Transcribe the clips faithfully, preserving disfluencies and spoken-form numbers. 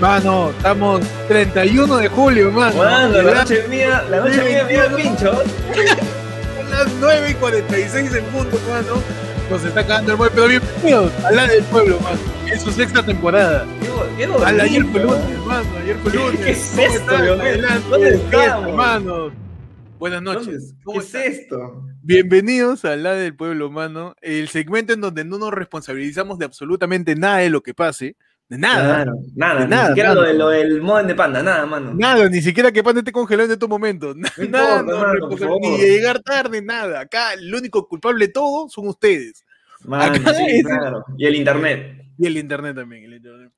Mano, estamos treinta y uno de julio, mano. Mano, la noche mía, la noche mía, mía, el pincho. Son las nueve y cuarenta y seis en punto, mano. Nos está cagando el muelle, pero bienvenidos a la del pueblo, mano. En su sexta temporada. ¿Qué, qué Al ayer fue lunes, mano. Ayer fue lunes. ¿Qué es esto, Leonel? Adelante, ¿Dónde fiesta, estamos? mano. Buenas noches. ¿Qué ¿Cómo es están? esto? Bienvenidos a La del Pueblo, mano. El segmento en donde no nos responsabilizamos de absolutamente nada de lo que pase. De nada. Claro, nada, De ni nada, siquiera mano. lo, de, lo del modem de panda, nada, mano. Nada, ni siquiera que Panda esté congelado en estos momentos. No Nada, importa, no, mano, responsable- por favor. ni de llegar tarde, nada. Acá el único culpable de todo son ustedes. Mano, Acá sí, es- claro. Y el internet. Y el internet también. El internet.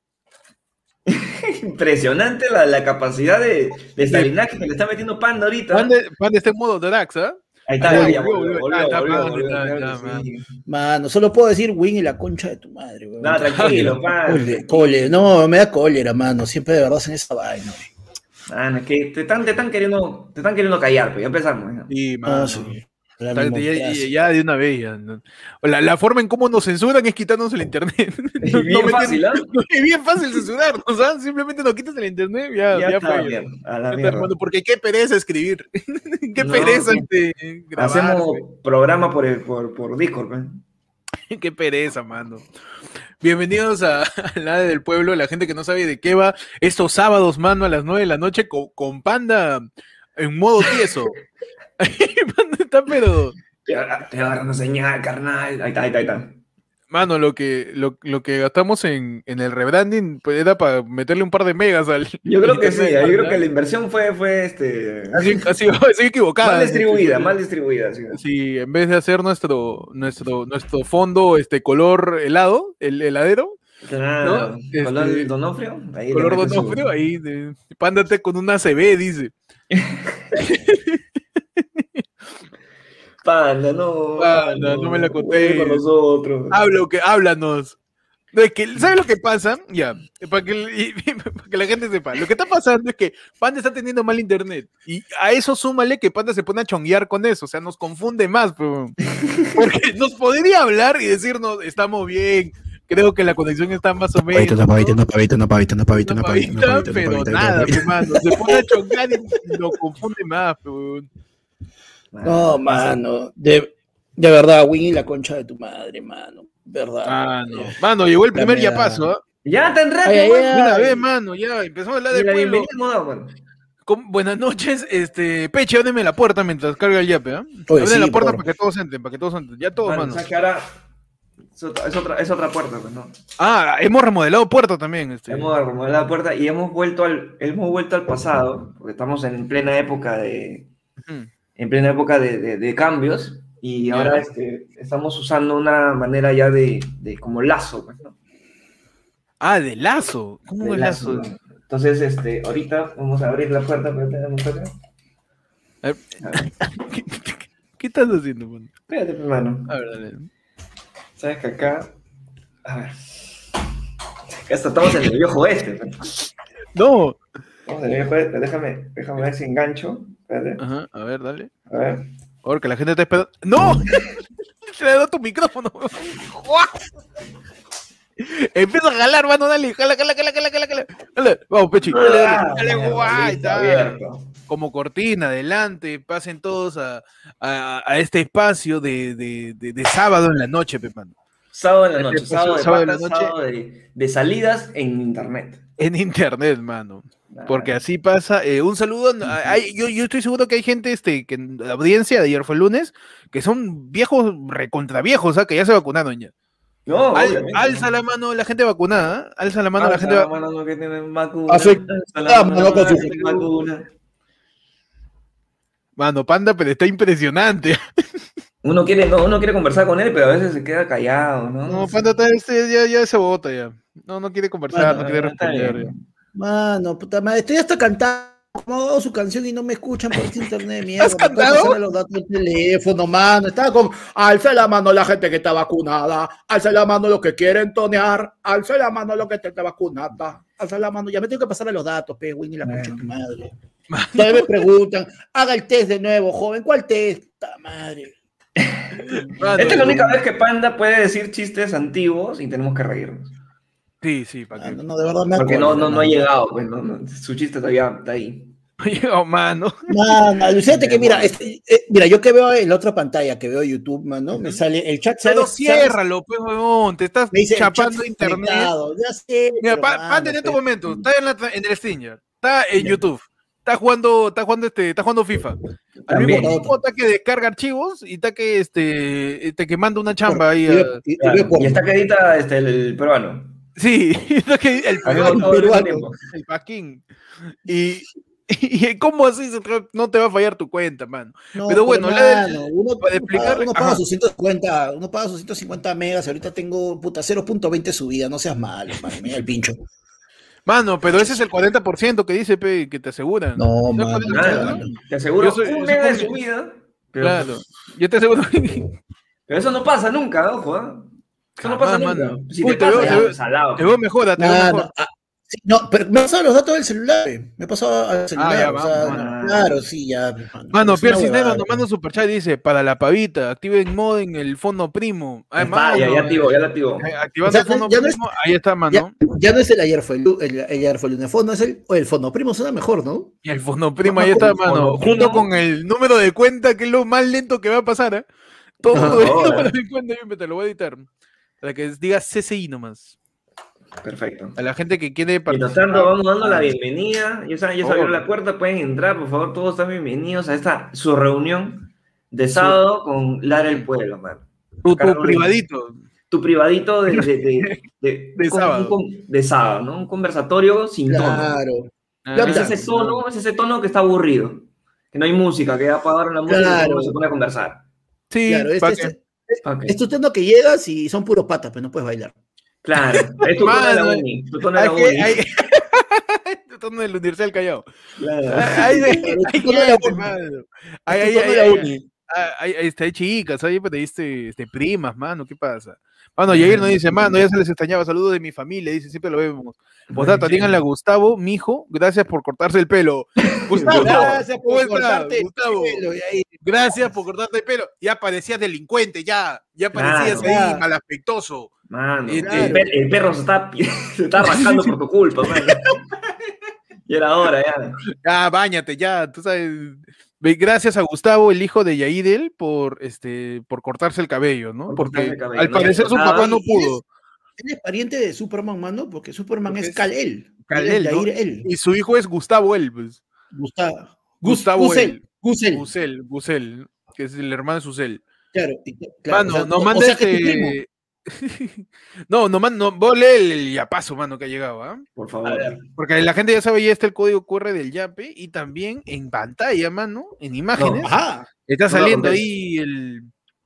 Impresionante la, la capacidad de, de salinaje que le está metiendo Panda ahorita. Panda, Panda está en modo Drax, ¿ah? Ahí está, Volvió, ya volvió, volvió. volvió, Ah, está, volvió, mano, volvió, está, claro ya, que mano. sí. Mano, solo puedo decir Win y la concha de tu madre, weón. No, tranquilo, pan. Cole- cole- no, me da cólera, mano. Siempre de verdad hacen esa vaina. Mano, es que te están, te están queriendo, te están queriendo callar, pues ya empezamos. ¿no? Sí, No, mano. sí. La Está- ya, ya- democracia. ya de una vez. Ya, ¿no? La, la forma en cómo nos censuran es quitándonos el internet. Y No- bien no fácil, ¿ah? no, es bien fácil censurarnos, ¿ah? Simplemente nos quitas el internet, ya, Ya ya está, fue. mierda, a la Ya está, mierda. hermano, porque qué pereza escribir. Qué No, pereza sí. este, grabar. Hacemos programa por, el, por, por Discord, pues. Qué pereza, mano. Bienvenidos a, a la del pueblo, la gente que no sabe de qué va. Estos sábados, mano, a las nueve de la noche con, con Panda en modo tieso. Panda está, pero... Te agarra- te agarran una señal, carnal. Ahí está, ahí está, ahí está. Mano, lo que, lo, lo que gastamos en, en el rebranding pues, era para meterle un par de megas al... Yo creo que sí, internet, yo creo ¿verdad? que la inversión fue, fue este, Así, así, así equivocada. mal distribuida, mal distribuida. Sí. Sí, en vez de hacer nuestro, nuestro, nuestro fondo este color helado, el heladero, Claro, ¿no? color Este, Donofrio. Ahí le color metes su- Donofrio, ahí, de, pándate con una C B, dice. Panda, no. Panda, no me la conté. Con nosotros. Hablo, que, háblanos. No, es que, ¿sabes lo que pasa? Ya, para que, y- y- para que la gente sepa. Lo que está pasando es que Panda está teniendo mal internet. Y a eso súmale que Panda se pone a chonguear con eso. O sea, nos confunde más. Pero, porque nos podría hablar y decirnos, estamos bien. Creo que la conexión está más o menos. Pavito, no, pavito, ¿no? no, pavito, no, pavito, no, pavito, no, Una pavito, no, pavita, pavito, no, pero pavito, no, nada, pavito. pe, mano. Se pone a chongar y lo confunde más, pero... No, mano. De, de verdad, Win y la concha de tu madre, mano. Verdad. Mano, mano, llegó el primer Dame, ya da. paso, ¿ah? Ya tan Ay, rápido, ay, man. ay. De una vez, mano, ya, empezamos a hablar Ni del la pueblo. bienvenida hemos dado, man. Con- buenas noches, este, Peche, ábreme la puerta mientras carga el yape, ¿ah? Oye, Ábreme la sí, puerta por- para que todos entren, para que todos entren, ya todos, Mano, mano. sabes que ahora es otra, es otra, es otra puerta, pues, ¿no? Ah, hemos remodelado puerta también, este. Hemos remodelado la puerta y hemos vuelto al, hemos vuelto al pasado, porque estamos en plena época de, Ujú. en plena época de, de- de cambios y Ya. ahora este, estamos usando una manera ya de, de como lazo, pues, ¿no? Ah, de lazo. ¿Cómo De es lazo? lazo, ¿no? Entonces, este, ahorita vamos a abrir la puerta, pero tenemos acá. A ver, A ver, ¿Qué, qué- qué estás haciendo, mano? espérate, pues, hermano. A ver, dale. Sabes que acá, a ver, acá está- estamos en el viejo este, pues. No. Estamos en el viejo este, déjame, déjame ver si engancho, espérate, Ajá, a ver, dale. a ver. Ahora que la gente está esperando. ¡No! Se le da tu micrófono. Empieza a jalar, mano, dale. Jala, jala, jala, jala, jala, jala. Dale, vamos, Pechi. Dale, dale. Ah, Dale, mierda, guay, listo, está. abierto. Como cortina, adelante. Pasen todos a, a, a este espacio de, de, de, de sábado en la noche, pe, mano. Sábado en la Este noche, espacio, sábado de sábado en patas, la noche. sábado de, de salidas en internet. En internet, mano. Porque así pasa. Eh, un saludo. a- hay- yo, yo estoy seguro que hay gente este, que en la audiencia de ayer fue el lunes, que son viejos, recontra viejos, ¿ah? Que ya se vacunaron ya. No, Al- obviamente, alza ¿no? la mano la gente vacunada, ¿ah? Alza la mano la Alza gente la vacunada. mano, no, que tienen vacuna. Afecta, Alza la mano, mano, con que su- tienen vacuna. Mano, Panda, pero está impresionante. Uno quiere, no, uno quiere conversar con él, pero a veces se queda callado, ¿no? No, Panda está, este, ya, ya se bota ya. No, no quiere conversar, Bueno, no quiere está responder. bien. ya. Mano, puta madre. Estoy hasta cantando como su canción y no me escuchan por este internet, mierda. ¿Has Me pueden cantado? pasar los datos del teléfono, mano. Estaba como, alza la mano la gente que está vacunada, alza la mano los que quieren tonear, alza la mano los que están vacunados, alza la mano. Ya me tengo que pasar a los datos, pe, Winnie, la concha de tu madre. Todavía me preguntan, haga el test de nuevo, joven. ¿Cuál test? Puta madre. Mano, Esta es la única vez que Panda puede decir chistes antiguos y tenemos que reírnos. Sí, sí, para Ah, qué. no, no, de verdad me Porque no, acuerdo, no, no ha mano. llegado, pues, no, no, su chiste todavía está ahí. Oh, mano. Mano, alucínate que mira, Demonios. este, eh, mira, yo que veo en la otra pantalla, que veo YouTube, mano, me Ujú. sale el chat, Pero ¿sabes? ¿Sabes? ciérralo, pues, huevón. Te estás Me dice el chat chapando fue internet. conectado, ya sé, Mira, pero pa, Pate mano, en estos pero- momentos. Está en, la, en el Stinger. Está en Ya. YouTube. Está jugando, está jugando este, está jugando FIFA. Al También. mismo tiempo está que descarga archivos y está que este, este que manda una Claro, chamba ahí. y, a- ve- y- y ve Claro. Y porno. está que edita este, el, el peruano. Sí, está que el Al mismo, peruano, todo al mismo peruano. tiempo. el Paquín. Y, y cómo así se te- no te va a fallar tu cuenta, mano. No, Pero bueno, la del- mano, uno, para uno paga, explicarle- uno paga ajá. sus ciento cincuenta, uno paga sus ciento cincuenta megas, ahorita tengo puta cero punto veinte subida, no seas malo, mano, me da el pincho. Mano, pero ese es el cuarenta por ciento que dice pe, que te aseguran. No, ¿No es mano, cuarenta por ciento? Claro. mano. Te aseguro Yo soy- un yo mega de supongo su que- vida. Pero, Claro. Yo te aseguro. pero eso no pasa nunca, ojo, ¿ah? Eso no pasa Jamás, nunca. mano. Si Uy, te te pasa, veo- ya, te veo- pues, al lado. Te veo mejor, te veo Mano, mejor. ah, sí, no, pero me he pasado los datos del celular, eh, me he pasado al celular, ya, o sea, vamos, mano. claro, sí, ya. Mano, Mano, es Pierre una Cisneros huevada, nos manda un superchat y dice, para la pavita, activen modo en el fondo primo. Ahí Además, está, ya, ya activo, ya la activo. activando O sea, el fondo ya no es- primo, ahí está, mano. Ya no es el ayer fue el, el, el ayer fue el lunes, fondo es el, o el fondo primo suena mejor, ¿no? Y el fondo primo, Ajá, ahí está, con el mano. fondo Junto primo. con el número de cuenta, que es lo más lento que va a pasar, ¿eh? Todo Ajá. el Ahora. número de cuenta, yo te lo voy a editar. Para que diga C C I nomás. Perfecto. A la gente que quiere Mientras participar. tanto, vamos dando la bienvenida. Ya saben, ya se abrió Oh. la puerta, pueden entrar, por favor, todos están bienvenidos a esta su reunión de sábado con Lara el Pueblo, man. Tu, Acá tu reunido. privadito. Tu privadito de, de, de, de, De un con- sábado. un con- de sábado, ¿no? Un conversatorio sin tono. Claro, Ah, Es ese tono, es ese tono que está aburrido. Que no hay música, que apagaron la música y Claro. uno se pone a conversar. Sí, claro, pa' este, que- este, Ok. es tu tono que llegas y son puros patas, pero no puedes bailar. Claro, es tu tono de la Mano, uni. Tu tono de hay la que- uni. hay- Tu tono de la Universidad del Callao. Claro. Hay, hay, Claro, hay tu tono de la gente, uni. mano. Es Hay, tu hay, tono hay, de la hay- uni. Ah, hay, hay, este, hay chicas, hay pues, este, este, primas, mano, ¿qué pasa? Mano, Yair nos dice, mano, ya se les extrañaba, saludos de mi familia, dice, siempre lo vemos. Postdata, díganle a Gustavo, mijo, gracias por cortarse el pelo. Gustavo, Gracias ¿cómo por estás, cortarte el Gustavo? pelo, y ahí- Gracias por cortarte el pelo. Ya parecías delincuente, ya, ya parecías Claro. ahí Ya. malaspectoso. Mano, Y- el, claro. per- el perro se está, se está rascando por tu culpa, mano. Y era hora, ya. Ya, báñate, ya, tú sabes. Ve, gracias a Gustavo, el hijo de Yaidel, por este, por cortarse el cabello, ¿no? Por Porque cortarse el cabello, al ¿no? parecer su Ah, papá no y- y es- pudo. Él es pariente de Superman, mano, porque Superman Porque es es Kal-El. Kal-El, Él es ¿no? Yair él. Y su hijo es Gustavo El, pues. Gustavo. Gus- Gustavo Gusel. él. Gusel. Gusel, Gusel, que es el hermano de Susel. Claro, y- claro, Mano, o sea, no o- o manda sea que tu primo. este. no, no, man- no, vos lee el, el yapazo, mano, que ha llegado, ¿ah? Por A favor. ver. Porque la gente ya sabe, ya está el código Q R del Yape y también en pantalla, mano, en imágenes, Ajá. está No, saliendo no, ahí el,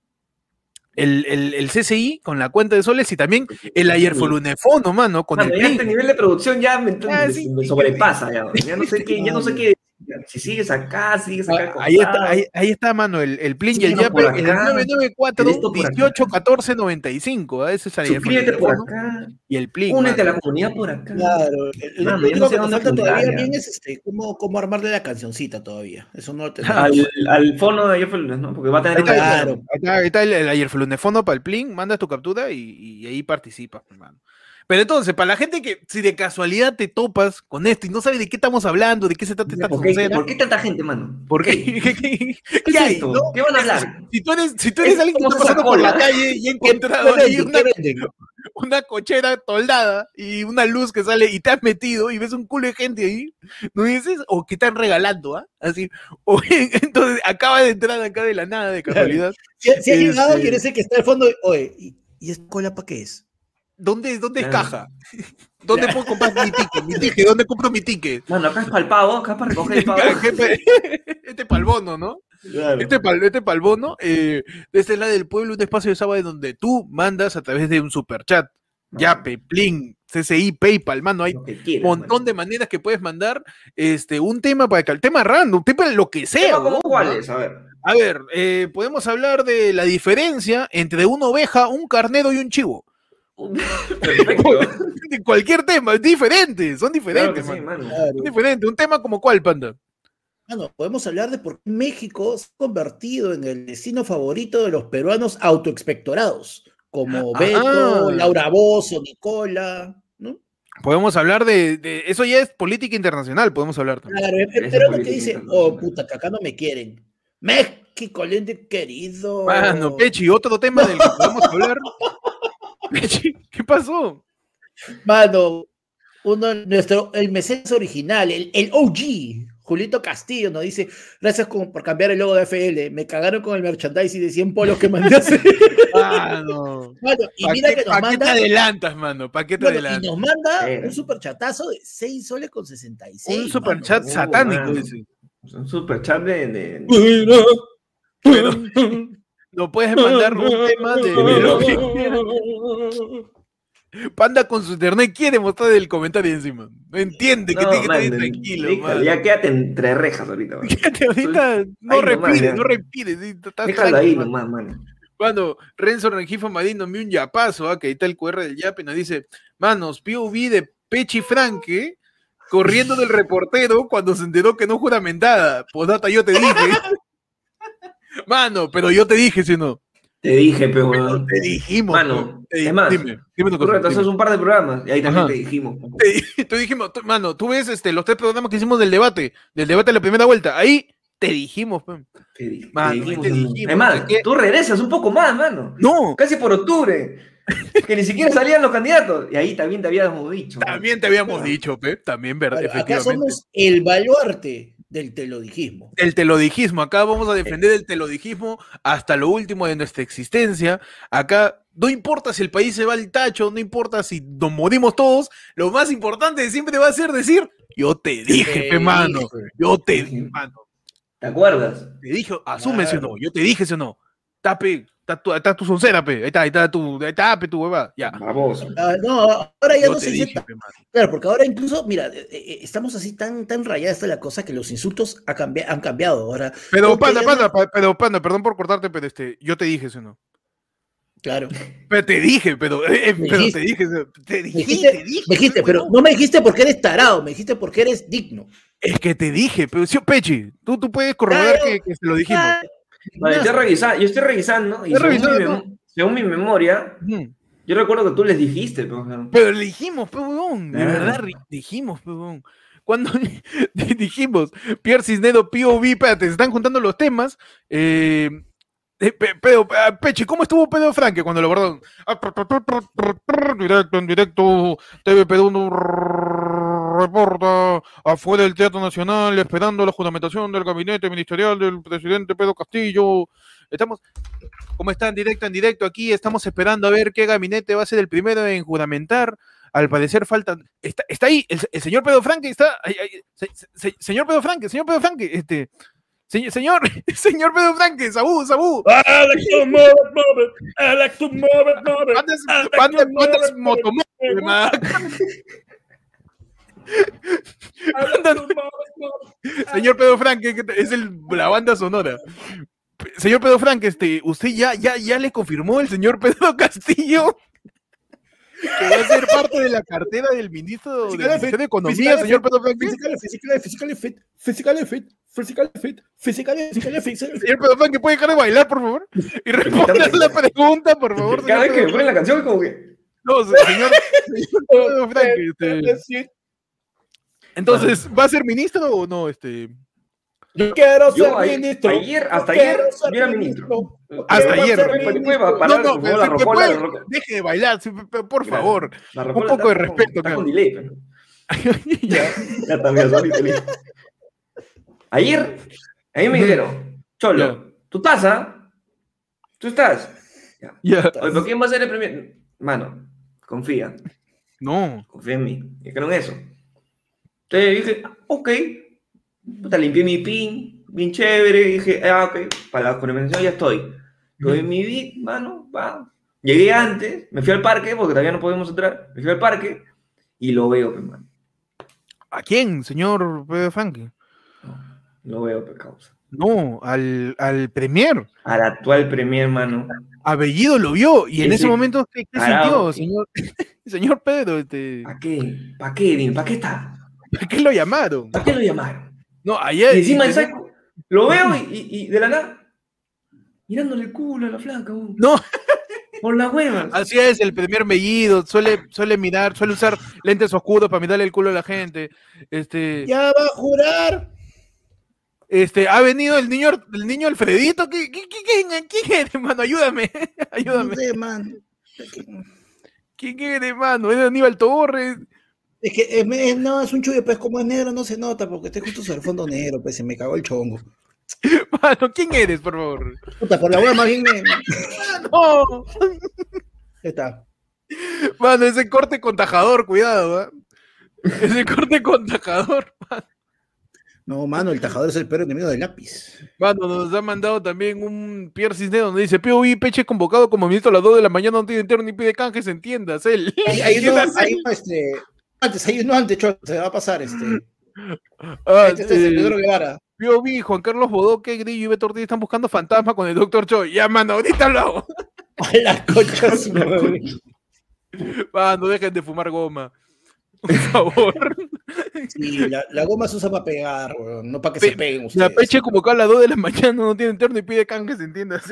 el, el, el C C I con la cuenta de soles y también el ayer fue lunefono, mano, con Mano, el ya Plin. este nivel de producción ya me, Ah, me- sí, me sí, sobrepasa, ya. Ya no sé qué, ya no sé qué. Si sigues acá, sigues acá. Ah, Ahí está, acostado. ahí, ahí está, mano, el, el Plin y el Síguenos por Yape, el acá, nueve nueve cuatro, el esto por acá. dieciocho catorce noventa y cinco, ¿ah? Ese es el ayer fue Suscríbete por lunefono acá. y el Plin. Únete a mano. la comunidad por acá. Claro. El- Mano, lo ya único no sé que nos dónde falta apuntar, todavía ya. bien es este, cómo, cómo armarle la cancioncita todavía. Eso no lo tenemos. Al, al fondo de ayer fue el lunes, ¿no? Porque va a tener Ahí está, una- Claro. ahí está, ahí está el, el ayer fue lunefono para el Plin, mandas tu captura y, y ahí participas, hermano. Pero entonces, para la gente que si de casualidad te topas con esto y no sabes de qué estamos hablando, de qué se trata esta ¿Por qué, tontera, ¿Por qué tanta gente, mano? ¿por qué? ¿Qué, qué- ¿Qué qué es hay, esto? no? ¿Qué van a hablar? Si tú eres, si tú eres Es alguien que como está pasando por la Coca-Cola. calle y ha encontrado ¿Qué ahí venden? una, ¿Qué venden? una cochera toldada y una luz que sale y te has metido y ves un culo de gente ahí, ¿no dices? O que están regalando, ¿ah? Así. O entonces acaba de entrar acá de la nada, de casualidad. Si, si ha llegado Este- y eres el que está al fondo, oye, ¿y, y esta cola para qué es? ¿Dónde, dónde es Claro. caja? ¿Dónde puedo comprar mi ticket? Mi ticket, ¿dónde compro mi ticket? Mano, acá es para el pavo, acá es para recoger el pavo. Este para el bono, ¿no? Claro. Este para este pa'l bono, eh, desde la del pueblo, un espacio de sábado en donde tú mandas a través de un superchat, Yape, Plin, C C I, PayPal, mano, hay Lo que un quieras, montón mano. de maneras que puedes mandar este, un tema para que el tema random, un tema lo que sea. ¿Tema como ¿no? cuáles? A ver. A ver, eh, podemos hablar de la diferencia entre una oveja, un carnero y un chivo. Perfecto. De cualquier tema, es diferente, son Claro que diferentes, sí, mano. mano. Claro. Son diferentes. Un tema como cuál, Panda. Bueno, podemos hablar de por qué México se ha convertido en el destino favorito de los peruanos autoexpectorados, como Ah. Beto, Laura Bozzo, Nicola, ¿no? Podemos hablar de, de... Eso ya es política internacional, podemos hablar también. Claro, Esa pero lo que política dice, internacional. oh puta, que acá no me quieren. México, lindo querido. Mano, Pechi, otro tema del que podemos hablar. Pechi, ¿qué pasó? Mano, uno, nuestro, el mecenas original, el, el O G, Julito Castillo, nos dice, gracias con- por cambiar el logo de F L, me cagaron con el merchandising de cien polos que mandé a hacer. Mano. Mano, y ¿Pa' mira qué, que nos pa' qué te manda, adelantas, mano? ¿Para qué te bueno, y adelantas? nos manda Era. un superchatazo de seis soles con sesenta y seis. Un superchat Oh, satánico mano. ese. Un super chat de. de- Pero no puedes mandar un tema de, de lo que quieras. Panda con su internet quiere mostrar el comentario encima. No entiende que No, tiene que man, estar tranquilo, déjalo, mano. ya quédate entre rejas ahorita. man. Quédate ahorita, no Ahí nomás, respires, ya. no respires. sí, estás Déjalo tranqui, ahí mano. nomás, mano. Cuando Renzo Rengifo Madín nos envió un yapazo, ¿ah? Que ahí está el Q R del yape, nos dice, manos, P O V de Pechi Franque corriendo del reportero cuando se enteró que no juramentada. Posdata, yo te dije. Mano, pero yo te dije, si no. Te dije, pero. Pero weón. te dijimos. Mano, pe. Te- es más, dime, dime una Tú cosa. retrasaste dime. un par de programas y ahí también Ajá. te dijimos. Te, te dijimos, tú- mano, tú ves este, los tres programas que hicimos del debate, del debate de la primera vuelta, ahí te dijimos, pe. Te, di- te Mano, dijimos. te hermano. dijimos, Además, ¿qué? tú regresas un poco más, mano. No, Casi por octubre. Que ni siquiera salían los candidatos. Y ahí también te habíamos dicho. mano. también te habíamos dicho, pe, también, verdad, Bueno, acá efectivamente. somos el baluarte del telodijismo. El telodijismo, acá vamos a defender el telodijismo hasta lo último de nuestra existencia. Acá no importa si el país se va al tacho, no importa si nos morimos todos, lo más importante siempre va a ser decir, yo te dije, Te pe, mano, dije. yo te Sí. dije, mano, ¿Te acuerdas? te dije, asume si o no, Claro. yo te dije si o no, está, pe, está tu, está tu soncera, pe, ahí está, ahí está tu, ahí está, pe, tu hueva, ya. Vamos. Ah, no, ahora ya Yo no te se dice dije, tan- pe, mano. Claro, porque ahora incluso, mira, eh, eh, estamos así tan, tan rayadas de la cosa que los insultos ha cambia- han cambiado. Ahora, Pero, como que panda, ya panda, no- pa- pero, panda, perdón por cortarte, pero este, yo te dije si o no. Claro. Pero te dije, pero, eh, eh, Me pero dijiste. te dije, te Me dije, dijiste, te dije, me dijiste, pe, pero huevón. no me dijiste porque eres tarado, me dijiste porque eres digno. Es que te dije, pero sí, Pechi, tú, tú puedes corroborar Claro. que, que se lo dijimos. Ah, No, yo, estoy revisando, yo estoy revisando y Estoy según, mi revisando. mem- según mi memoria, Ujú. yo recuerdo que tú les dijiste, pero, o sea, Pero le dijimos, pe huevón, de Ah. verdad, ri- dijimos, pe huevón. Cuando dijimos, Pierre Cisnedo, P O V, espérate, se están juntando los temas. Eh, eh, pe- Pedro, ah, Pechi, ¿cómo estuvo Pedro Franque cuando lo guardaron? Ah, tr- tr- tr- tr- tr- tr- Directo, en directo, T V Perú no reporta afuera del Teatro Nacional, esperando la juramentación del gabinete ministerial del presidente Pedro Castillo. Estamos, ¿cómo está en directo, en directo aquí? Estamos esperando a ver qué gabinete va a ser el primero en juramentar. Al parecer faltan. Está, está ahí, el, el señor Pedro Franque está. Ahí, ahí, se- se- señor Pedro Franque, señor Pedro Franque, este. Señor, señor, señor Pedro Franque, Sabú, Sabú. I like to move it, move it. I like to move it, move it. Bandas, I like bandas, to move bandas it, move it. motomóviles, hermano. I like to move it, move it. Señor Pedro Franque, que es el, la banda sonora. Pe- Señor Pedro Franque, este, ¿usted ya, ya, ya le confirmó el señor Pedro Castillo que va a ser parte de la cartera del ministro del Ministerio de Economía, señor Pedro Franque? Physically, physically, physically fit, physically fit, physically fit, physically, physically fit. Señor Pedro Franque, ¿puede dejar de bailar, por favor? Y responder la pregunta, por favor. cada señor vez que me Pedro ponen la canción, como que. Franque. No, se- señor, señor Pedro Franque, este, entonces, ¿va a ser ministro o no? Este, Yo quiero Yo ser ayer- ministro. ayer- hasta Yo ayer quiero ser yo era ministro. Hasta Puede- ayer. puede- puede- puede parar, no, no, por pero favor, la si te rocola, puede- la rocola. deje de bailar, sí, pe- pe- por Gracias. favor. La Un rocola poco de está con- respeto, Está cara. con delay, pero. Ya. Ya también, sorry, feliz. Ayer, ahí me dijeron, Cholo, Ya. ¿tú estás, ah? ¿Tú estás? Ya. Ya. Oye, ¿pero quién va a ser el primer? Mano, confía, No. confía en mí. Dijeron eso. Entonces dije, ok. Puta, limpié mi pin, bien chévere. Dije, ah, ok, para la convención ya estoy. Doy mi bit, mano, va. Llegué antes, me fui al parque, porque todavía no podemos entrar. Me fui al parque y lo veo, pues, mano. ¿A quién, señor Pedro Franque? Lo veo, pues, causa. No, al, al premier. Al actual premier, mano. A Bellido lo vio y en Ese ese momento, ¿qué, qué tarado. sintió, señor, señor Pedro? Este, ¿Para qué? ¿Para qué? Dime, ¿para qué está? ¿Para qué lo llamaron? ¿Para qué lo llamaron? No, ayer. Y encima y- ¿sabes? Lo veo y, y- y de la nada, mirándole el culo a la flaca. weón. No, Por las huevas. Así es, el primer mellido, suele, suele mirar, suele usar lentes oscuros para mirarle el culo a la gente. Este, Ya va a jurar. este, ha venido el niño, el niño Alfredito. ¿Qué, qué, qué, quién, quién eres, mano? Ayúdame, ayúdame. No sé, man. ¿Quién eres, mano? Es Aníbal Torres. Es que es, es- no, es un chullo, pues como es negro no se nota porque está justo sobre el fondo negro, pues se me cagó el chongo. Mano, ¿quién eres, por favor? Puta, por la hueá más bien me... No. Ahí está. Mano, ese corte con tajador, cuidado, ¿ah? Ese corte con tajador. No, mano, el tajador es el peor enemigo del lápiz. Mano, nos ha mandado también un Pierre Cisneros donde dice: P O V Peche convocado como ministro a las dos de la mañana, no tiene interno ni pide canjes, entiendas. Él. Hay, hay ¿Quién uno, hace? hay uno, este, antes, hay uno antes, Cho, se va a pasar, este. Ah, Este, este es el eh, Pedro Guevara. P O V, Juan Carlos Bodoque, Grillo y Beto Ortiz están buscando fantasma con el doctor Choi. Ya, mano, ahorita hablamos. A la concha su madre. Mano, dejen de fumar goma. Por favor. Sí, la, la goma se usa para pegar, weón, no para que se Pe- peguen La ustedes. Peche convocado a las dos de la mañana, no tiene interno y pide canjes, entiendas.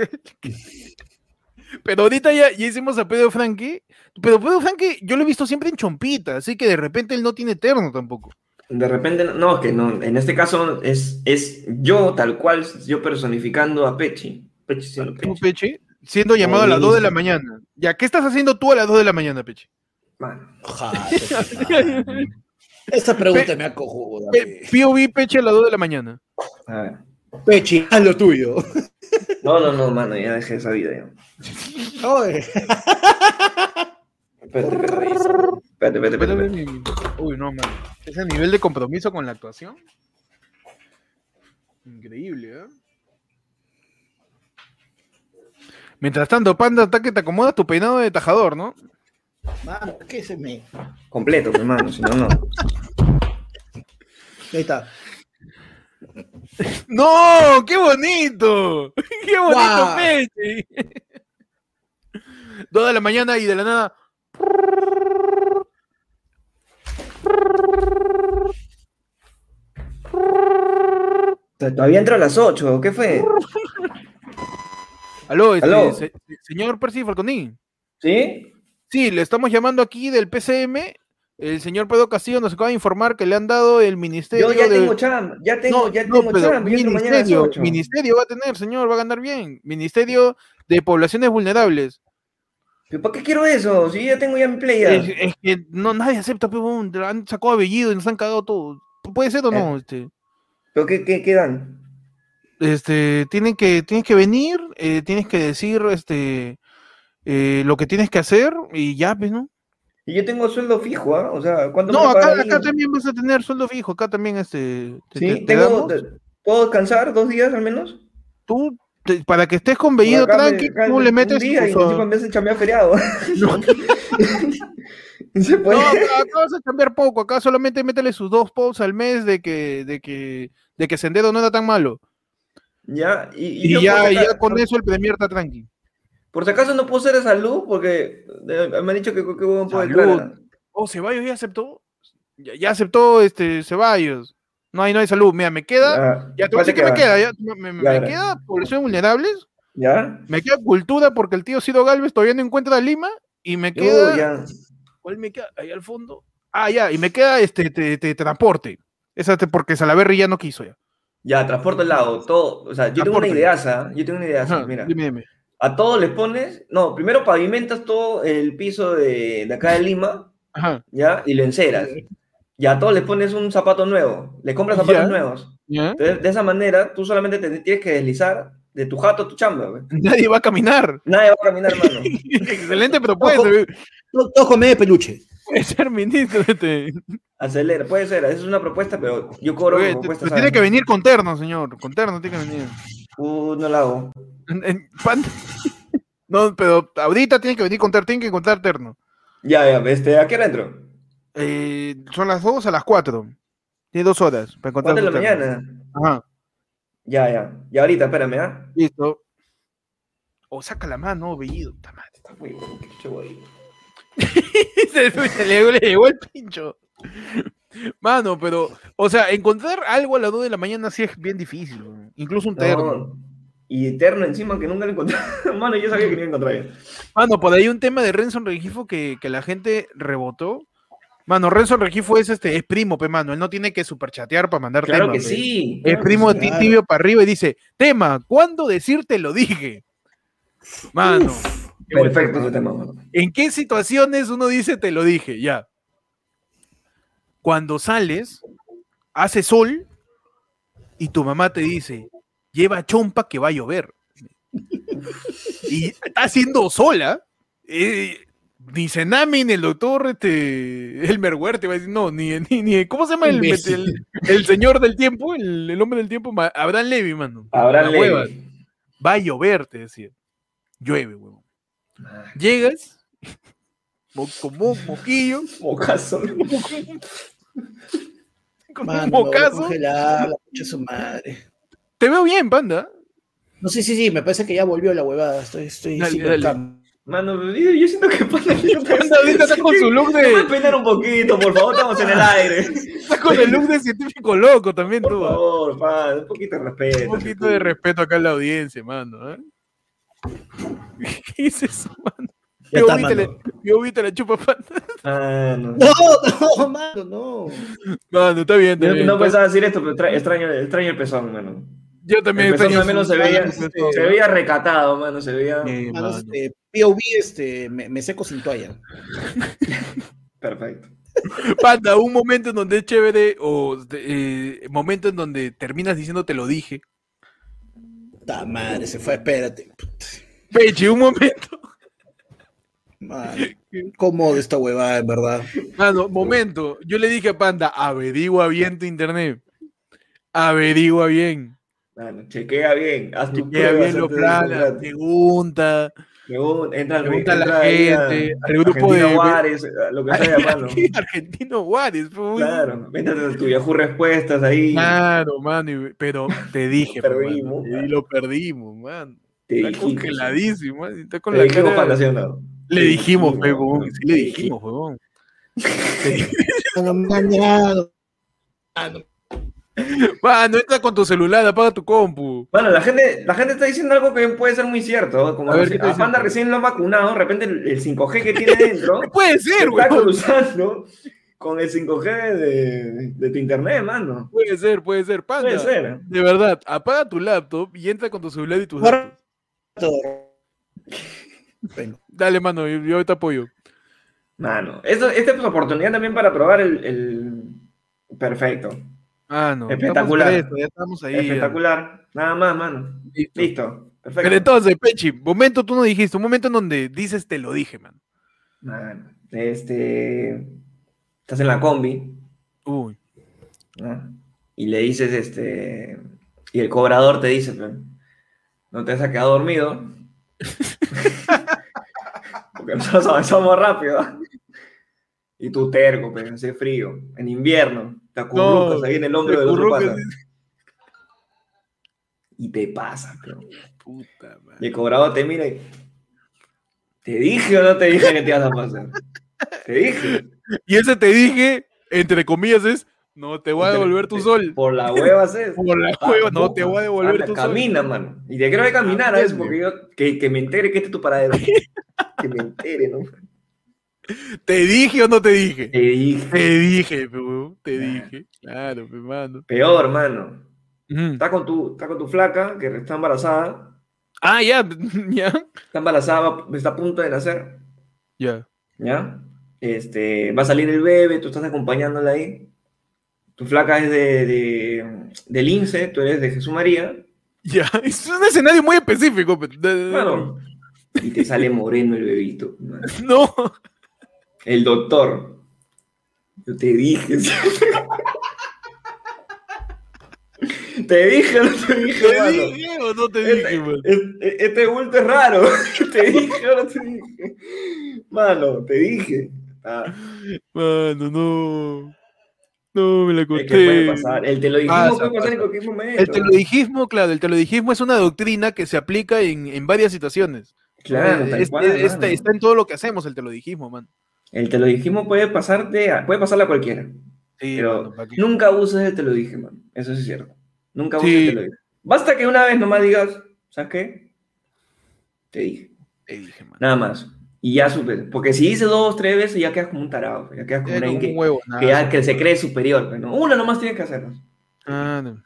Pero ahorita ya, ya hicimos a Pedro Franque. Pero Pedro Franque yo lo he visto siempre en chompita, así que de repente él no tiene terno tampoco. De repente, no, que no, en este caso es, es yo tal cual, yo personificando a Pechi. Pechi siendo ¿Tú, Pechi. Peche? Siendo llamado a las dos de la mañana. Ya, ¿qué estás haciendo tú a las dos de la mañana, Peche? Mano. Joder, esta pregunta Pe- me acojoda. Pe- P O V Peche a las dos de la mañana. A ver. Pechi, haz lo tuyo. No, no, no, mano, ya dejé esa vida ya. Oye, Espérate, espérate, espérate, espérate, espérate, espérate. Uy, no, man. Ese nivel de compromiso con la actuación. Increíble, ¿eh? Mientras tanto, Panda, ataque, te acomodas tu peinado de tajador, ¿no? mano, ¿qué se me...? Completo, hermano, si no, no. Ahí está. ¡No! ¡Qué bonito! ¡Qué bonito, Guau. Peche! Dos de la mañana y de la nada. Todavía entro a las ocho, ¿qué fue? Aló, este, Aló. se- señor Percy Falconi. ¿Sí? Sí, le estamos llamando aquí del P C M. El señor Pedro Castillo nos acaba de informar que le han dado el ministerio Yo ya de... tengo chamba, ya tengo, No, ya no, tengo pero chamba, yo entro mañana a las ministerio, ocho. ministerio va a tener, señor, va a ganar bien. Ministerio de Poblaciones Vulnerables. ¿Pero para qué quiero eso? Si yo ya tengo ya mi playa. Es, es que no, nadie acepta, pero han sacado apellido y nos han cagado todo. ¿Puede ser o no? Eh. Este, ¿Pero qué, qué, qué dan? este, tienen que, tienes que venir, eh, tienes que decir este, eh, lo que tienes que hacer y ya, pues, ¿no? Y yo tengo sueldo fijo, ¿ah? O sea, ¿cuánto No, me van a acá, pagar ahí? acá también vas a tener sueldo fijo, acá también este, te- ¿Sí? te- te ¿Tengo, damos. te- ¿Puedo descansar dos días al menos? Tú, te- para que estés con Porque Bellido acá me- tranqui, acá tú me- le metes un día y tus, encima me hacen chambear feriado. No. ¿Se puede? No, acá, acá vas a cambiar poco, acá solamente métele sus dos posts al mes de que, de que, de que Sendero no era tan malo. Ya, y, y Y, yo ya, por, si ya acaso, con por, eso el Premier está tranqui. por si acaso no puedo ser de salud, porque eh, me han dicho que qué huevón puedo Salud. entrar. a- Oh, Ceballos ya aceptó. Ya, ya aceptó este Ceballos. No hay, no hay salud. Mira, me queda. Ya, Ya te voy a ¿cuál decir te que me queda? queda. Ya, me, me- me Ya, ya. queda poblaciones vulnerables. ¿Ya? Me queda cultura porque el tío Ciro Galvez todavía no encuentra a Lima. Y me Uh, queda. ya. ¿Cuál me queda? Ahí al fondo. Ah, ya. Y me queda este te, te- transporte. Esa te- porque Salaverry ya no quiso ya. Ya, transporte al lado, todo. O sea, yo tengo una Transporte. ideaza, yo tengo una ideaza, Ajá, mira. dime, dime. A todos les pones, no, primero pavimentas todo el piso de, de acá de Lima, Ajá. ¿ya? Y lo enceras. Y a todos les pones un zapato nuevo, le compras zapatos Ya. nuevos. ¿Ya? Entonces, de esa manera, tú solamente te tienes que deslizar de tu jato a tu chamba, güey. Nadie va a caminar. Nadie va a caminar, hermano. Excelente propuesta. Ojo. Todos todo con medio peluche. Puede ser ministro. Este. Acelera, puede ser, esa es una propuesta, pero yo cobro Oye, por te- propuesta, te ¿sabes? tiene que venir con terno, señor. Con terno tiene que venir. Uh, no la hago. En- en- pan- No, pero ahorita tiene que venir con terno, tiene que encontrar terno. Ya, ya, este, ¿a qué hora entro? Eh, son las dos a las cuatro. Tiene dos horas para encontrar ¿Cuánto de su la terno. mañana? Ajá, Ya, ya. Y ahorita, espérame, ¿ah? listo. O saca la mano, Bellido. Puta madre. Está muy bueno, qué chucho, güey. se, se le, le llegó el pincho. Mano, pero, o sea, encontrar algo a las dos de la mañana sí es bien difícil, ¿no? Incluso un terno. No, y eterno encima que nunca lo encontré. Mano, yo sabía que no iba a encontrar ya. Mano, por ahí un tema de Renzo Regifo que, que la gente rebotó. Mano, Renzo Regifo es este, es primo, pe, mano. Él no tiene que superchatear para mandar Claro tema, que pe. sí. Es claro primo que de sí. ti tibio para arriba y dice, tema, ¿cuándo decirte lo dije? Mano. qué buen Perfecto tema. ese tema, mano. ¿En qué situaciones uno dice te lo dije? Ya. Cuando sales, hace sol y tu mamá te dice, lleva chompa que va a llover. Y está haciendo sola. Eh, ni Senami ni el doctor este, Elmer Huerta va a decir, no, ni, ni, ni ¿cómo se llama el, el, el señor del tiempo? El, el hombre del tiempo, Abraham Levy, mano. Abraham Levy. Va a llover, te decía. Llueve, huevón. Llegas, mo, con mo, moquillo, mocazo. Con Mano, un me voy a mocazo. congelar, la pucha su madre. Te veo bien, panda. No, sí, sí, sí, me parece que ya volvió la huevada. Estoy, estoy Dale, sin dale. cambio. Mano, yo, yo siento que Panda, Panda ahorita está con su look de- ¿Me puedes peinar un poquito, por favor? Estamos en el aire. Estás con el look de científico loco también, Por tú. ¿ah? favor, Panda, un poquito de respeto. Un poquito de respeto acá en la audiencia, mano. ¿eh? ¿Qué es eso, mano? Ya Yo está, vi, te la, mano. yo vi te la chupa, panda. Ah, no. No, no, mano, no. Mano, está bien, está Yo bien. no pensaba decir esto, pero tra- extraño, extraño el pezón, mano. Yo también El pezón extraño al menos su- se veía, su pezón, se ¿no? veía recatado, mano, se veía Sí, Mano, mano. este, P O V, este, me, me seco sin toalla. perfecto. Panda, un momento en donde es chévere o eh, momento en donde terminas diciendo te lo dije. Ta madre, se fue, espérate. Peche, un momento. Mano, cómodo esta huevada, en verdad. Mano, momento. Yo le dije a Panda, averigua bien tu internet. Averigua bien. Mano, chequea bien, haz tus Chequea pruebas bien los antes de planes, contrato. pregunta. Pregun- Entra al Pregunta a la entra ahí a- gente, al grupo Argentina de- Juárez, a lo que sea, mano. Argentino Juárez. pues, Claro, métete tu Yahoo Respuestas ahí. Claro, mano. y- Pero te dije, pues, Perdimos, mano, y lo perdimos, man. Te Está dijimos. congeladísimo, man, Está con Le la dijimos, cara. Panda, ¿sí o no? Le Te dijimos, dijimos, huevón. mano, Sí, le te dijimos, huevón. Mano, me han engañado. Mano, Mano, entra con tu celular, apaga tu compu. Bueno, la gente, la gente está diciendo algo que puede ser muy cierto. Como A ver, reci- ¿qué te a dicen? Panda recién lo han vacunado, de repente el, el cinco G que tiene dentro Puede se ser, está huevón. cruzando con el cinco G de, de tu internet, mano. Puede ser, puede ser. Panda, Puede ser. de verdad, apaga tu laptop y entra con tu celular y tus datos. Venga. Dale, mano, yo, yo te apoyo. Mano, esto, esta es oportunidad también para probar el, el... Perfecto. Ah, no. Espectacular. Estamos presos, ya estamos ahí. ya. Espectacular. Nada más, mano. Listo. Listo. Pero Perfecto. entonces, Pechi, momento tú no dijiste, un momento en donde dices te lo dije, man. Mano, este... Estás en la combi, Uy. ¿no? Y le dices, este... Y el cobrador te dice, pues, no te has quedado dormido. Porque nosotros avanzamos rápido. Y tú terco, pero hace frío. En invierno, te acurrucas No, ahí en el hombro te del otro acurrucas, pata. Y te pasa, pero... Puta, man. Y el cobrador te mira y... ¿Te dije o no te dije que te ibas a pasar? Te dije. Y ese te dije, entre comillas, es no te voy a devolver tu sol. Por la hueva haces. Por la hueva, no te voy a devolver Anda, tu sol. camina, mano. Y te creo que caminar a veces porque yo... Que, que me entere que este es tu paradero. Que me entere, ¿no? ¿Te dije o no te dije? Te dije. Te dije, pe, huevón, te Ah. dije. Claro, pe, mano. Peor, mano. Ujú. Está con tu, está con tu flaca, que está embarazada. Ah, ya, ya. Está embarazada, va- está a punto de nacer. Ya. ¿Ya? Este, va a salir el bebé, tú estás acompañándola ahí. Tu flaca es de, de, del I N S E, tú eres de Jesús María. Ya. Es un escenario muy específico. pe. De- de- Bueno, y te sale moreno el bebito. mano. No. El doctor. Yo te dije. Te dije o no te dije, ¿Te mano? dije o no te Este, dije, man? este- este bulto es raro. Te dije o no te dije. Mano, te dije. Ah, Mano, no. No, me la es que puede conté. pasar. El te lo dijimos Pasa, puede pasar en pasa. cualquier momento. El telodijismo, claro, el telodijismo es una doctrina que se aplica en, en varias situaciones. Claro, Eh, tal es- cual, es- está, mano. está en todo lo que hacemos el telodijismo, man. El te lo dijimos puede pasarte a, puede pasarle a cualquiera. Sí, Pero mano, ¿pa' qué? nunca uses el te lo dije, man. Eso sí es cierto. Nunca uses Sí. el te lo dije. Basta que una vez nomás digas, ¿Sabes qué? Te dije. Te dije, mano. Nada más. Y ya supe. Porque si dices dos, tres veces, ya quedas como un tarado. Ya quedas como Era alguien como que, un huevo, que, ya- nada. que se cree superior. Pues, ¿no? Una nomás tienes que hacerlo. Ah, no.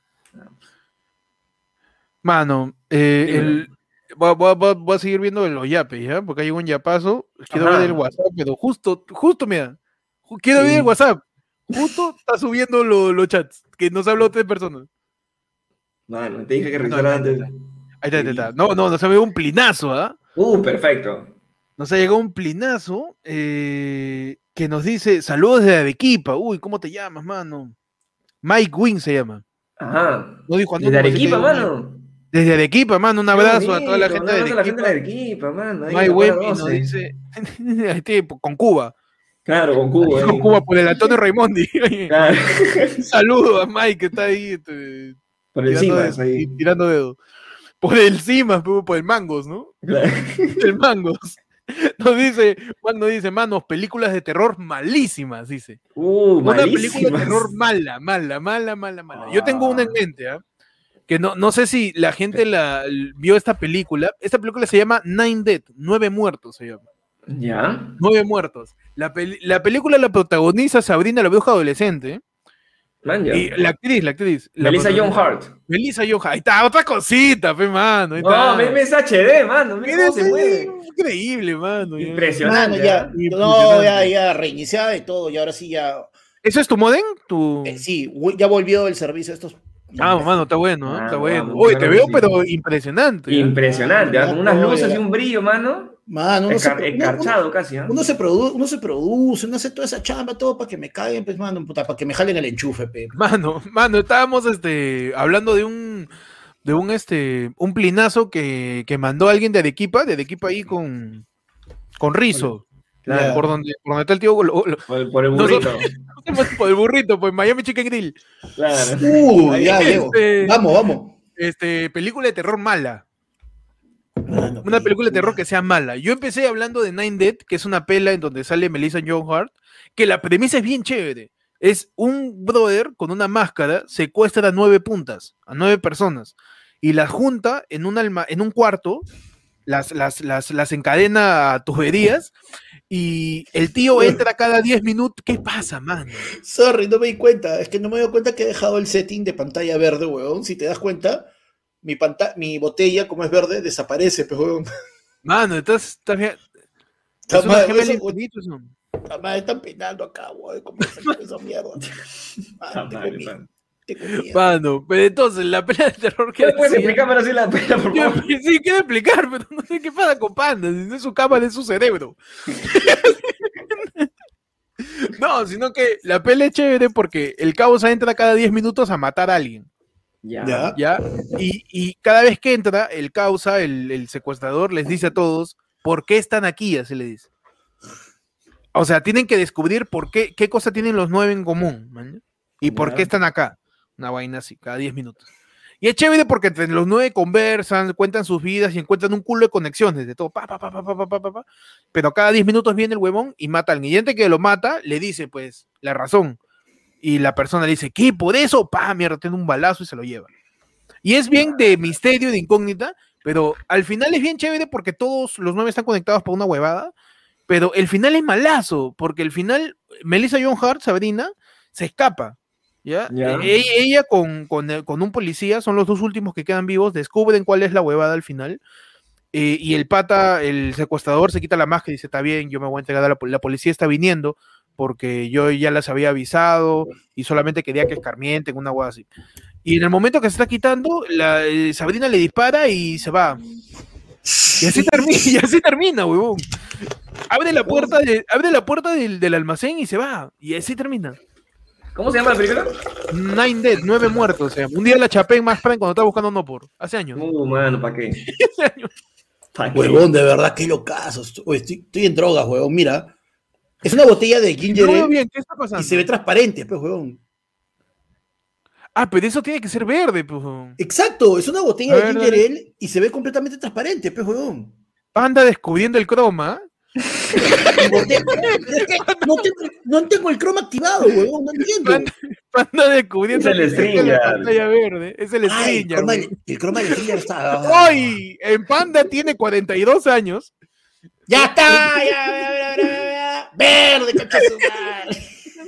Mano, eh, Dímelo. el, voy, a- voy a- voy a- voy a seguir viendo los yapes, ¿ya? Porque hay un yapazo. Quiero Ajá. ver el WhatsApp, pero justo, justo, mira. ju- Quiero ver el Sí. WhatsApp. Justo está subiendo lo- los chats. Que nos habló tres personas. Mano, te dije que No, revisara ahí antes. está, ahí está, ahí está. No, no, nos ha llegado un plinazo, ¿ah? Uh, perfecto. Nos ha llegado un plinazo eh, que nos dice: saludos desde Arequipa. Uy, ¿cómo te llamas, mano? Mike Wing se llama. Ajá. No dijo a Desde nombre, así que Arequipa, digo, mano. Desde Arequipa, mano, un Qué abrazo a toda la bonito, gente un de abrazo a la gente de Arequipa. Arequipa, mano. Ahí Mike en la Wing cuadra y nos doce. dice este, con Cuba. Claro, con Cuba. Con ahí. Cuba por el Antonio Raimondi. Claro. Un saludo a Mike que está ahí este, Por tirando, encima, de- ahí. tirando dedo. Por encima, por por el Mangos, ¿no? Claro. El Mangos. Nos dice, Juan nos dice, manos, películas de terror malísimas, dice. Uh, Una película de malísimas. terror mala, mala, mala, mala, mala. Yo tengo una en mente, ¿ah? Que no, no sé si la gente la vio esta película. Esta película se llama Nine Dead, Nueve Muertos se llama. ¿Ya? Nueve Muertos. La, peli- la película la protagoniza Sabrina la bruja adolescente. Man, ya. Y la actriz, la actriz. la Melissa John protagoniza- Hart. Melissa John Hart. Ahí está, otra cosita, fe, mano. Ahí No, está. me es H D, mano. Mira cómo se Es mueve. increíble, mano. ya. Impresionante. Mano, ya, ¿ah? no, Impresionante. ya, ya, reiniciada y todo, y ahora sí ya, ¿Eso es tu modem? Tu... eh, sí, vu- ya volvió el servicio de estos. Ah, mano, está bueno, ¿eh? Vamos, está bueno. vamos, Oye, te claro veo, que sí. pero impresionante. ¿eh? Impresionante, ¿ah? Ah, Con unas no, luces ya. y un brillo, mano. Mano, uno se, Escar- uno- uno- Escarchado casi, ¿ah? uno se produ- uno se produce, uno hace toda esa chamba, todo para que me caigan, pues, mano, puta, para que me jalen el enchufe, pe. Mano, mano, estábamos este, hablando de un, de un, este, un plinazo que, que mandó alguien de Arequipa, de Arequipa ahí con, con Rizo, Claro. por donde, por donde está el tío, lo- lo- Por el, por el burrito. por el burrito, pues Miami Chicken Grill. Claro. Uh, Ahí, ya, Diego. este- Vamos, vamos. Este, película de terror mala. Mano, Una película de terror que sea mala. Yo empecé hablando de Nine Dead, que es una pela en donde sale Melissa John Hart, que la premisa es bien chévere. Es un brother con una máscara, secuestra a nueve puntas, a nueve personas, y las junta en un, alma, en un cuarto, las, las, las, las encadena a tuberías, y el tío entra cada diez minutos. ¿Qué pasa, mano? Sorry, no me di cuenta. Es que no me doy cuenta que he dejado el setting de pantalla verde, weón. Si te das cuenta, mi, panta mi botella, como es verde, desaparece, pues, weón. Mano, estás, estás bien. Está Es una mal, gema eso, del infinito, eso. Además, están peinando acá, weón. ¿Cómo se llama esa mierda? Ah, tengo madre, miedo, mano. tengo miedo. Mano, pero entonces la pela de terror que ¿Qué puedes decía- explicarme así la pena, por Yo- favor? Sí, quiero explicar, pero no sé qué pasa con Panda, si no es su cámara, es su cerebro. No, sino que la pela es chévere porque el causa entra cada diez minutos a matar a alguien, Ya. Ya. ¿ya? Y, y cada vez que entra, el causa, el, el secuestrador, les dice a todos, ¿por qué están aquí? Así le dice. O sea, tienen que descubrir por qué, qué cosa tienen los nueve en común, man, y por Ya. qué están acá. Una vaina así, cada diez minutos. Y es chévere porque entre los nueve conversan, cuentan sus vidas y encuentran un culo de conexiones de todo. Pa, pa, pa, pa, pa, pa, pa, pa, pa. Pero cada diez minutos viene el huevón y mata al alguien. Y antes que lo mata, le dice, pues, la razón. Y la persona le dice, ¿qué? ¿Por eso? Pa, mierda, tiene un balazo y se lo lleva. Y es bien de misterio, de incógnita, pero al final es bien chévere porque todos los nueve están conectados por una huevada. Pero el final es malazo, porque el final, Melissa John Hart, Sabrina, se escapa. ¿Ya? Ya. E- Ella, ella con, con, el- con un policía, son los dos últimos que quedan vivos, descubren cuál es la huevada al final. eh, y el pata, el secuestrador, se quita la máscara y dice: está bien, yo me voy a entregar a la, pol- la policía, está viniendo, porque yo ya las había avisado y solamente quería que escarmienten, una hueá así. Y en el momento que se está quitando, la, eh, Sabrina le dispara y se va. Y así termina, y así termina, huevón. Abre la puerta, de, abre la puerta del, del almacén y se va. Y así termina. ¿Cómo se llama la película? Nine Dead, nueve muertos. O sea, un día la chapé en Más Prime cuando estaba buscando no por. Hace años. Uh, mano, ¿para qué? Hace años. ¿Pa' qué? Huevón, de verdad, qué locazo. Estoy, estoy, estoy en drogas, huevón. Mira, es una botella de ginger No veo ale bien, ¿qué está pasando? y se ve transparente, pues, huevón. Ah, pero eso tiene que ser verde, pues. Exacto, es una botella A de ver, ginger dale. ale y se ve completamente transparente, pues, huevón. Panda descubriendo el croma. Y voltea. Es que no tengo, no tengo el croma activado, huevón, no entiendo. Panda, Panda descubriendo Es el que existe la Stringer. pantalla verde. Es el Ay, el Stringer. croma, güey. el croma del Stringer está. Hoy, en Panda tiene cuarenta y dos años. ¡Ya está! ¡Ya, ya, ya, ya, ya! ¡Verde, concha de su madre!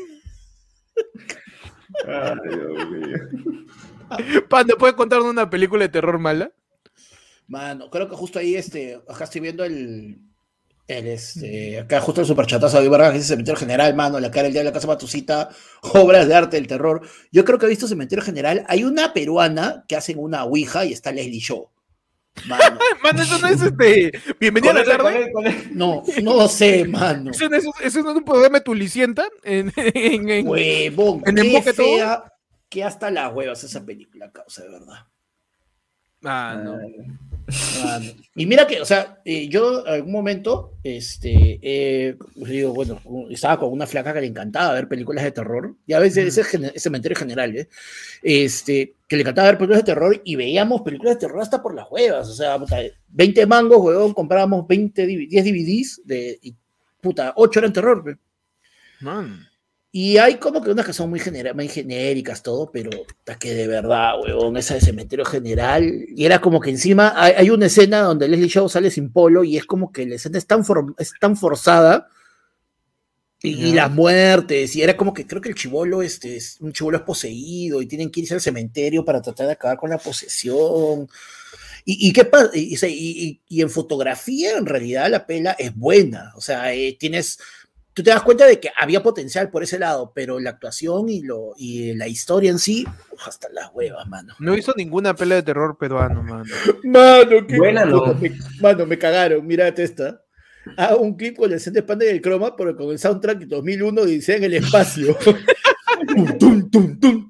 Ay, Dios mío. Panda, ¿puedes contarnos una película de terror mala? Mano, creo que justo ahí, este, acá estoy viendo el, el este, acá justo el superchatazo de Vargas, que dice Cementerio General, mano, La cara del diablo, La casa Matucita, obras de arte del terror. Yo creo que he visto Cementerio General. Hay una peruana que hacen una ouija y está Leslie Shaw. Mano, Mano, eso no es este. Bienvenido a la Con él, con tarde. él, con él. no, no sé, mano. Eso no es, eso no es un programa de Tulicienta. En, en, en- Huevón, ¿En qué Emboque todo? fea, que hasta las huevas esa película, causa, de verdad. Ah, no. Mano. Y mira que, o sea, eh, yo en algún momento, este, eh, digo, bueno, estaba con una flaca que le encantaba ver películas de terror, y a veces ese, ese cementerio general, ¿eh? Este, que le encantaba ver películas de terror, y veíamos películas de terror hasta por las huevas, o sea, puta, veinte mangos, huevón, comprábamos veinte, diez D V Ds, de, y, puta, ocho eran terror, pe. Man. Y hay como que unas que son muy, genera- muy genéricas, todo, pero puta, que de verdad, huevón, esa de Cementerio General. Y era como que encima hay, hay una escena donde Leslie Shaw sale sin polo y es como que la escena es tan, for- es tan forzada. Y, y Ya. las muertes, y era como que creo que el chibolo, este, es, un chibolo es poseído y tienen que irse al cementerio para tratar de acabar con la posesión. ¿Y, y qué pasa? Y, y, y- y en fotografía, en realidad, la pela es buena. O sea, eh, tienes. Tú te das cuenta de que había potencial por ese lado, pero la actuación y, lo, y la historia en sí, uf, hasta las huevas, mano. No hizo ninguna pelea de terror peruano, mano. Mano, qué Buena, no. puta, me, mano, me cagaron, mírate esta. Hago un clip con el Cente Panda y el Croma, pero con el soundtrack de dos mil uno dice en el espacio. Tum, tum, tum, tum.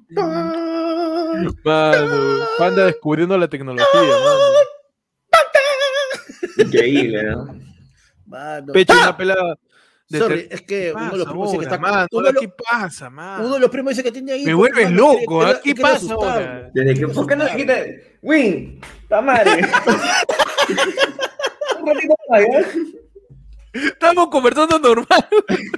Mano, Panda descubriendo la tecnología, mano. Increíble, ¿no? Mano. Pecho, ¡Ah! una pelea de Sorry, ter- es que ¿Qué uno de los pasa primos dice que ahora, está. mano? Uno de los- ¿Qué pasa, mano? uno de los primos dice que tiene ahí. Me porque, vuelves mano, loco, quiere- ¿ah? ¿Qué quiere pasa asustarlo. ahora? Desde que, Quiere ¿por qué no le asustarlo. quita? Win, la madre. Un ratito más, ¿ya? Estamos conversando normal.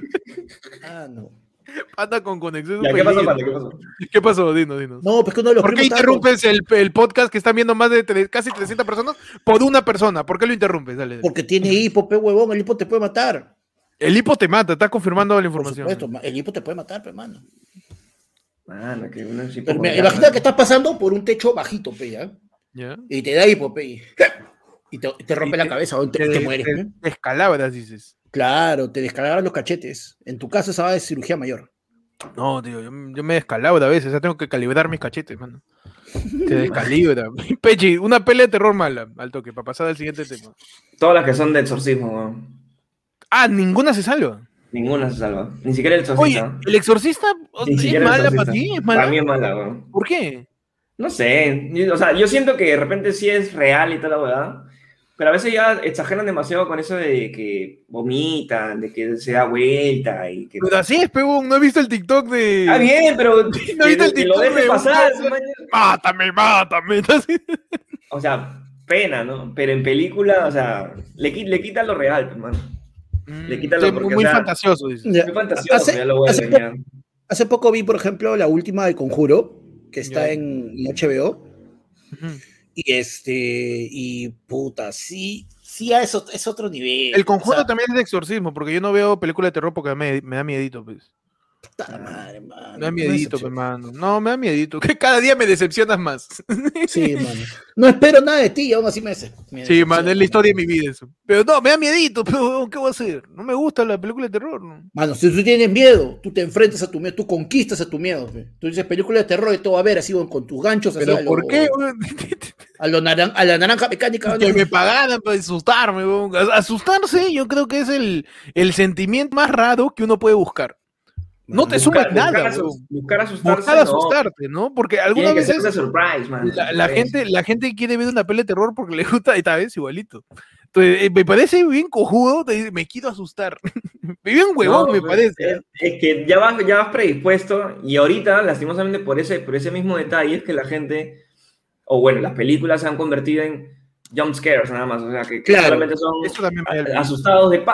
Ah, no. Panda con conexión. Ya, super ¿qué pasó, linda. Panda? ¿Qué pasó? ¿Qué pasó? Dinos, dinos. No, pues que uno de los ¿Por qué primos estaba con- interrumpes el, el podcast que están viendo más de tre- casi trescientas personas por una persona? ¿Por qué lo interrumpes? Dale. Porque tiene hipo, pe huevón, el hipo te puede matar. El hipo te mata, estás confirmando la Por información. supuesto, ma- el hipo te puede matar, pe, mano. Mano, que uno sí Pero puede mira, confiar, imagina ¿no? que estás pasando por un techo bajito, pe, ¿ya? ¿Ya? Y te da hipo, pe. Y y te, te rompe Y la te- cabeza o te, Te, te mueres, te- pe. te descalabras, dices. Claro, te descargaron los cachetes. En tu caso, esa va de cirugía mayor. No, tío, yo, yo me descalabro a veces, o sea, tengo que calibrar mis cachetes, mano. Te descalibra. Pechi, una pelea de terror mala, al toque, para pasar al siguiente tema. Todas las que son de exorcismo, weón. Ah, ninguna se salva. Ninguna se salva. Ni siquiera el Oye, exorcista. ¿el exorcista Ni es siquiera el mala exorcista. para ti? ¿Es mala? Para mí es mala, weón. ¿Por qué? No sé. yo- O sea, yo siento que de repente sí es real y toda la verdad. Pero a veces ya exageran demasiado con eso de que vomitan, de que se da vuelta y que. Pero así es, pebón, no he visto el TikTok de... Ah, bien, pero. ¿No que, viste el que lo TikTok deje de pasar. un- man. Mátame, mátame. Así. O sea, pena, ¿no? Pero en película, o sea, le, qui- le quita lo real, hermano. Le quitan lo Sí, porque, muy o sea, fantasioso, dices. Ya. Muy fantasioso, Hace- ya lo hace vuelven, ya. Hace poco vi, por ejemplo, la última de Conjuro, que está Ya. en en H B O. Ujú. Y este, y puta, sí, sí, a eso es otro nivel. El conjuro o sea, también es de exorcismo, porque yo no veo películas de terror porque me, me da miedito, pues. puta madre, mano, Me da no miedito, pues, decepciones. mano. No, me da miedito. Que cada día me decepcionas más. Sí, mano. No espero nada de ti y aún así me, dece- me Sí, man, decepciona, es la historia de mi vida eso. Pero no, me da miedito, pero ¿qué voy a hacer? No me gusta la película de terror. ¿no? Mano, si tú tienes miedo, tú te enfrentas a tu miedo, tú conquistas a tu miedo. Fe. Tú dices película de terror y todo va a ver así con tus ganchos así Pero a lo- ¿por qué? weón? A, lo naran- a la naranja mecánica. Que ¿no? me pagaran para asustarme. weón. As- Asustarse yo creo que es el, el sentimiento más raro que uno puede buscar. No te suma Buscar- nada, buscar, asus- weón. buscar asustarse. Buscar no. asustarte, ¿no? Porque algunas Tiene que ser veces de surprise, man. la, la Sí. gente, la gente quiere ver una pelea de terror porque le gusta, esta vez igualito. Entonces, eh, me parece bien cojudo, te dice, me quiero asustar. Bien huevón, No, me pues, parece. Es, es que ya vas, ya vas predispuesto y ahorita, lastimosamente, por ese, por ese mismo detalle es que la gente, o bueno, las películas se han convertido en jump scares nada más, o sea, que, que Claro. solamente son Eso también me da el- asustados de pa,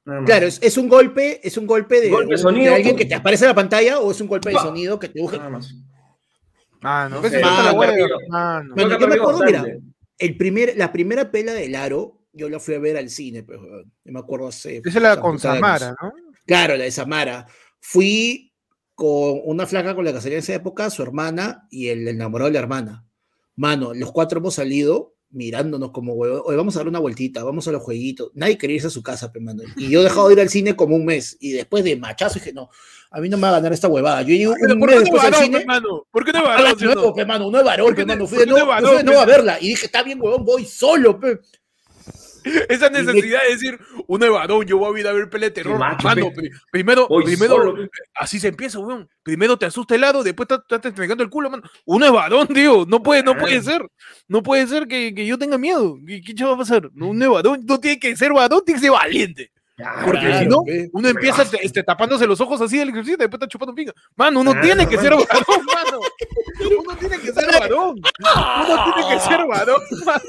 Nada más. Claro, es, es un golpe, es un golpe de, Golpe, un- sonido, de alguien pum. que te aparece en la pantalla o es un golpe de Pa. sonido que te busca. Nada más. Ah, no, No ves sé, que está la mano, hueva, perdido. mano. Creo Bueno, que yo me perdió acuerdo, mira, bastante. el primer, la primera pela del Aro, yo la fui a ver al cine, pues, weón. Yo me acuerdo hace. Esa es la hace con puta años. Samara, ¿no? Claro, la de Samara. Fui con una flaca con la que salía en esa época, su hermana y el enamorado de la hermana. Mano, los cuatro hemos salido mirándonos como huevos. Oye, vamos a dar una vueltita, vamos a los jueguitos. Nadie quería irse a su casa, pe, mano. Y yo he dejado de ir al cine como un mes. Y después de machazo dije, no, a mí no me va a ganar esta huevada. Yo llego Pero un ¿por mes qué no después al varón, cine. hermano? ¿Por qué no A varón? la ¿sí o no? nuevo, pe, mano, uno es varón, ¿Por qué pe, no- mano. Fui por de qué no nuevo, es fui de varón, nuevo a pe? verla. Y dije, está bien, huevón, voy solo, pe. Esa necesidad de decir, uno es varón, yo voy a ir a ver pelea de terror. Sí, macho, Mano, pe. pri- primero, Voy primero, solo, pe. así se empieza, weón. Primero te asusta el lado, después te estás entregando el culo, mano. Uno es varón, tío. No puede, no puede ser. No puede ser que, que yo tenga miedo. ¿Qué, qué va a pasar? No, uno es varón, no tiene que ser varón, tiene que ser valiente. Porque Claro, si no, pe. uno empieza este, este, tapándose los ojos así del ejercicio y después está chupando pinga. Mano, uno Claro, tiene que ser mano. varón, mano. Uno tiene que ser varón. Uno tiene que ser varón, mano.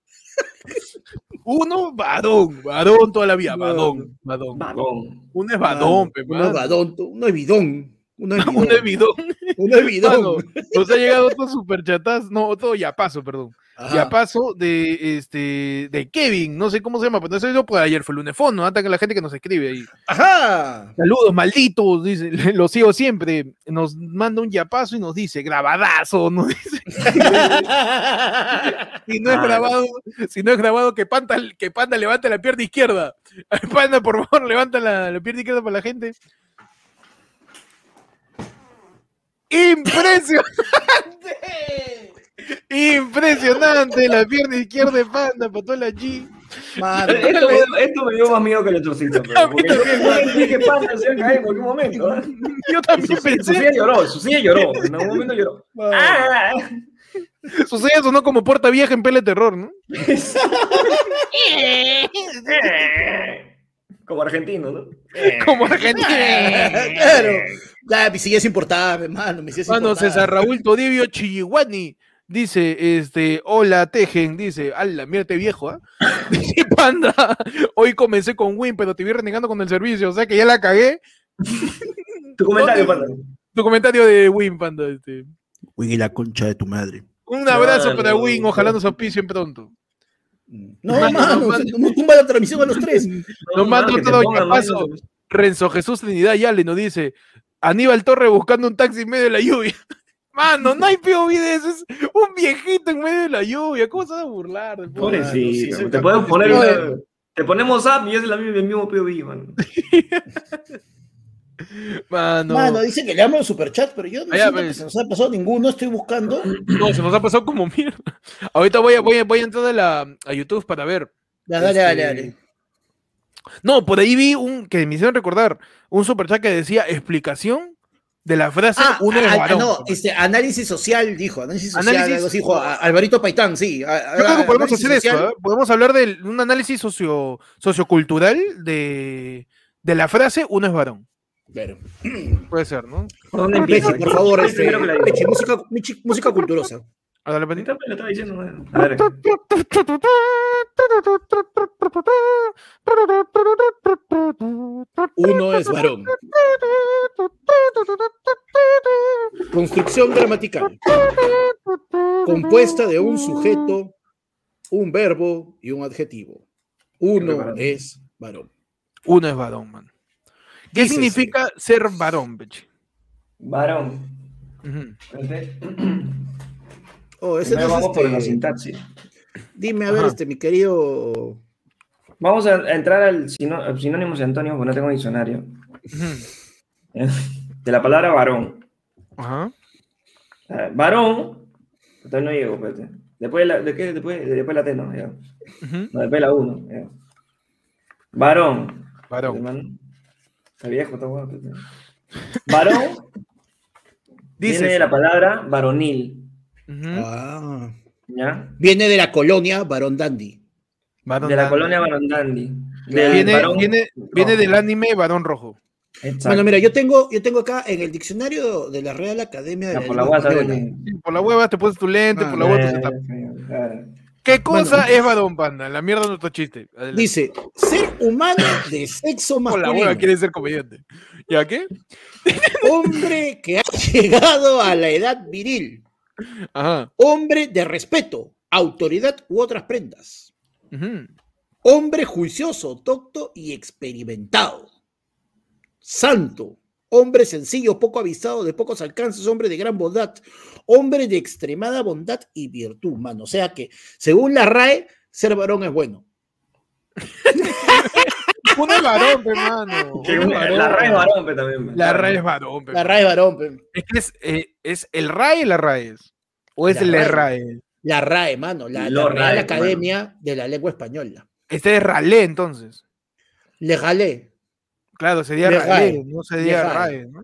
Uno, varón, varón toda la vida, varón, varón. Vagón. Uno es varón, pe, Uno es mano. varón, uno es bidón. Uno es Uno es bidón. bidón. Uno es bidón. Mano, nos ha llegado otro superchatas, no, otro yapazo, perdón. Ajá. Yapazo de este de Kevin, no sé cómo se llama, pero no sé yo, pues ayer fue el lunefón, ¿no? Hasta que la gente que nos escribe ahí. Ajá. Saludos, malditos, dice, lo sigo siempre. Nos manda un yapazo y nos dice, grabadazo, nos dice. Si no es Ah, grabado, si no es grabado, que Panda, que Panda levante la pierna izquierda. Panda, por favor, levanta la, la pierna izquierda para la gente. ¡Impresionante! Impresionante la pierna izquierda de Panda, para toda la G. Mano, Esto, me- esto me dio más miedo que el trocito. A mí Porque yo también, pensé que Panda se iba a caer en cualquier momento. ¿eh? Yo Y también Su, su pensé. silla lloró, su silla lloró. En algún momento lloró. Ah, Su silla sonó como puerta vieja en pele terror, ¿no? Como argentino, ¿no? Como Argentina. claro. Ya, mi silla es importante, hermano. Mi silla es Mano, importante. César Raúl Todivio Chiyiguani dice, este, hola Tejen, dice, ala, mírate viejo, ¿ah? Dice Panda, hoy comencé con Win, pero te vi renegando con el servicio, o sea que ya la cagué. Tu comentario, ¿Dónde? Panda. Tu comentario de Win, Panda, este. Wiggy, la concha de tu madre. Un abrazo Mano, para Win, ojalá no. nos auspicien pronto. No, Mano, mano, no, se- nos tumba la transmisión a los tres. Nos manda que te otro pongan yapazo. mano. Renzo Jesús Trinidad Yale nos dice, Aníbal Torre buscando un taxi en medio de la lluvia. Mano, no hay P O V de eso, es un viejito en medio de la lluvia. ¿Cómo se va a burlar? del pobre? Pobrecito. sí, soy te capaz podemos de- poner Oye. una- Te ponemos app y es la misma- el mismo P O V, man. Mano, Mano, dice que le amo los superchats, pero yo no Ah, ya, siento que pues. se nos ha pasado ninguno, estoy buscando. no, se nos ha pasado como mierda. Ahorita voy a, voy a, voy a entrar a, la, a YouTube para ver. Ya, dale, Este, dale, dale. No, por ahí vi un que me hicieron recordar un superchat que decía explicación de la frase Ah, uno es ah, varón. no, este, análisis social, dijo, análisis social, Análisis- algo así, dijo a- Alvarito Paitán, sí. a- Yo creo que a- podemos análisis hacer social. eso, ¿eh? Podemos hablar de un análisis socio, sociocultural de, de la frase uno es varón. Claro. Puede ser, ¿no? ¿Por dónde empieza? Pechi, por favor, ¿Quién este, primero que la diga? Pechi, música, michi- música culturosa. A darle pendiente. Ahorita me lo estaba diciendo, man. A ver. Uno es varón. Construcción gramatical. Compuesta de un sujeto, un verbo y un adjetivo. Uno Preparado. es varón. Uno es varón, man. ¿Qué Dícese. significa ser varón, Pechi? Varón. Ujú. Este, Oh, ese Primero no es vamos por este- la sintaxis. Dime, a ver, Ajá. este, mi querido. Vamos a a entrar al sinó- al sinónimos de Antonio, porque no tengo diccionario. Ujú. De la palabra varón. Ajá. Ah, varón. Todavía no llego, espérate. Después de la, ¿de qué? Después, después la T, no, ya. Ujú. No, después de la uno. ya. Varón. Varón. Hermano. Está viejo, está bueno. espérate. Varón Dice. viene de la palabra varonil. Ujú. Ah, ¿Ya? viene de la colonia Barón Dandy. Varón De la dandy. colonia Barondandi. Del Viene, varón viene, rojo. viene del anime Varón Rojo. Exacto. Bueno, mira, yo tengo, yo tengo acá en el diccionario de la Real Academia de Ya, la por la Lengua WhatsApp. Española. Sí, por la hueva te pones tu lente, por la hueva tu setup. Claro. ¿Qué cosa Mano. es varón, panda? La mierda de nuestro chiste. Adelante. Dice, ser humano de sexo Con la masculino. hueva quiere ser comediante. ¿Ya qué? Hombre que ha llegado a la edad viril. Ajá. Hombre de respeto, autoridad u otras prendas. Ujú. Hombre juicioso, docto y experimentado. Santo. Hombre sencillo, poco avisado, de pocos alcances, hombre de gran bondad, hombre de extremada bondad y virtud, mano. O sea que, según la R A E, ser varón es bueno. Uno es varón, pe, mano. Que Uno es varón. la R A E es varón, pe, también. pe. La R A E es varón, pe, La R A E es varón, pe. Es que es, eh, ¿es el R A E o la R A E? ¿O es La el R A E. R A E? La R A E, mano, la, Lo la Real R A E, Academia de la Lengua Española. Este es Ralé, entonces. Le galé. Claro, sería Le Ralé, RAE. no sería Le RAE. R A E, ¿no?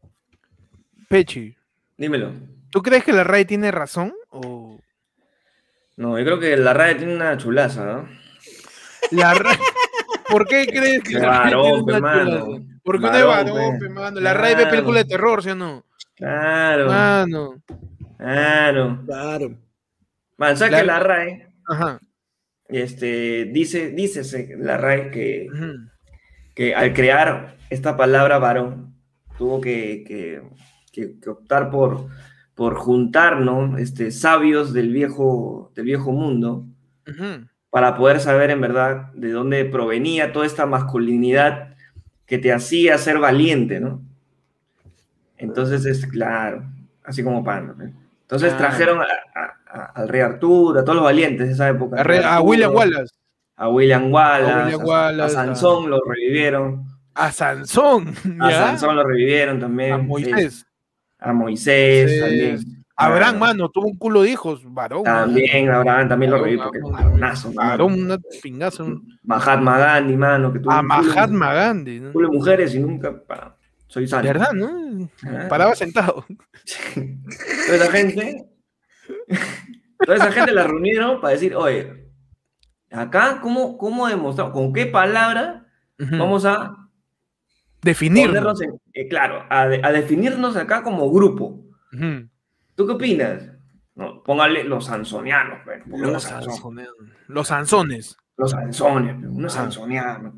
Pechi, Dímelo. ¿tú crees que la R A E tiene razón? O... No, yo creo que la R A E tiene una chulaza, ¿no? La R A E... ¿Por qué crees que la R A E tiene Varón, una pe, mano. chulaza? Porque uno es Varón, varón, pe. pe, mano. La R A E ve Claro. películas de terror, ¿sí o no? Claro, Mano. claro. Claro. Man, ¿sabes La- que la R A E, Ajá. este, dice, dícese la R A E que, Ujú. que al crear esta palabra varón, tuvo que, que- que- que optar por, por juntar, ¿no? Este, sabios del viejo, del viejo mundo Ujú. para poder saber en verdad de dónde provenía toda esta masculinidad que te hacía ser valiente, ¿no? Entonces es claro, así como Panda. ¿no? Entonces Ah. trajeron a- a- a- al rey Arturo, a todos los valientes de esa época. A, Re- a Arturo, William Wallace. A William Wallace, A William Wallace, a Sansón lo revivieron, A Sansón. a ¿ya? Sansón lo revivieron también. A Moisés. A Moisés, Moisés. también. Abraham, Ah, mano, tuvo un culo de hijos. Varón. También, Abraham también lo Varón, revivió porque es varón, varonazo, mano. Varón, una pingaza. un- Mahatma Gandhi, mano, que tuvo A un culo- Mahatma Gandhi. ¿no? culo de mujeres y nunca pa, soy santo. ¿Verdad, no? Ah. Paraba sentado. Toda esa gente, toda esa gente la reunieron para decir, oye, acá, ¿cómo, cómo demostramos? ¿Con qué palabra Ujú. vamos a Definirnos. ponernos en, eh, claro, a, de- a definirnos acá como grupo? Ujú. ¿Tú qué opinas? No, póngale los sansonianos, pues, porque Los unos sanson- sansones. Los sansones. los sansones, pues, unos Ajá. sansonianos.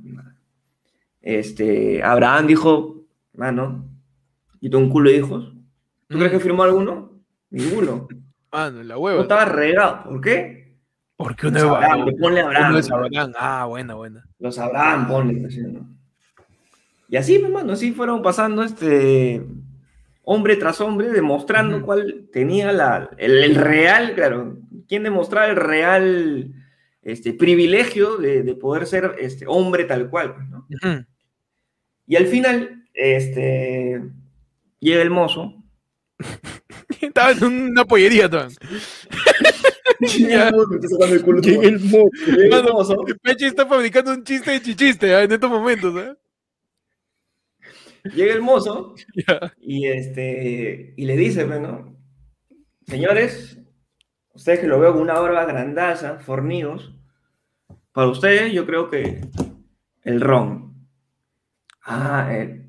Este, Abraham dijo, mano, y tuvo un culo de hijos. ¿Tú Mm. crees que firmó alguno? Ninguno. Mano, la No hueva. estaba regado. ¿Por qué? Porque uno Los es Abraham, varón. le ponle Abraham. Uno es Abraham. Ah, buena, buena. Los Abraham, ponle. así, ¿no? Y así, hermano, así fueron pasando este hombre tras hombre, demostrando Ujú. cuál tenía la, el, el real, claro, quién demostraba el real este, privilegio de, de poder ser este, hombre tal cual, pues, ¿no? Ujú. Y al final, este, llega el mozo. Estaba en una pollería también. Llega el mozo, me está sacando el culo. Llega el mozo. Llega el Mano, mozo. Pechi está fabricando un chiste de chichiste ¿eh? en estos momentos. ¿eh? Llega el mozo Ya. y, este, y le dice, bueno, señores, ustedes que lo veo con una barba grandaza, fornidos, para ustedes yo creo que el ron. Ah, eh,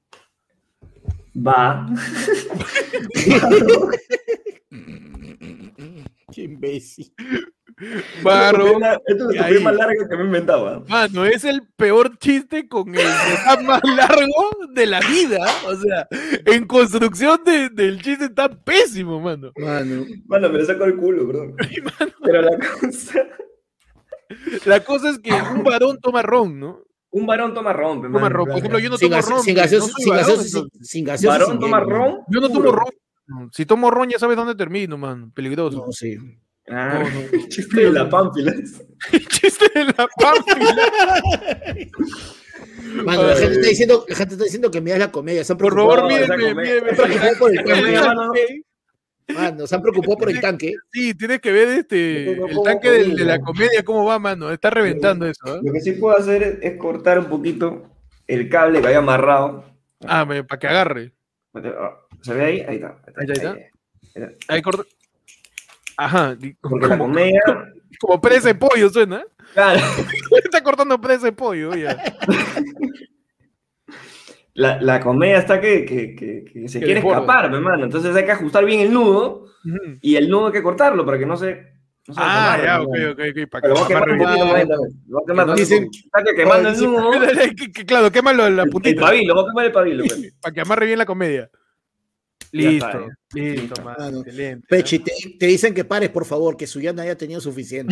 va. Qué imbécil. Barro. Esta es la y estupidez ahí. más larga que me he inventado. ¿eh? Mano, es el peor chiste con el setup más largo de la vida. O sea, en construcción de- del chiste está pésimo, mano. Mano. Mano, me lo saco el culo, perdón. Pero la cosa... La cosa es que un varón toma ron, ¿no? Un varón toma ron, pe, Toma mano, ron. Por claro. ejemplo, yo no Sin tomo gaseosa, ron. sin pues, gaseosa, no soy sin varón, gaseosa, entonces. sin- sin gaseosa, Varón sin toma hielo. ron. Yo no tomo puro. ron. Si tomo ron ya sabes dónde termino, man. Peligroso. No, sí. Ah, No, no, no. chiste de la pánfila. El chiste de la pánfila. Mano, la Ay. gente está diciendo, la gente está diciendo que miras la comedia. Se han Por preocupado, favor, No, esa mírenme, comedia. mírenme. se han preocupado por el tanque. Comedia, mano. Mano, se han preocupado por el tanque. Sí, tienes que ver este No, no, el ¿cómo tanque del- de la podría? comedia, cómo va, mano. Está reventando eso, ¿eh? Lo que sí puedo hacer es, es cortar un poquito el cable que había amarrado. Ah, para que agarre. ¿Se ve ahí? Ahí está. Ahí está, ahí Ahí está. Ahí corta. Ajá, di- Porque la como, comedia. como presa de pollo suena. Claro, Está cortando presa de pollo, ya. la, la comedia está que, que, que, que se Que quiere desborda. escapar, mi hermano. Entonces hay que ajustar bien el nudo Ujú. y el nudo hay que cortarlo para que no se. No se los Ah, amarra, ya, ¿no? ok, ok, ok. Para Pero que va a quemar un amarre poquito bien. más, entonces. Lo va a quemar, No ¿no? dicen- Está que quemando el Oye, humo. Que- que- Claro, quémalo la El, el puntita. pabilo, va a quemar el pabilo. Pues. Para que amarre bien la comedia. Ya Listo, está, ya. listo, Listo. man. Ah, no. Excelente. Pechi, te, te dicen que pares, por favor, que Suyana haya tenido suficiente.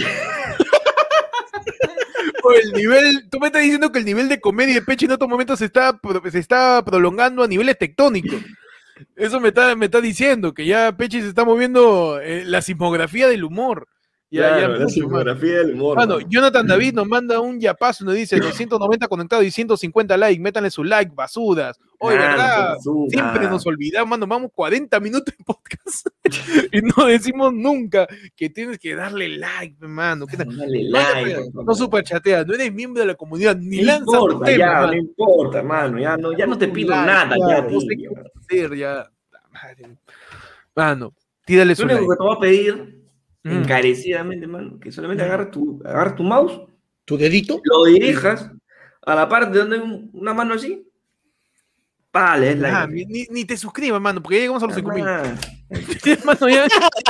O el nivel, tú me estás diciendo que el nivel de comedia de Pechi en estos momentos se está, pro- se está prolongando a niveles tectónicos. Eso me está, me está diciendo que ya Pechi se está moviendo eh, la sismografía del humor. Ya, Claro, ya la mucho, simografía del humor. mano. mano. Jonathan David nos manda un yapazo, nos dice doscientos noventa conectados y ciento cincuenta likes. Métanle su like, basudas. Oye, Claro, ¿verdad? basura. Siempre nos olvidamos, mano. Vamos cuarenta minutos de podcast y no decimos nunca que tienes que darle like, mano. ¿Qué tal? Dale No, like, no, por favor. no superchateas, no eres miembro de la comunidad, ni No lanzas tu importa, tema, ya, mano. no importa, mano. Ya no, ya no te Un pido like, nada, ya, claro, a No ti, sé qué ya. hacer, ya. Madre. Mano, tírale Lo su único like. que te voy a pedir, Mm. encarecidamente, mano, que solamente agarres tu, agarres tu mouse, ¿Tu dedito? lo dirijas a la parte donde hay un- una mano así. Vale, es Ah, like. ni, ni te suscribas, mano, porque ya llegamos a los cinco mil. Ah, Mano, ya.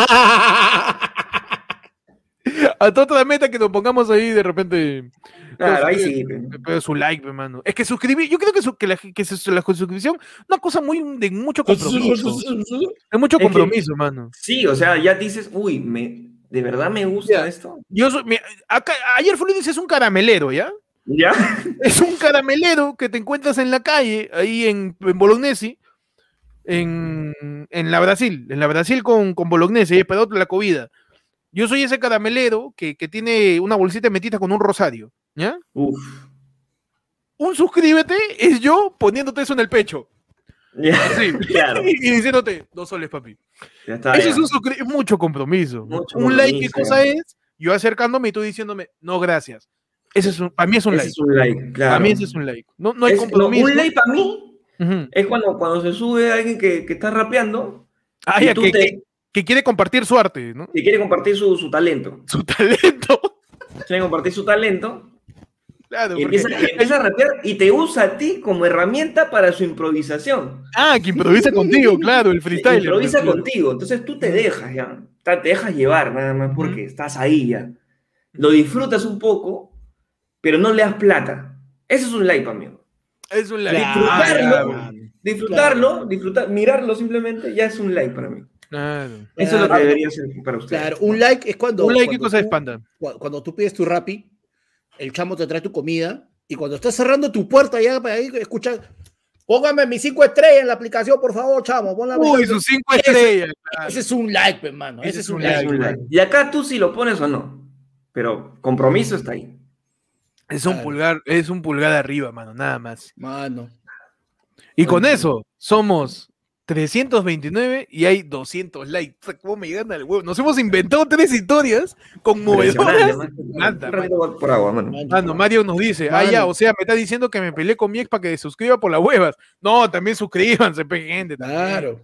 A toda la meta que nos pongamos ahí de repente. Claro, No, ahí su- sí. pe. Pero su like, hermano. Es que suscribir, yo creo que, su- que, la, que su- la suscripción es una cosa muy de mucho compromiso. De mucho Es que- compromiso, mano. Sí, o sea, ya dices, uy, me, ¿de verdad me gusta Ya. esto? Yo soy- mira, acá- ayer Fluidis es un caramelero, ¿ya? ¿Ya? Es un caramelero que te encuentras en la calle, ahí en, en Bolognesi, en, en la Brasil, en la Brasil con, con Bolognesi, y esperando la comida. Yo soy ese caramelero que, que tiene una bolsita de metita con un rosario, ¿ya? Uf. Un suscríbete es yo poniéndote eso en el pecho. Ya, Así. claro. Y, y diciéndote, dos soles, papi. Ya está. Eso ya. es un suscri- mucho compromiso. Mucho un like, ¿qué compromiso, cosa ya. es? Yo acercándome y tú diciéndome, no, gracias. Ese es un, para mí es un Ese like. es un like, claro. Para mí ese es un like. No, no hay Es- compromiso. un like para mí Ujú. es cuando, cuando se sube alguien que, que está rapeando Ah, y ya, tú que, te- que- que quiere compartir su arte, ¿no? que quiere compartir su, su talento. Su talento. Quiere compartir su talento Claro, y porque- empieza, y empieza a rapear y te usa a ti como herramienta para su improvisación. Ah, que improvisa contigo, claro, el freestyle. Improvisa contigo, entonces tú te dejas ya, ta- te dejas llevar nada más porque Ujú. estás ahí ya. Lo disfrutas un poco, pero no le das plata. Eso es un like para mí. Es un like. Claro, Disfrutarlo, mano. disfrutarlo, disfrutar, mirarlo simplemente ya es un like para mí. Claro. Eso es lo que Claro. debería ser para ustedes. Claro, un like es cuando. Un like, ¿qué cuando cosa es tú- panda? cu- Cuando tú pides tu Rappi, el chamo te trae tu comida y cuando estás cerrando tu puerta ya para ahí escuchar, póngame mis cinco estrellas en la aplicación, por favor, chamo. Pon la Uy, aplicación". sus cinco Ese- estrellas. claro. Ese es un like, hermano. Ese, es un Es like. un like. Y acá tú si lo pones o no, pero compromiso está ahí. Es un Claro. pulgar, es un pulgar arriba, mano, nada más. Mano. Y con Bueno. eso somos trescientos veintinueve y hay doscientos likes. ¿Cómo me gana el huevo? Nos hemos inventado tres historias conmovedoras. Impresionante, Nada, Un ratito voy por agua, mano. Mano. Ah, no, Mario nos dice, ah, Mano. ya, o sea, me está diciendo que me peleé con mi ex para que se suscriba por las huevas. No, también suscríbanse, pe, gente. también. Claro.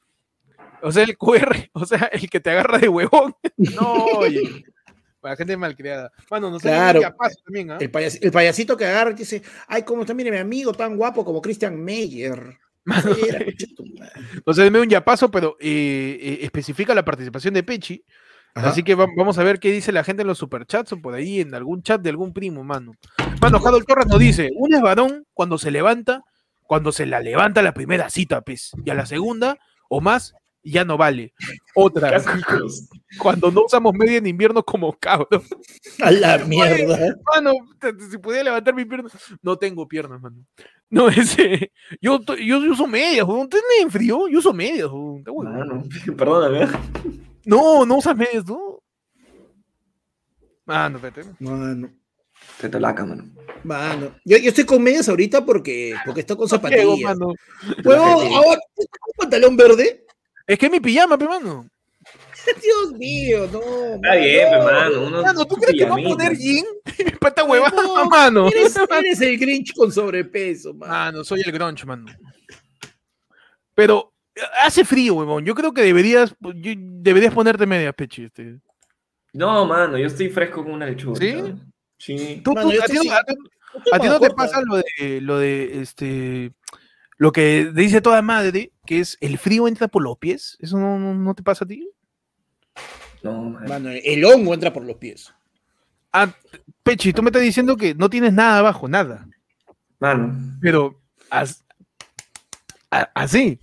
O sea, el Q R, o sea, el que te agarra de huevón. No, oye. Para gente malcriada. Mano, nos Claro. ya pasa también, ¿ah? El, payas- el payasito que agarra y dice, ay, cómo está, mire, mi amigo tan guapo como Christian Meyer. Era, concha tu madre. O sea, me un yapazo, pero eh, eh, especifica la participación de Pechi. Ajá. Así que va- vamos a ver qué dice la gente en los superchats o por ahí en algún chat de algún primo, mano. Mano, Harold Torres nos dice, uno es varón cuando se levanta, cuando se la levanta la primera cita, pez, y a la segunda o más, ya no vale. Otra, Casi- cuando no usamos media en invierno como cabrón. A la mierda. Mano, te- te- si pudiera levantar mi pierna, no tengo piernas, mano. No, ese, yo, to- yo uso medias, weón. ¿Ustedes me frío? Yo uso medias, weón. Está huevón. Mano, perdóname. No, no usas medias, ¿no? Ah, no, espérate. Mano. Te tolaca, mano. Mano. Yo, yo estoy con medias ahorita porque, porque estoy con Llego, zapatillas. mano. Huevón, ahora, ¿tienes un pantalón verde? Es que es mi pijama, pe, mano. Dios mío, no. Está bien, pe, mano. Uno, Mano, ¿tú su crees que va a pijamita. poner jean? Para esta huevada, No, mano. Eres, eres el Grinch con sobrepeso, mano. Mano, soy el grunge, mano. Pero hace frío, huevón. Yo creo que deberías, yo- deberías ponerte medias, Pechi. Este. No, mano, yo estoy fresco como una lechuga. ¿Sí? ¿sabes? Sí. ¿Tú, Mano, tú- yo a ti estoy no- sin- a ti- a ti no te pasa lo de, lo de, este, lo que dice toda madre, que es el frío entra por los pies? ¿Eso no, no, no te pasa a ti? No, man. Mano, el hongo entra por los pies. Ah, Pechi, tú me estás diciendo que no tienes nada abajo, nada. Mano. Pero as- a- así.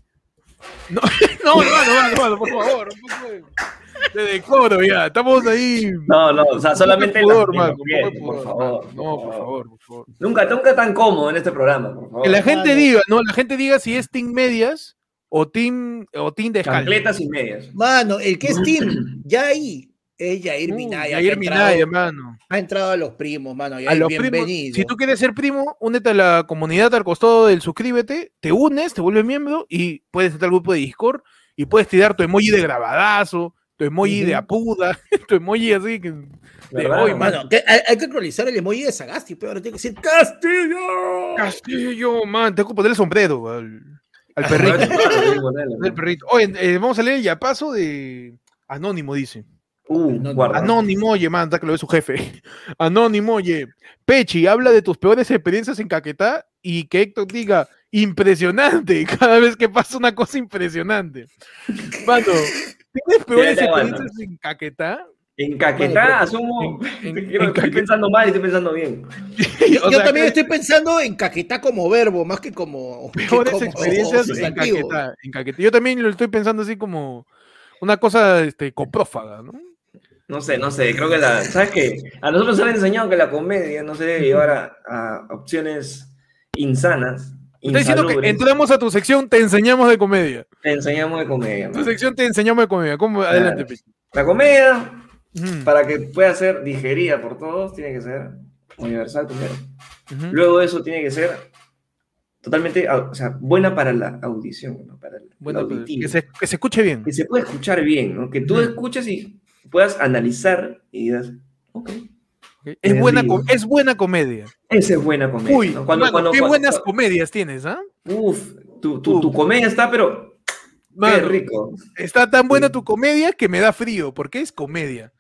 No, no, mano, mano, mano, por favor. Un poco de, de decoro ya. Estamos ahí. No, no, o sea, solamente en Un poco de los- pudor, en los mano, un pies, poco de por pudor, favor. mano. No, por favor, por favor. Nunca, nunca tan cómodo en este programa, por favor. Que la gente Mano. diga, ¿no? La gente diga si es team medias o team, o team descalzo. Chancletas y medias. Mano, el que es Team, ya ahí, es Jair Uh, Minaya. Jair que ha entrado- Minaya, mano. Ha entrado a los primos, mano. A Jair, los primos, bienvenido. si tú quieres ser primo, únete a la comunidad al costado del suscríbete, te unes, te vuelves miembro y puedes entrar al grupo de Discord y puedes tirar tu emoji de grabadazo, tu emoji de Ujú. apuda, tu emoji así que de ¿Verdad, hoy, mano? Mano, que hay, hay que actualizar el emoji de Sagasti, pero ahora tiene que decir Castillo. Castillo, man, tengo que poner el sombrero al, al Claro, perrito. claro, ponerle, El ¿no? perrito. Oye, eh, vamos a leer el yapazo de Anónimo, dice. Uh, No, guarda. Anónimo, oye, man, que lo ve su jefe. Anónimo, oye. Pechi, habla de tus peores experiencias en Caquetá y que Héctor diga, impresionante, cada vez que pasa una cosa impresionante. Mano, ¿tienes peores te aguanto. experiencias en Caquetá? En Caquetá, Bueno, asumo. en- en- Quiero- en estoy Caquetá. pensando mal y estoy pensando bien. Yo, O yo sea, también que- estoy pensando en Caquetá como verbo, más que como. que Peores como experiencias en sustantivo. Caquetá, en Caquetá. Yo también lo estoy pensando así como una cosa este, coprófaga, ¿no? No sé, no sé, creo que la. ¿Sabes qué? A nosotros nos han enseñado que la comedia no se debe llevar a, a opciones insanas. Está diciendo que insalubres. entramos a tu sección, te enseñamos de comedia. Te enseñamos de comedia. Tu man. sección te enseñamos de comedia. ¿Cómo? Adelante, Pechi. La comedia, Ujú, para que pueda ser digerida por todos, tiene que ser universal primero. ujú. Luego eso tiene que ser totalmente, au- o sea, buena para la audición, ¿no? Para el, Bueno, lo pues, auditivo. que se, que se escuche bien. Que se pueda escuchar bien, ¿no? Que tú Ujú. escuches y puedas analizar y digas, ok, ¿Ok? Es, me buena, río. co- es buena comedia. esa es buena comedia. Uy, ¿no? Cuando, mano, cuando, qué cuando- buenas cuando- comedias tienes, ¿ah? Uf, tu, tu, tu comedia está, pero qué Mano, rico. está tan buena Sí. tu comedia que me da frío, porque es comedia.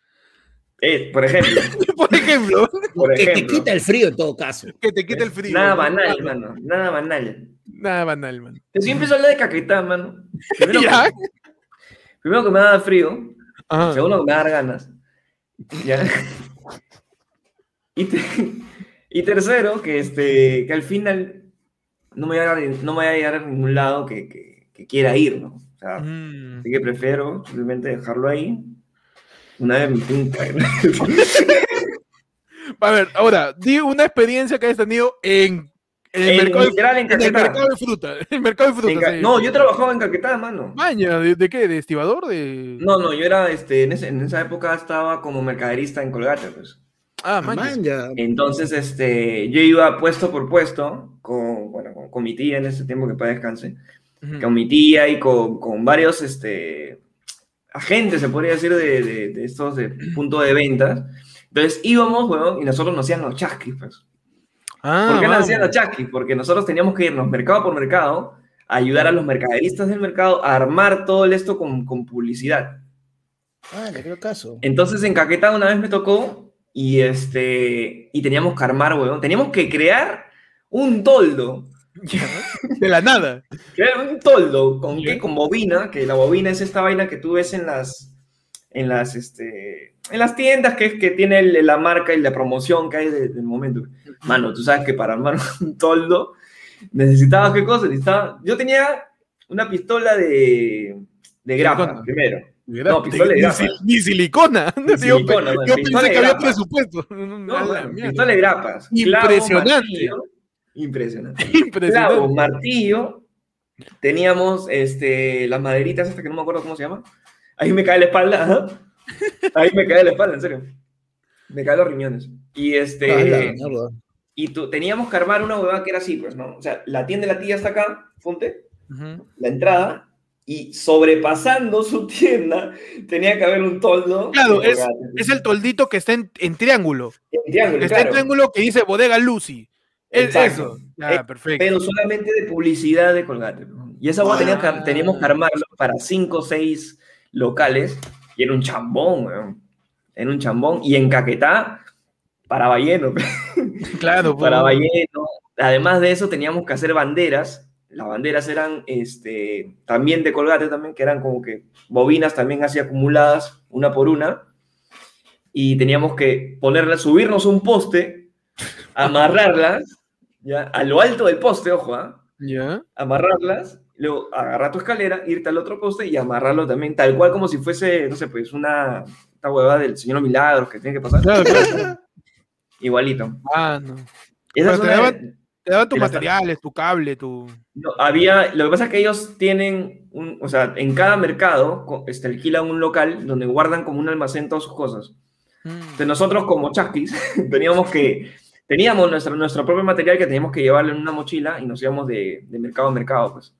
Eh, por ejemplo, Por ejemplo, por Que te ejemplo, quita el frío en todo caso. que te quite el frío. nada ¿no? banal, Mano, mano, nada banal. Nada banal, man. Entonces, yo empiezo a hablar de Caquetá, mano. Primero, Ya. que, primero que me da frío, Ajá. segundo que me da ganas. ¿Ya? Y, te- y tercero, que, este, que al final no me voy a, llegar- no me voy a llegar a ningún lado que, que, que quiera ir, ¿no? O sea, Mm. así que prefiero simplemente dejarlo ahí. Una vez mi pinta. A ver, ahora, di una experiencia que hayas tenido en, en el, En- mercado, de, literal, en en el Caquetá. mercado de fruta. En el mercado de En fruta. Ca- sí. No, yo trabajaba en Caquetá, mano. Maña, ¿de, de qué? ¿De estibador? De... No, no, yo era, este, en, ese- en esa época estaba como mercaderista en Colgate, pues. Ah, maña. Man, ya. Entonces, este, yo iba puesto por puesto con, bueno, con, con mi tía en ese tiempo, que para descanse, Ujú. con mi tía y con, con varios, este, agentes, se podría decir, de, de, de estos de punto de ventas. Entonces íbamos, weón, y nosotros nos hacían los chasquis, pues. Ah, ¿Por qué nos vamos. hacían los chasquis? Porque nosotros teníamos que irnos mercado por mercado a ayudar a los mercaderistas del mercado a armar todo esto con, con publicidad. Ah, le creo caso. Entonces en Caquetá una vez me tocó y, este, y teníamos que armar, weón. Teníamos que crear un toldo. Ya, de la nada. Crear un toldo. ¿Con Ya. qué? Con bobina, que la bobina es esta vaina que tú ves en las, en las, este, en las tiendas que, que tiene el- la marca y la promoción que hay de- del momento. Mano, tú sabes que para armar un toldo necesitabas qué cosa. Necesitaba... Yo tenía una pistola de, de grapa, Silicona. primero. Era No, pistola de ni, grapa. si- ni silicona. Ni Yo, silicona, man, yo pistola pensé de que había grapas. presupuesto. No, A la mano, mierda. pistola de grapas. Impresionante. Clavo, martillo. Impresionante. Impresionante. Clavo, martillo. Teníamos este, las maderitas estas que no me acuerdo cómo se llama. Ahí me cae la espalda. Ajá. Ahí me cae la espalda, en serio. Me caen los riñones. Y este. Ah, la mierda. Y tú, teníamos que armar una huevada que era así, pues, ¿no? O sea, la tienda de la tía está acá, Fonte, Ujú. la entrada, y sobrepasando su tienda tenía que haber un toldo. Claro, de es, Colgate. es el toldito que está en, en triángulo. En triángulo, Está en claro. triángulo que dice bodega Lucy. Es Exacto. eso. Ya, Eh, perfecto. Pero solamente de publicidad de Colgate. ¿no? Y esa hueá Ah. tenía que- teníamos que armarlo para cinco o seis locales, y era un chambón, weón. Era un chambón. Y en Caquetá, para Balleno. Claro, para pues. Balleno. Además de eso, teníamos que hacer banderas. Las banderas eran este, también de Colgate, también, que eran como que bobinas también así acumuladas una por una, y teníamos que ponerlas, subirnos un poste, amarrarlas, ¿ya? A lo alto del poste, ojo, ¿ah? ¿Ya? Amarrarlas, luego agarrar tu escalera, irte al otro poste y amarrarlo también, tal cual como si fuese, no sé, pues una, una huevada del Señor de los Milagros que tiene que pasar. Claro, claro. Igualito. Ah, no. Esa Pero es te una de- daban, te daban tus de las- materiales, tu cable, tu... No, había, lo que pasa es que ellos tienen, un, o sea, en cada mercado co- este, alquilan un local donde guardan como un almacén todas sus cosas. Mm. Entonces nosotros como chasquis teníamos que, teníamos nuestro, nuestro propio material que teníamos que llevarlo en una mochila y nos íbamos de, de mercado a mercado, pues.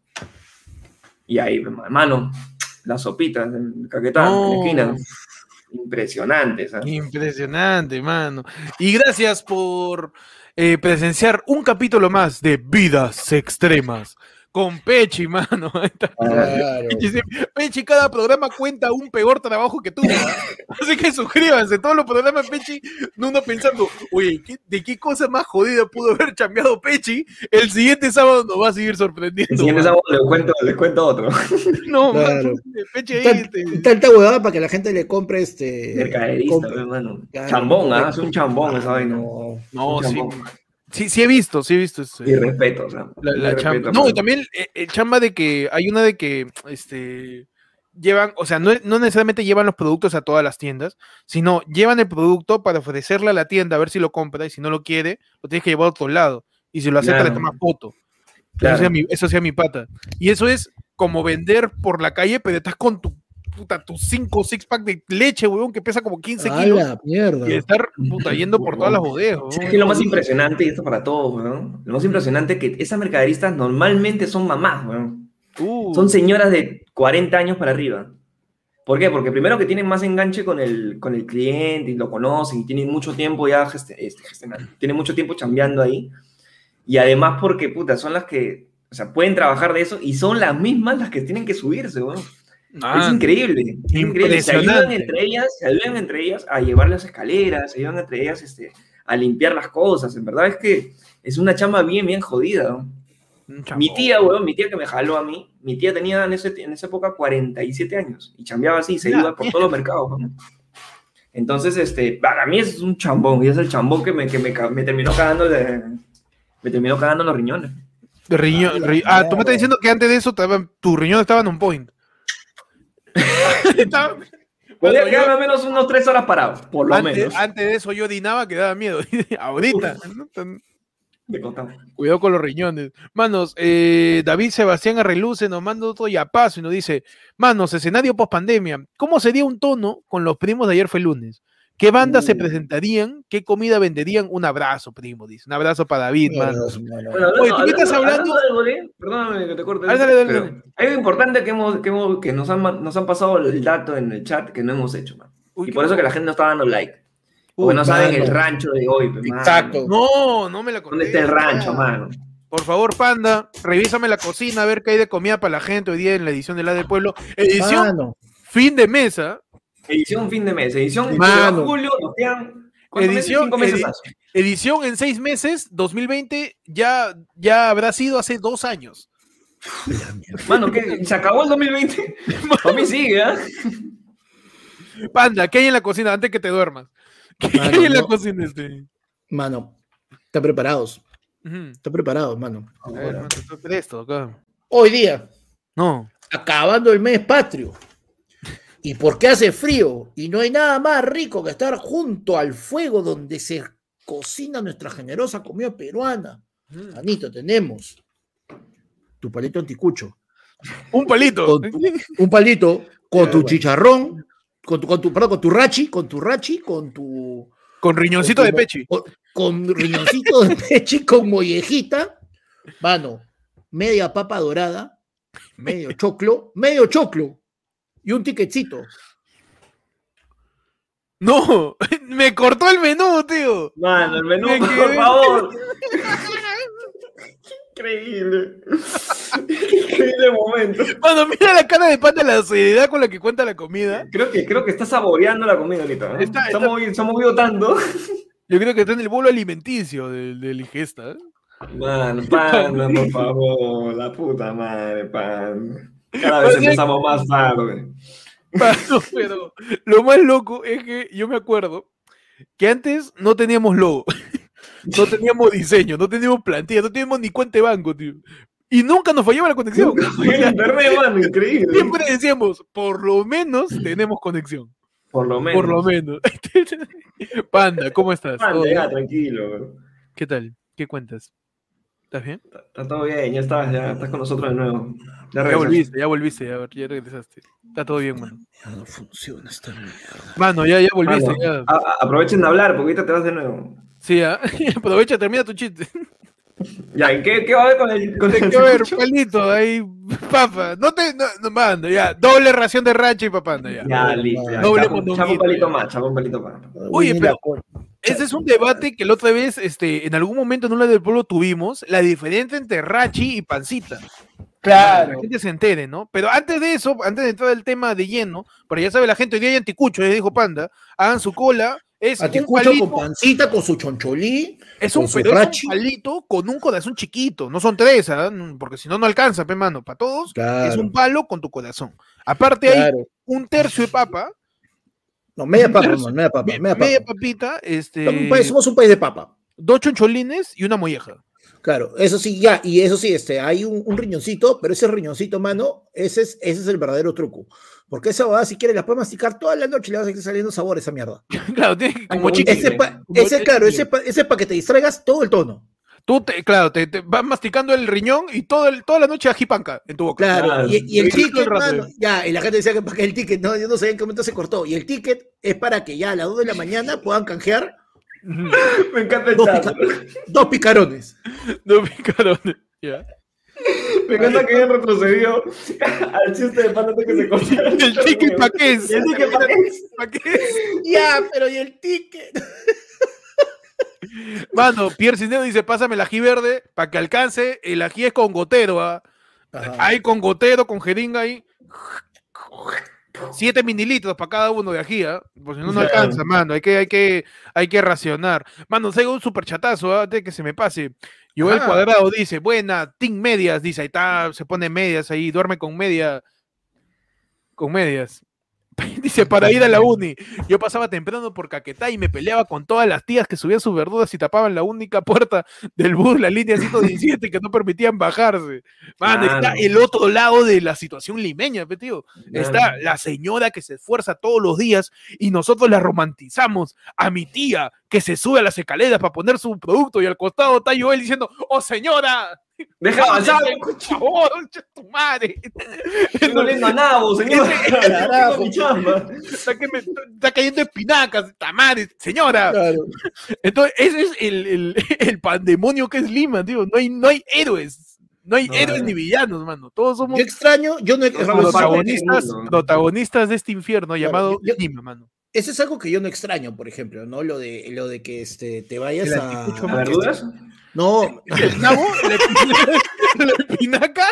Y ahí, hermano, las sopitas del Caquetá, en la No. esquina, impresionantes, ¿sabes? Impresionante, mano. Y gracias por eh, presenciar un capítulo más de Vidas Extremas con Pechi, mano. Ahí está. Claro. Pechi, sí. Pechi, cada programa cuenta un peor trabajo que tú. ¿Ah? Así que suscríbanse. Todos los programas Pechi, uno pensando, oye, ¿qué- ¿de qué cosa más jodida pudo haber chambeado Pechi? El siguiente sábado nos va a seguir sorprendiendo. El siguiente mano. sábado les cuento, les cuento otro. No, Claro. mano, Pechi ahí. Tan- este, Tanta huevada para que la gente le compre este. Mercaderista, compre- hermano. Claro. Chambón, ¿ah? Es un chambón esa vaina. No. No, Un sí. chambón. Sí, sí he visto, sí he visto. Este, Y respeto, o sea. La, mi la respeto, chamba. No, y pero- también eh, el chamba de que hay una de que este llevan, o sea, no, no necesariamente llevan los productos a todas las tiendas, sino llevan el producto para ofrecerle a la tienda a ver si lo compra y si no lo quiere, lo tienes que llevar a otro lado. Y si lo acepta, Claro. le toma foto. Claro. Eso sea mi, eso sea mi pata. Y eso es como vender por la calle, pero estás con tu puta, tu cinco six pack de leche, weón, que pesa como quince A kilos. la mierda. Y estar puta, yendo por todas las bodegas. Sí, weón. es que lo más impresionante, y esto para todos, weón, lo más impresionante es que esas mercaderistas normalmente son mamás, weón. Uh, Son señoras de cuarenta años para arriba. ¿Por qué? Porque primero que tienen más enganche con el, con el cliente y lo conocen y tienen mucho tiempo ya gest- este, gestionando, tienen mucho tiempo chambeando ahí. Y además porque, puta, son las que, o sea, pueden trabajar de eso y son las mismas las que tienen que subirse, weón. ah, Es increíble, es increíble. Se ayudan impresionante. entre ellas, se ayudan entre ellas a llevar las escaleras, se ayudan entre ellas este, a limpiar las cosas. En verdad es que es una chamba bien, bien jodida, ¿no? un chambón. Mi tía, weón, mi tía que me jaló a mí, mi tía tenía en, ese, en esa época cuarenta y siete años y chambeaba así, se Ya, iba por todos los mercados, ¿no? Entonces, este, para mí es un chambón, y es el chambón que me, que me, ca- me terminó cagando de, me terminó cagando los riñones. De riñón- Ah, la ri- ah, tú me mierda. estás diciendo que antes de eso estaban- tus riñones estaban on point. Estaba- Podía Bueno, quedarme yo- al menos unos tres horas parado, por lo antes, menos. antes de eso yo orinaba que daba miedo. Ahorita, ¿no? Tan- Te contaba. cuidado con los riñones. Manos, eh, David Sebastián Arreluce nos manda otro yapazo y nos dice: Manos, escenario post pandemia. ¿Cómo sería un tono con los primos de ayer fue lunes? ¿Qué bandas se Uh. presentarían? ¿Qué comida venderían? Un abrazo, primo, dice. Un abrazo para David, mano. Mano. Bueno, Oye, ¿tú qué estás hablando? de algo, ¿eh? Perdóname que te corte. Dale, dale, dale, pero dale. hay algo importante que, hemos, que, hemos, que nos, han, ma- nos han pasado el dato en el chat que no hemos hecho, man. Uy, Y ¿qué por eso pasó? que la gente no está dando like. Uy, Porque no saben mano. el rancho de hoy, pues, mano. Exacto. No, no me la ¿Dónde conté. está el rancho, mano? Por favor, Panda, revísame la cocina a ver qué hay de comida para la gente hoy día en la edición de La de Pueblo. Edición Mano. fin de mesa. Edición fin de mes. Edición Mano. de julio. Nos quedan. ¿Cuántos meses? Edición, Cinco meses edi- más. edición en seis meses, dos mil veinte, ya, ya habrá sido hace dos años. Mano, ¿qué? ¿Se acabó el dos mil veinte? Para mí sigue, ¿ah? Panda, ¿qué hay en la cocina antes que te duermas? ¿Qué, Mano, hay en la no. cocina este? Mano. ¿Están preparados? Ujú. ¿Están preparados, mano? A ver, mano, estoy presto acá. Hoy día, No. acabando el mes patrio, y porque hace frío, y no hay nada más rico que estar junto al fuego donde se cocina nuestra generosa comida peruana. Manito, tenemos tu palito anticucho, Un palito. Con tu- un palito con Ya, tu bueno. chicharrón, con tu, con tu, perdón, con tu rachi, con tu rachi, con tu... Con riñoncito con de tu- pechi. Con, con riñoncito de pechi, con mollejita, mano, media papa dorada, medio choclo, medio choclo, y un tiquetcito. No, me cortó el menú, tío. Mano, el menú, Me por quedé- favor. Increíble. Increíble momento. Cuando mira la cara de Panda, la seriedad con la que cuenta la comida, Creo que, creo que está saboreando la comida ahorita. ¿no? Está- se, está- ha movido, se ha movido tanto. yo creo que está en el bolo alimenticio del, del ingesta. ¿eh? Mano, pana, por favor. La puta madre, pan. Cada vez Oye, empezamos más tarde. Mano, pero lo más loco es que yo me acuerdo que antes no teníamos logo, no teníamos diseño, no teníamos plantilla, no teníamos ni cuenta de banco, tío. Y nunca nos fallaba la conexión. Nunca fue el internet, mano, increíble. Siempre decíamos, por lo menos tenemos conexión. Por lo menos. Por lo menos. Panda, ¿cómo estás? ¿Todo Manda, ya, bien? tranquilo, bro. ¿Qué tal? ¿Qué cuentas? ¿Estás bien? Está, está todo bien, ya estás, ya estás con nosotros de nuevo. Ya Ya regresaste. volviste, ya volviste, ya, ya regresaste. Está todo bien, mano. Ya no funciona esta mierda. Mano, ya, ya volviste, Mano, ya. a- a- aprovechen de hablar, porque ahorita te vas de nuevo. Sí, ¿ah? Aprovecha, termina tu chiste. Ya, ¿y qué, qué va a ver con el, con el Hay que ver, chucho? palito, ahí, papa. No te, no, no, mano, ya. Doble ración de racha y papanda, ya. Ya, listo, ya. Doble Chapa, mondonguito, chapa un palito ya. más, chapa un palito más. Oye, Winnie pero- la cor- Ese es un debate que la otra vez, este, en algún momento en una del pueblo tuvimos, la diferencia entre rachi y pancita. Para que la gente se entere, ¿no? Pero antes de eso, antes de entrar al tema de lleno, porque ya sabe la gente, hoy día hay anticucho, ya dijo Panda, hagan su cola, es un Anticucho palito, con pancita, con su choncholí. es con un, su pero es rachi. un palito con un corazón chiquito, no son tres, ¿ah? Porque si no, no alcanza, pe mano, para todos, Claro. es un palo con tu corazón. Aparte hay Claro. un tercio de papa, No, media papa, no, media papa, me- media media papa. papita, este, Somos un país- somos un país de papa. dos choncholines y una molleja. Claro, eso sí, ya, y eso sí, este, hay un, un riñoncito, pero ese riñoncito, mano, ese es, ese es el verdadero truco. Porque esa boda, si quieres, la puedes masticar toda la noche y le vas a seguir saliendo sabor a esa mierda. Claro, tiene que- como como chicle. Ese, pa- Como ese el claro, chicle. ese, pa- ese para que te distraigas todo el tono. Tú, te, claro, te, te vas masticando el riñón y todo el, toda la noche ajipanca en tu boca. Claro, Claro. y, y el Sí, todo ticket, el rato. mano, ya, y la gente decía que para que el ticket, no, yo no sabía en qué momento se cortó. Y el ticket es para que ya a las dos de la mañana puedan canjear Ujú. Me encanta el dos, chat. pica- dos picarones. No picarones. Ya. Me encanta que hayan retrocedido al chiste de pánate que se cortara. El ticket pa' qué es. ¿El ticket pa' qué es? ¿Para qué es? Ya, pero ¿y el ticket? Mano, Pierre Cisneros dice, pásame el ají verde para que alcance. El ají es con gotero, ¿ah? Ajá. Hay con gotero, con jeringa ahí. Siete mililitros para cada uno de ají, ¿ah? Pues si no, no Ya. alcanza, mano. Hay que, hay que, hay que racionar. Mano, se un super chatazo, ¿ah? Antes de que se me pase. Joel Ah. Cuadrado dice, buena, team medias, dice, ahí está, se pone medias ahí, duerme con media, con medias. Dice, para ir a la uni. Yo pasaba temprano por Caquetá y me peleaba con todas las tías que subían sus verduras y tapaban la única puerta del bus, la línea ciento diecisiete, que no permitían bajarse. Man, Claro. está el otro lado de la situación limeña, pe, tío. Está Claro. la señora que se esfuerza todos los días y nosotros la romantizamos. A mi tía que se sube a las escaleras para poner su producto y al costado está Joel diciendo, ¡oh señora! Deja avanzar. Por favor, concha tu madre. Estoy doliendo a nabo, señor. Carajo. Tengo mi chamba. Está, que me- está cayendo espinacas, esta madre, señora. Claro. Entonces, ese es el, el, el pandemonio que es Lima, tío. No hay, no hay héroes. No hay No, héroes no. ni villanos, mano. Todos somos Yo extraño, yo no Somos Ramos, protagonistas, mundo. protagonistas de este infierno Claro, llamado yo- Lima, mano. Eso es algo que yo no extraño, por ejemplo, ¿no? Lo de, lo de que este, te vayas El a. anticucho ¿A verduras? No, ¿El nabo? ¿La espina- la espinaca?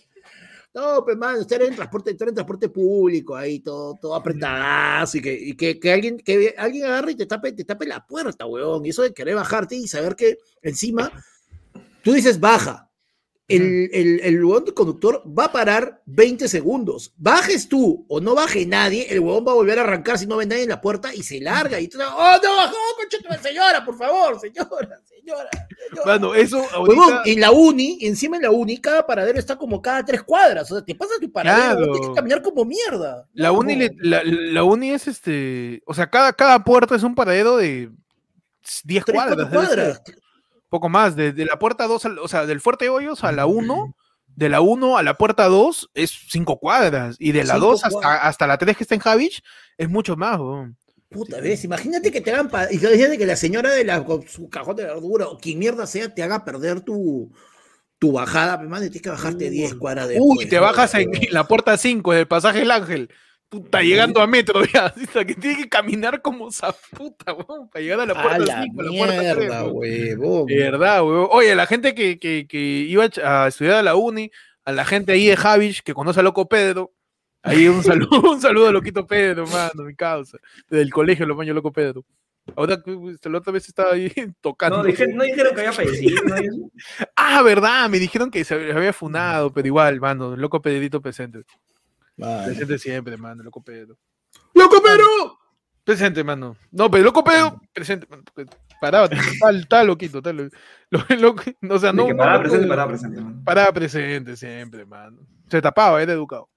no, pues man, estar en transporte, estar en transporte público, ahí todo, todo apretadazo, y que, y que, que alguien, que alguien agarre y te tape, te tape la puerta, weón. Y eso de querer bajarte y saber que encima tú dices baja. El, el, el huevón de conductor va a parar veinte segundos. Bajes tú o no baje nadie, el huevón va a volver a arrancar si no ve nadie en la puerta y se larga. Y tú, ¡oh, no bajó, concha, señora, por favor, señora, señora! señora. Mano, eso Huevón, ahorita... en la uni, encima en la uni, cada paradero está como cada tres cuadras. O sea, te pasas tu paradero, Claro. tienes que caminar como mierda. La No, uni, le- la, la uni es este... O sea, cada, cada puerta es un paradero de diez tres, cuadras. cuatro debe ser. cuadras. Poco más, de, de la puerta dos, al- o sea, del Fuerte Hoyos a la uno, de la uno a la puerta dos es cinco cuadras, y de la Cinco dos hasta, cuadras. hasta la tres que está en Javich es mucho más. weón. Puta vez, imagínate que te hagan, pa- y imagínate que la señora de la, con su cajón de verdura o quien mierda sea te haga perder tu, tu bajada, me tienes que bajarte diez cuadras de Uy, te bajas en, en la puerta cinco del pasaje El Ángel. Puta, llegando a metro ya. O sea, que tiene que caminar como esa puta, weón, para llegar a la A puerta la cinco, a la puerta tres. mierda, weón. huevón. De verdad, weón. Oye, la gente que, que, que iba a ch- a estudiar a la uni, a la gente ahí de Javich que conoce a Loco Pedro, ahí un saludo, un saludo a Loquito Pedro, mano, mi causa. Desde el colegio lo baño Loco Pedro. Ahora, este, la otra vez estaba ahí tocando. No, dije- no dijeron que había fallecido. ¿No? Ah, verdad, me dijeron que se había funado, pero igual, mano, Loco Pedrito presente. Vale. Presente siempre, mano, loco Pedro. ¡Loco Pedro! Presente, mano. No, pero loco Pedro, presente, mano. Paraba, tal, tal, loquito, tal. Lo, lo, lo, o sea, De no. que no paraba loco, presente, paraba presente, man. Paraba presente siempre, mano. Se tapaba, era educado.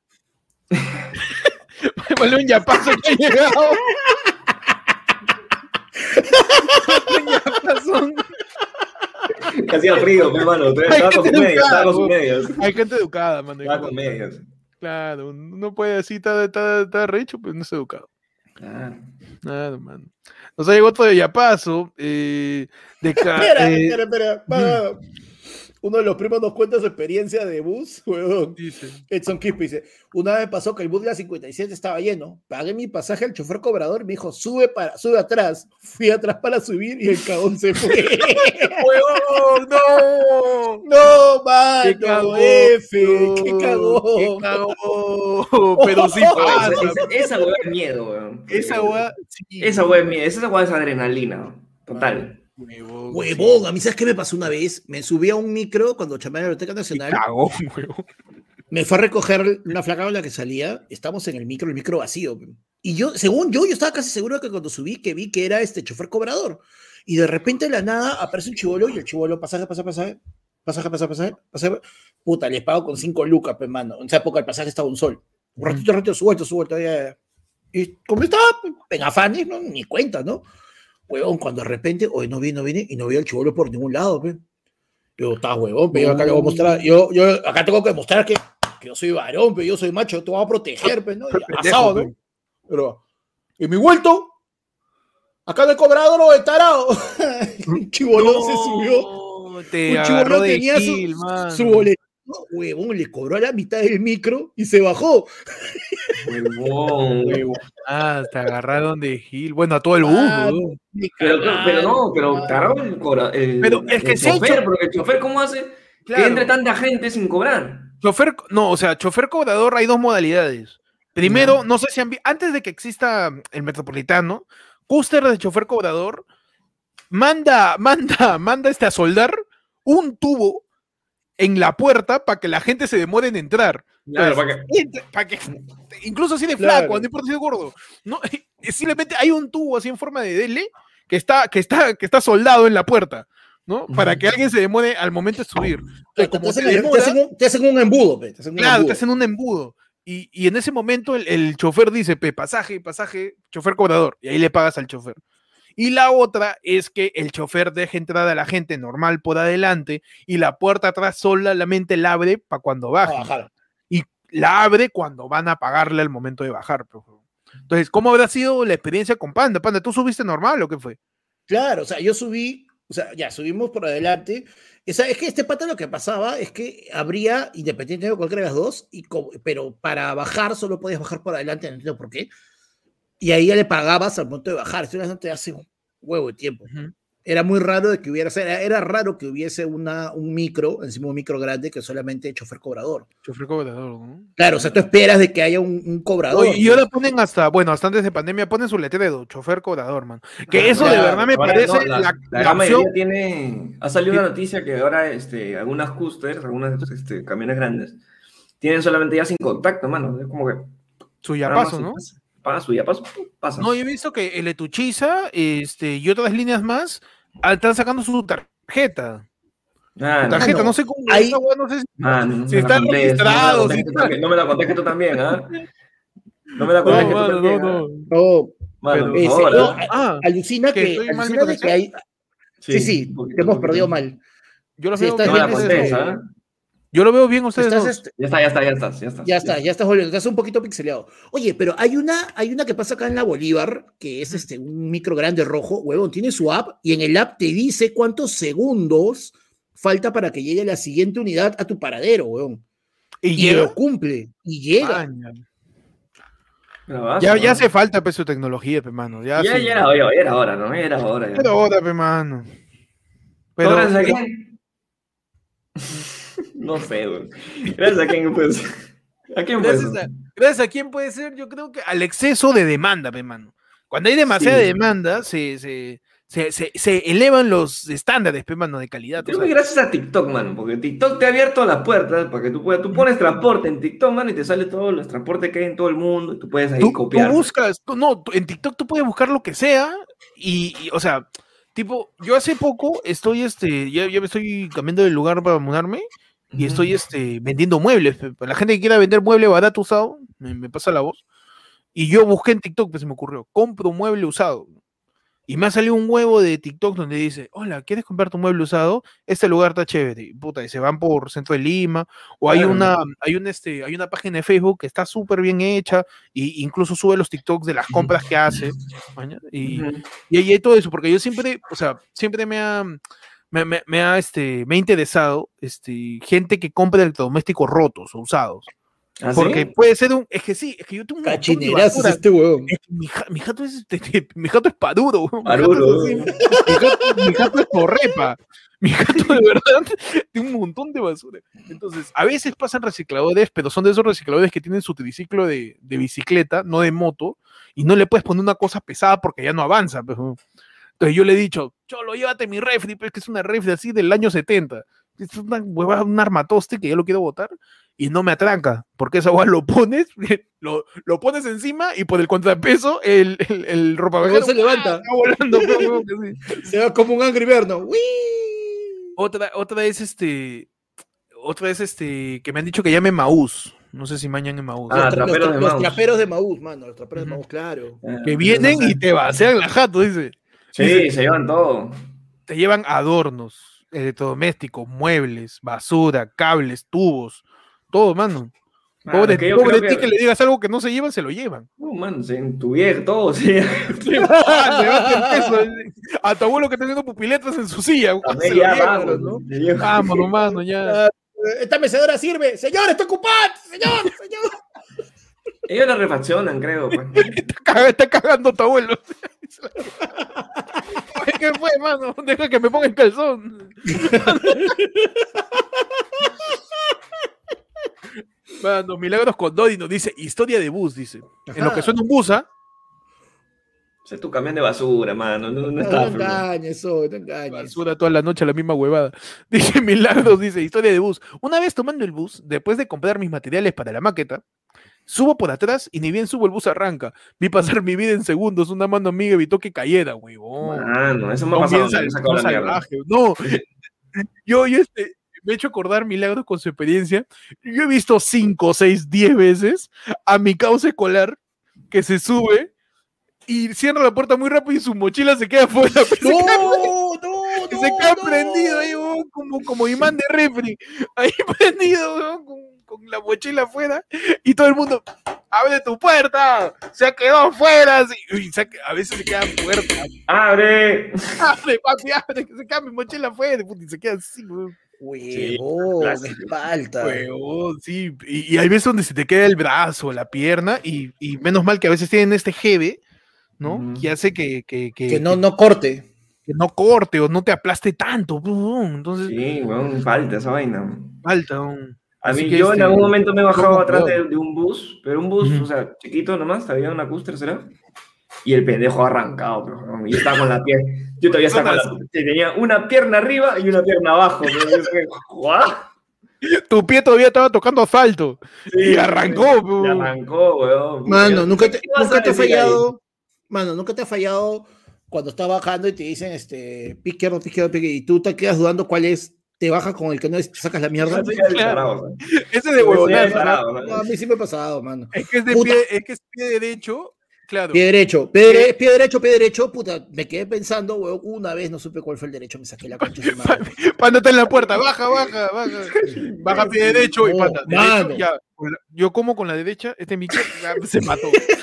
Vale, un yapazo que ha llegado. Un yapazón. Que hacía frío, mi hermano. Estaba con sus medias, estaba con sus medias. Hay gente educada, mano. Estaba con medias. Claro, no puede así, está, está, está recho, pero no es educado. Ah. Nada, mano. Nos ha llegado otro de yapazo. Eh, de ca Espera, eh, espera, espera. Va. Uno de los primos nos cuenta su experiencia de bus, huevón. dice. Edson Quispe dice, una vez pasó que el bus de la cincuenta y siete estaba lleno, pagué mi pasaje al chofer cobrador, me dijo, sube para, sube atrás, fui atrás para subir y el cagón se fue. ¡Huevón! ¡No! No, mano, ¡Qué cagón! F, qué ¡Qué cagón. cagón! Pero sí Oye, pasa. esa, esa, esa hueá es miedo, weón. Esa hueá, sí. Esa hueá es miedo. Esa hueá es adrenalina. Total. Huevón, Huevón, a mí ¿sabes qué me pasó una vez? Me subí a un micro cuando chamé en la Biblioteca sí. Nacional. Cagón, huevón. Me fue a recoger una flaca con la que salía, estamos en el micro, el micro vacío. Y yo, según yo, yo estaba casi seguro de que cuando subí, que vi que era este chofer cobrador. Y de repente de la nada aparece un chibolo y el chibolo, pasaje, pasaje, pasaje, pasaje, pasaje, pasaje, pasaje. Puta, les pago con cinco lucas, pe, mano. En esa época el pasaje estaba un sol. Un ratito, ratito, suelto, suelto. Ya. Y como estaba en afanes, ¿no? Ni cuenta, ¿no? Huevón, cuando de repente, hoy no viene, no viene, y no vi al chibolo por ningún lado, pe. Yo, está huevón, pero yo acá le voy a mostrar, yo, yo acá tengo que demostrar que, que yo soy varón, pero yo soy macho, te voy a proteger, pe, ¿no? Y asado, ¿no? Pero, y mi vuelto, acá el cobrador de tarado, un chibolón no, se subió, te un chibolón de tenía Gil, su, su boleto, huevón, le cobró a la mitad del micro y se bajó. Huevón, huevón. Ah, te agarraron de Gil. Bueno, a todo el bus, Ah, huevón. Pero, pero no, pero carajo, el, cobra- el, Pero es que el se ha chofer, hecho- porque el chofer, ¿cómo hace Claro. que entre tanta gente sin cobrar? Chofer, no, o sea, chofer cobrador hay dos modalidades. Primero, Ya. no sé si han vi- antes de que exista el metropolitano, Custer de chofer cobrador manda, manda, manda este a soldar un tubo en la puerta para que la gente se demore en entrar. Claro, Entonces, para que- entra- para que, incluso así de Claro. flaco, no importa si es gordo. No, simplemente hay un tubo así en forma de D L que está, que está, que está soldado en la puerta, ¿no? Para que alguien se demore al momento de subir. Entonces, Te, como te hacen, se te demora, hacen un, te hacen un embudo, pe, te hacen un claro, te embudo. hacen un embudo. Y, y en ese momento el, el chofer dice, pe, pasaje, pasaje, chofer cobrador. Y ahí le pagas al chofer. Y la otra es que el chofer deje entrar a la gente normal por adelante y la puerta atrás solamente la abre para cuando A baje. bajar. Y la abre cuando van a pagarle al momento de bajar. Pues. Entonces, ¿cómo habrá sido la experiencia con Panda? Panda, ¿tú subiste normal o qué fue? Claro, o sea, yo subí, o sea, ya subimos por adelante. O sea, es que este pata lo que pasaba es que habría, independientemente de cualquiera de las dos, y co- pero para bajar solo podías bajar por adelante, no entiendo por qué. Y ahí ya le pagabas al momento de bajar. Esto no te hace un huevo de tiempo. Uh-huh. Era muy raro de que hubiera, era, era raro que hubiese una, un micro, encima un micro grande, que solamente chofer cobrador. Chofer cobrador, ¿no? Claro, o sea, tú esperas de que haya un, un cobrador. Oye, y ahora ponen hasta, bueno, hasta antes de pandemia ponen su letrero, chofer cobrador, man. Que eso de Claro, verdad me Ahora, parece no, la, la, la la gran opción. mayoría tiene. Ha salido una noticia que ahora este, algunas Custers, algunas este, camiones grandes, tienen solamente ya sin contacto, mano. Es como que. Su nada yapazo, más, ¿no? pasa, Paga su yapazo, pasa. No, yo he visto que el Etuchiza este, y otras líneas más ah, están sacando su tarjeta. Ah, Su tarjeta, no. no sé cómo. Ahí- esa hueá, no sé si, Ah, no, si no me la están contés, registrados. No me la si contés tú están- también, no me la contés que tú también, ¿ah? No me la contés No, que tú mano, también. no, ¿ah? no. No, Mano, Pero por ese- favor, no, ¿ah? a- Ah, alucina ¿que que, estoy mal alucina mi de que hay. Sí, sí, un poquito, te hemos un perdido poquito. mal. yo los Sí, veo estás No bien me la a bien, ustedes contés, dos. ¿ah? Yo lo veo bien a ustedes Estás dos. este- Ya está, ya está, ya estás, ya estás. Ya está, ya estás volviendo, estás un poquito pixeleado. Oye, pero hay una, hay una que pasa acá en la Bolívar, que es este, un micro grande rojo, huevón, tiene su app y en el app te dice cuántos segundos falta para que llegue la siguiente unidad a tu paradero, huevón. ¿Y Y llega? lo cumple, y llega. Maña. Grabazo, Ya, ya ¿no? hace falta pues, su tecnología, pe, mano. Ya, Ya, sí. ya era, ya era hora, ¿no? Ya era hora. Ya. Pero ahora, pe, mano. Pero, Pero, ¿gracias a pero- quién? No sé, güey. Gracias a quién, pues. ¿A quién pues? gracias, a, gracias a quién puede ser, yo creo que al exceso de demanda, pe, mano. Cuando hay demasiada Sí. demanda, se, se, se, se, se elevan los estándares, pe, mano, de calidad. Creo que gracias a TikTok, mano, porque TikTok te ha abierto las puertas para que tú puedas, tú pones transporte en TikTok, mano, y te sale todos los transportes que hay en todo el mundo, y tú puedes ahí Tú, copiar. tú buscas, tú- no, tú- en TikTok tú puedes buscar lo que sea y, y, o sea, tipo, yo hace poco estoy, este, ya, ya me estoy cambiando de lugar para mudarme y estoy, este, vendiendo muebles. pe- Para la gente que quiera vender mueble barato usado, me, me pasa la voz. Y yo busqué en TikTok, pues se me ocurrió, compro mueble usado. Y me ha salido un huevo de TikTok donde dice, hola, ¿quieres comprar tu mueble usado? Este lugar está chévere. Y, puta, y se van por centro de Lima. O hay Claro. una, hay un, este, hay una página de Facebook que está súper bien hecha. Y incluso sube los TikToks de las compras que hace. ¿maña? Y, Ujú. y ahí hay todo eso. Porque yo siempre, o sea, siempre me ha, me, me- me ha, este, me ha interesado este, gente que compra electrodomésticos rotos o usados. ¿Ah, Porque sí? puede ser un, es que sí, es que yo tengo un montón de Cachinerazos basura. este huevón. Es que mi, ja- mi jato es este, mi jato es paduro, weón. Mi Paduro, jato es así, mi jato, mi jato es correpa. Mi jato de verdad tiene un montón de basura. Entonces, a veces pasan recicladores, pero son de esos recicladores que tienen su triciclo de, de bicicleta, no de moto, y no le puedes poner una cosa pesada porque ya no avanza. Pues, weón. Entonces yo le he dicho, Cholo, llévate mi refri, pues que es una refri así del año setenta. Es una huevada, un armatoste que ya lo quiero botar y no me atranca, porque esa hueá lo pones, lo, lo pones encima y por el contrapeso el, el, el ropavejero se levanta. está volando. Pues, huevón, que sí. Se va como un Angry Bird, ¿no? ¡Uy! Otra, otra es este, otra es este, que me han dicho que llame Maús. No sé si mañan en Maús. Ah, Los, tra- traperos los- de los Maús. traperos de Maús, mano. Los traperos de Ujú. Maús, claro. Ah, Que vienen y te vacean la jato, dice. Sí, Dice, se llevan todo. te llevan adornos, electrodomésticos, muebles, basura, cables, tubos, todo, mano. Ah, Pobre, es que yo pobre creo ti que- que le digas algo que no se llevan, se lo llevan. No, man, se- en tu vieja, todo, sí. Ah, levanta el peso. A tu abuelo que está haciendo pupiletas en su silla. A Se lo media llevan, vamos, ¿no? se llevan. Vámonos, mano, ya. Ah, esta mecedora sirve. Señor, está ocupado. Señor, señor. Ellos la refaccionan, creo. Pues. Está, caga- está cagando tu abuelo. ¿Qué fue, mano? Deja que me ponga el calzón. Mano, Milagros con Dodi nos dice historia de bus, dice. En lo que suena un bus, ¿ah? Ese es tu camión de basura, mano. No, no No, está no engañes, oh, no engañes. Basura toda la noche la misma huevada. Dice Milagros, dice, historia de bus. Una vez tomando el bus, después de comprar mis materiales para la maqueta, subo por atrás y ni bien subo el bus arranca. Vi pasar mi vida en segundos, una mano amiga evitó que cayera, huevón. Mano, eso me ha Son pasado. bien sal- me sacó son la mierda. salvajes. No, yo, yo este, me he hecho acordar Milagros con su experiencia. Yo he visto cinco, seis, diez veces a mi causa escolar que se sube y cierra la puerta muy rápido y su mochila se queda afuera. Se queda- No, no, que no. se queda no. prendido ahí, huevón, como, como imán de refri. Ahí prendido, huevón, con, con la mochila afuera. Y todo el mundo, abre tu puerta. Se quedó afuera. Así. Uy, se- a veces se queda fuerte. ¡Abre! Abre, papi, abre, que se queda mi mochila afuera. puta, Y se queda así, huevón. Huevón, clásico. es falta. Huevón, sí. Y, y hay veces donde se te queda el brazo, la pierna. Y, y menos mal que a veces tienen este jeve, ¿no? Ujú. Que hace que, que, que, Que no, no corte. que no corte o no te aplaste tanto. huevón. Entonces, Sí, weón, falta esa vaina. falta. huevón. A Así mí, que, yo este, en algún momento me he bajado pongo atrás de, cuidado. de un bus, pero un bus, Ujú. o sea, chiquito nomás, había una Custer, ¿será? Y el pendejo arrancado, pero weón, yo estaba con la pierna, yo todavía estaba con la, tenía una pierna arriba y una pierna abajo, pero yo dije, ¿what? Tu pie todavía estaba tocando asfalto. Y arrancó, Y weón. arrancó, weón. Mano, nunca te, ¿Qué vas nunca a te ha decir ahí? fallado. Mano, nunca te ha fallado cuando estás bajando y te dicen, este, pie izquierdo, pie izquierdo, pie izquierdo, y tú te quedas dudando cuál es, te bajas con el que no es, te sacas la mierda. Así que el Claro. tarado, weón. Ese de Ese huevonazo. tarado, No, ¿no? a mí sí me ha pasado, mano. Es que es de Puta. pie, es que es pie derecho, claro. Pie derecho, pie, dere- pie derecho, pie derecho, puta, me quedé pensando, weón, una vez no supe cuál fue el derecho, me saqué la concha de su madre. Panda está en la puerta, baja, baja, baja. Baja pie derecho y No, panda. derecho, mano. ya. Con la- Yo como con la derecha, este mi se mató.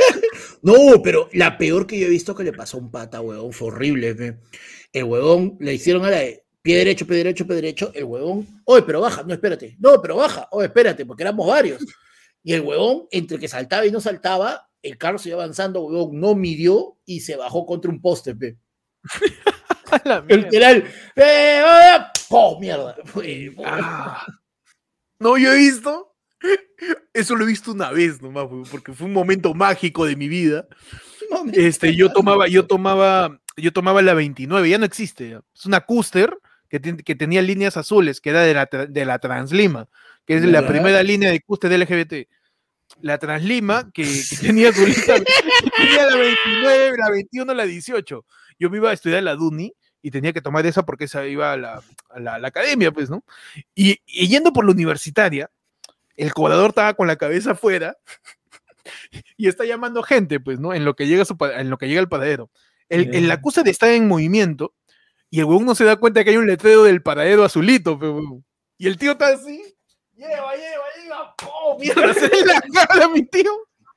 No, pero la peor que yo he visto que le pasó a un pata, huevón, fue horrible. Ve. El huevón le hicieron a la de pie derecho, pie derecho, pie derecho. El huevón, oye, pero baja, no, espérate. No, pero baja, oye, espérate, porque éramos varios. Y el huevón, entre que saltaba y no saltaba, el carro se iba avanzando, huevón, no midió y se bajó contra un poste, pe. A la mierda. Literal. ¡Eh, eh! ¡Oh, mierda! Fue- Ah. No, yo he visto. Eso lo he visto una vez nomás, weón, porque fue un momento mágico de mi vida. Este, yo tomaba, yo tomaba, yo tomaba la veintinueve, ya no existe. Ya. Es una Custer que, ten, que tenía líneas azules, que era de la, de la Translima, que es la primera línea de Custer de L G B T. La Translima, que, que tenía su lista, tenía la veintinueve, la veintiuno, la dieciocho. Yo me iba a estudiar la Duni y tenía que tomar esa porque esa iba a la, a la, a la academia, pues, ¿no? Y, y yendo por la universitaria, el cobrador estaba con la cabeza afuera y está llamando gente, pues, ¿no? En lo que llega, su, en lo que llega al paradero. El, yeah. el acusado está en movimiento y el huevón no se da cuenta que hay un letrero del paradero azulito, pues, y el tío está así, lleva, lleva, lleva, ¡oh, mierda! Se ve la cara a mi tío.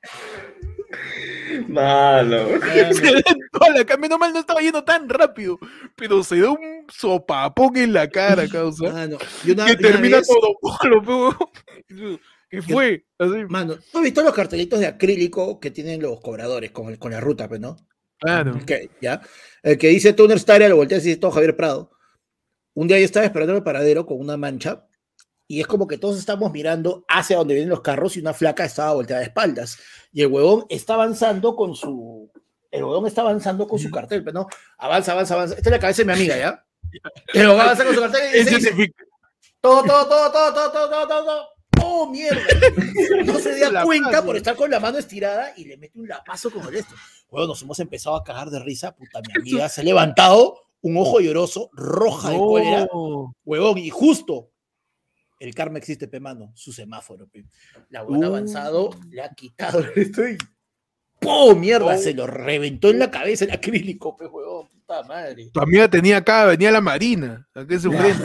Malo. Se ve toda la cara, menos mal no estaba yendo tan rápido, pero se da un sopapón en la cara, causa, Mano, y una, que y termina vez... todo polo, ¿qué fue? Así. Mano, ¿tú has visto los cartelitos de acrílico que tienen los cobradores con, el, con la ruta, pues, no? Claro. Okay, ¿ya? El que dice Tuner Star, lo volteas y dice todo Javier Prado. Un día yo estaba esperando el paradero con una mancha y es como que todos estamos mirando hacia donde vienen los carros y una flaca estaba volteada de espaldas. Y el huevón está avanzando con su... El huevón está avanzando con su cartel, pero no, avanza, avanza, avanza. Esta es la cabeza de mi amiga, ¿ya? El huevón avanza con su cartel y dice, dice todo, todo, todo, todo, todo, todo, todo, todo. ¡Oh, mierda! No se da cuenta mano. por estar con la mano estirada y le mete un lapazo con el esto. Bueno, nos hemos empezado a cagar de risa. Puta, mi amiga se ha levantado, un ojo lloroso, roja de no. cólera. Huevón, y justo el karma existe, pe, mano, su semáforo, pe. La buena uh. avanzado le ha quitado el esto y ¡pum! Mierda, oh. se lo reventó en la cabeza el acrílico, pe, huevón. Puta madre. Tu amiga tenía acá, venía la Marina. Aquí en su frente.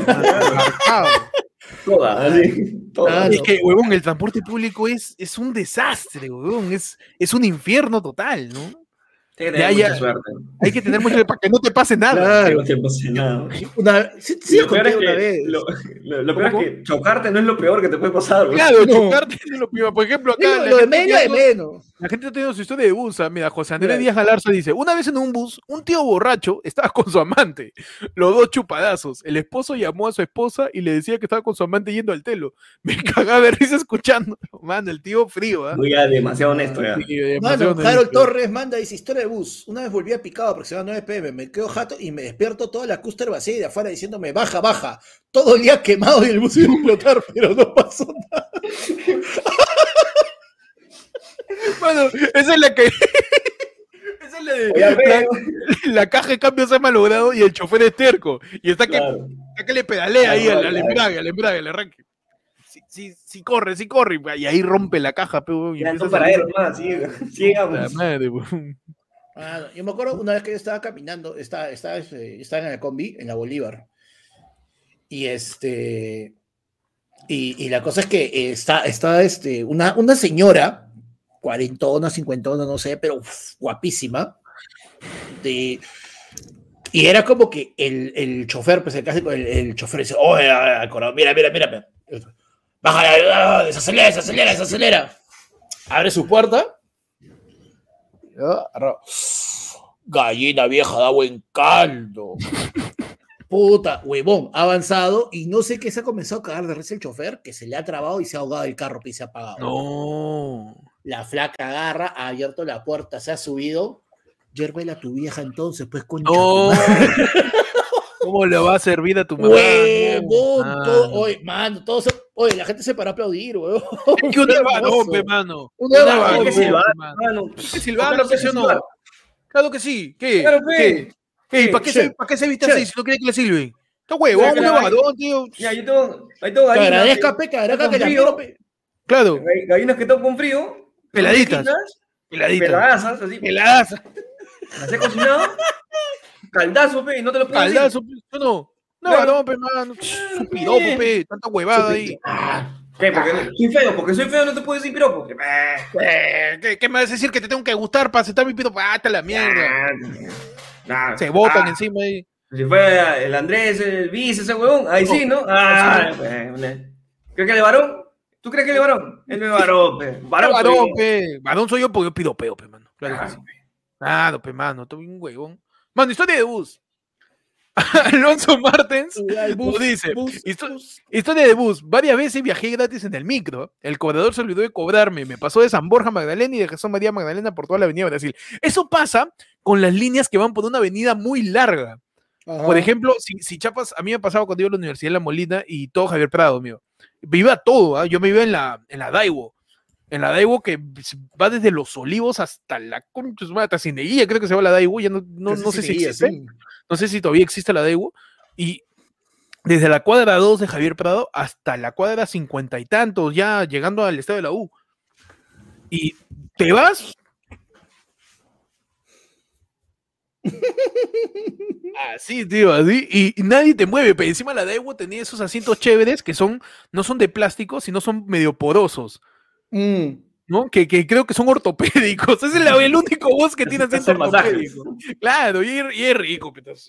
Toda, así, toda. Ah, es que, huevón, el transporte público es, es un desastre, huevón, es, es un infierno total, ¿no? Ya, ya, suerte. Hay que tener mucho para que no te pase nada. Claro, no te pase nada. Una, sí, sí, lo peor, es que, vez. Lo, lo, lo peor es que chocarte no es lo peor que te puede pasar. ¿No? Claro, no. chocarte es lo peor. Por ejemplo, acá. Lo, lo de menos de menos. La gente está teniendo su historia de bus. Mira, José Andrés claro. Díaz Galarza dice: una vez en un bus, un tío borracho estaba con su amante. Los dos chupadazos. El esposo llamó a su esposa y le decía que estaba con su amante yendo al telo. Me cagaba de risa escuchando. Mano, el tío frío, ¿eh? Muy ya, demasiado honesto, ya. Sí, demasiado Mano, Harold Torres manda, dice: historia de bus. Una vez volví a picado aproximadamente nueve pe eme, me quedo jato y me despierto toda la Custer vacía y de afuera diciéndome baja, baja, todo el día quemado y el bus iba a explotar, pero no pasó nada. Bueno, esa es la que esa es la de la, la caja de cambio se ha malogrado y el chofer es terco y está que, claro. está que le pedalea claro, ahí al, al embrague, al embrague, al arranque. Sí, sí, sí corre, sí corre y ahí rompe la caja, pero y ya no para él más, sigamos. Madre, Ah, yo me acuerdo una vez que yo estaba caminando, estaba, estaba, estaba en el combi, en la Bolívar, y este, y, y la cosa es que está, está este, una, una señora, cuarentona, cincuentona, no sé, pero uf, guapísima, de, y era como que el, el chofer, pues el, el, el chofer dice, oh, mira, mira, mira, mira, baja, desacelera, desacelera, desacelera, abre su puerta. Gallina vieja da buen caldo. Puta, huevón, ha avanzado y no sé qué se ha comenzado a cagar de risa el chofer, que se le ha trabado y se ha ahogado el carro y se ha apagado. No. La flaca agarra, ha abierto la puerta, se ha subido. Yerbela tu vieja entonces, pues concha. No. ¿Cómo le va a servir a tu mamá? Huevón, ah. todo, oye, mano, todo se, oye, la gente se paró a aplaudir, huevón. Es que un varón, mano. Un varón, que silbar, mano. ¿Qué silbar? ¿Lo presionó? Claro que sí. ¿Qué? Claro, ¿Qué? ¿Qué? ¿Para qué, se, ¿Para qué se viste así si no quiere que le sirven? Está huevón, un varón, tío. Ya, yo tengo, ahí tengo gallinas. Que agradezca, pe, que agradezca que la quiero, pe. Claro. Gallinas que están con frío. Peladitas. Peladitas. Peladazas, así. Peladazas. Las he cocinado. Caldazo, pe, no te lo puedo decir. Caldazo, pe, no, no. No, claro. no, pe, mano. Su piropo, pe, tanta huevada ahí. ¿Qué? Porque soy feo, porque soy feo no te puedo decir piropo. Eh, ¿qué, ¿Qué me vas a decir que te tengo que gustar para aceptar mi piropo? Ah, está la mierda. Nah, Se botan ah, encima ahí. Si fue el Andrés, el vice, ese huevón, ahí no, sí, ¿no? Ah, sí. ¿Crees que él es varón? ¿Tú crees que él es varón? Él no es varón, pe. Varón, varón, pe. Varón soy yo porque yo pido peo, pe, mano. Claro que sí. Claro, pe, mano, estoy un huevón. Mano, historia de bus. Alonso Martens Al bus, nos dice, bus, histo- bus. historia de bus, varias veces viajé gratis en el micro, el cobrador se olvidó de cobrarme, me pasó de San Borja Magdalena y de Jesús María Magdalena por toda la avenida Brasil. Eso pasa con las líneas que van por una avenida muy larga. Ajá. Por ejemplo, si, si Chapas, a mí me ha pasado cuando iba a la Universidad de La Molina y todo Javier Prado, mío. Me iba todo, ¿ah? Yo me iba en la, en la Daiwo. En la Daiwo que va desde Los Olivos hasta la concha de su madre, hasta Cineguía, creo que se va la Daiwo, ya no, no, Casi no sé se si veía, existe. sí. No sé si todavía existe la Daiwo. Y desde la cuadra dos de Javier Prado hasta la cuadra cincuenta y tantos, ya llegando al estadio de la U. Y te vas. Así, tío, así. Y, y nadie te mueve. Pero encima la Daiwo tenía esos asientos chéveres que son, no son de plástico, sino son medio porosos. Mm. ¿No? Que, que creo que son ortopédicos. Es el, el único bus que tiene asiento Hacen masajes. ortopédico. Claro, y, es- y es rico, pero así.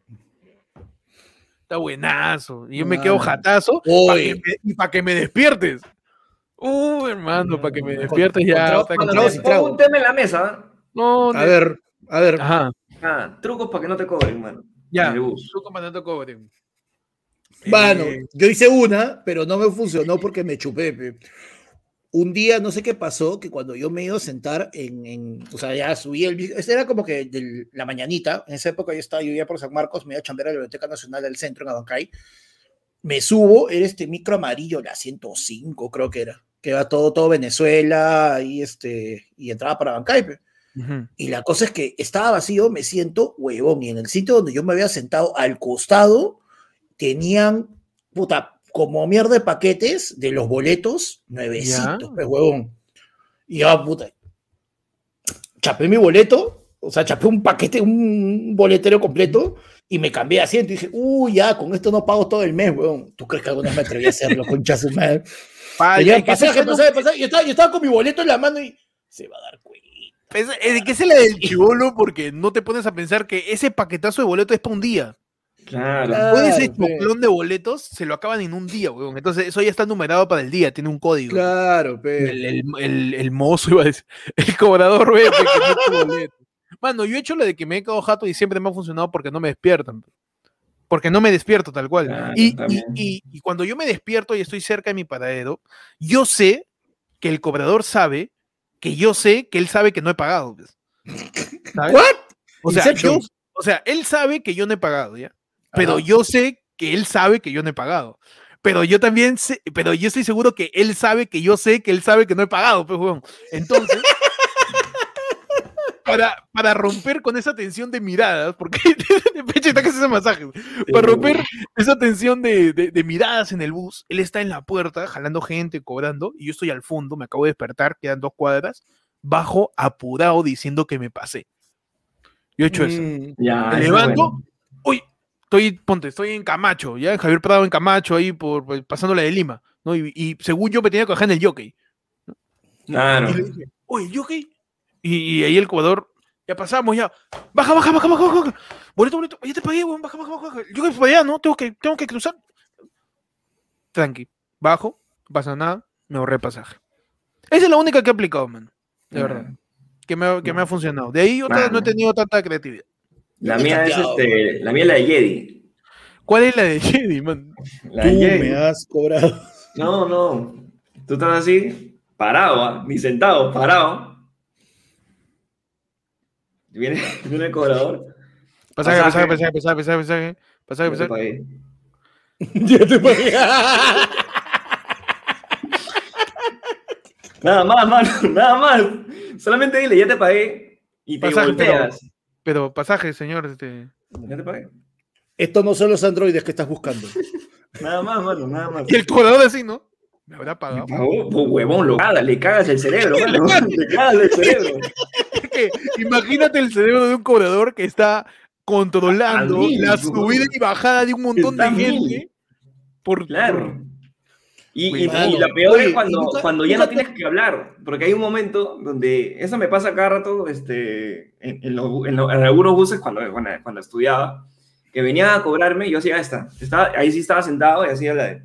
Está buenazo. Y yo me quedo Ah. jatazo para Oye. que, me- y para que me despiertes. Uh, hermano, para que me despiertes Con- ya. con otra tra- con cosa. tragos y Pongo tragos. un tema en la mesa. No, A ne- ver, a ver. Ajá, Ah, trucos para que no te cobren, mano. ya. En el bus. Tú, comandante, cobren. Bueno, Eh, yo hice una, pero no me funcionó porque me chupé. Pe. Un día, no sé qué pasó, que cuando yo me iba a sentar en, en o sea, ya subí el, ese era como que de la mañanita, en esa época yo estaba, yo vivía por San Marcos, me iba a chambear a la Biblioteca Nacional del Centro en Abancay, me subo, era este micro amarillo, la ciento cinco creo que era, que va todo, todo Venezuela, y este, y entraba para Abancay, pe. ujú. Y la cosa es que estaba vacío, me siento huevón, y en el sitio donde yo me había sentado, al costado, tenían, puta, como mierda de paquetes de los boletos, nuevecitos, Ya. pues, huevón. Y yo, puta, chapé mi boleto, o sea, chapé un paquete, un boletero completo, y me cambié de asiento, y dije, uy, ya, con esto no pago todo el mes, huevón. ¿Tú crees que alguna vez me atreví a hacerlo, concha su madre? Pa- Tenía es que ese pasaje, fue lo- pasaje, pasaje, y estaba, yo estaba con mi boleto en la mano y se va a dar cuenta. Es, es que esa es la del chibolo porque no te pones a pensar que ese paquetazo de boletos es para un día. Claro. Ah, Puede ese pe. choclón de boletos se lo acaban en un día, weón. Entonces eso ya está numerado para el día, tiene un código. Claro, pe. El, el, el, el mozo iba a decir, el cobrador, ve, pe, que no es tu boleto. Mano, yo he hecho la de que me he quedado jato y siempre me ha funcionado porque no me despiertan. Porque no me despierto tal cual. Claro, y, y, también. y, y cuando yo me despierto y estoy cerca de mi paradero, yo sé que el cobrador sabe que yo sé que él sabe que no he pagado. pues. ¿Sabes? ¿What? O sea, Inception. yo- o sea, él sabe que yo no he pagado, ¿ya? Pero Ajá. yo sé que él sabe que yo no he pagado. Pero yo también sé, pero yo estoy seguro que él sabe que yo sé que él sabe que no he pagado, pues, weón. Entonces, para, para romper con esa tensión de miradas, porque de pecho está que se hace masajes, para romper esa tensión de, de- de miradas en el bus, él está en la puerta jalando gente, cobrando, y yo estoy al fondo, me acabo de despertar, quedan dos cuadras, bajo apurado diciendo que me pasé. Yo he hecho eso. Mm. Ya, Me eso es levanto, bueno. uy, estoy, ponte, estoy en Camacho, ya en Javier Prado en Camacho, ahí por, por- pasando la de Lima, ¿no? Y, y según yo me tenía que bajar en el jockey. Claro. Y le dije, oye, jockey. Y, y ahí el jugador, ya pasamos, ya. Baja, baja, baja, baja, baja. Boleto, boleto, ya te pagué, weón, baja, baja, baja. Yo que para allá, ¿no? Tengo que, tengo que cruzar. Tranqui, bajo, no pasa nada, me ahorré pasaje. Esa es la única que he aplicado, mano. De verdad. Que me, ha- que me ha funcionado. De ahí otra, no he Mano. tenido tanta creatividad. La Yo me he mía es cambiado. este, la mía es la de Jedi. ¿Cuál es la de Jedi, man? La Tú de Jedi. me has cobrado. No, no. Tú estás así, parado, ¿ah? Ni sentado, parado. Viene, viene el cobrador. Pasaje, Pasaje. pasaje, pasaje, pasaje, pasaje, pasaje, pasaje, Ya te pasaje. pagué. Ya te pagué. Nada más, mano, nada más. Solamente dile, ya te pagué. Y te Pasaje, volteas. Pero pasaje, señor, este. Ya te pagué. Estos no son los androides que estás buscando. Nada más, mano, nada más. Y el cobrador así, ¿no? Me habrá pagado. Pagó, pues, huevón, lo cagas, le cagas el cerebro, mano. Le cagas el cerebro. Que, imagínate el cerebro de un cobrador que está controlando A mil, la pues, subida y bajada de un montón Está de a mil. gente. Por, Claro. Y, y, Mano, y la peor oye, es cuando, y nunca- cuando ya nunca no te- tienes que hablar, porque hay un momento donde, eso me pasa cada rato este, en, en, lo- en lo- en algunos buses cuando, cuando, cuando estudiaba, que venían a cobrarme y yo hacía esta, estaba, ahí sí estaba sentado y hacía la de...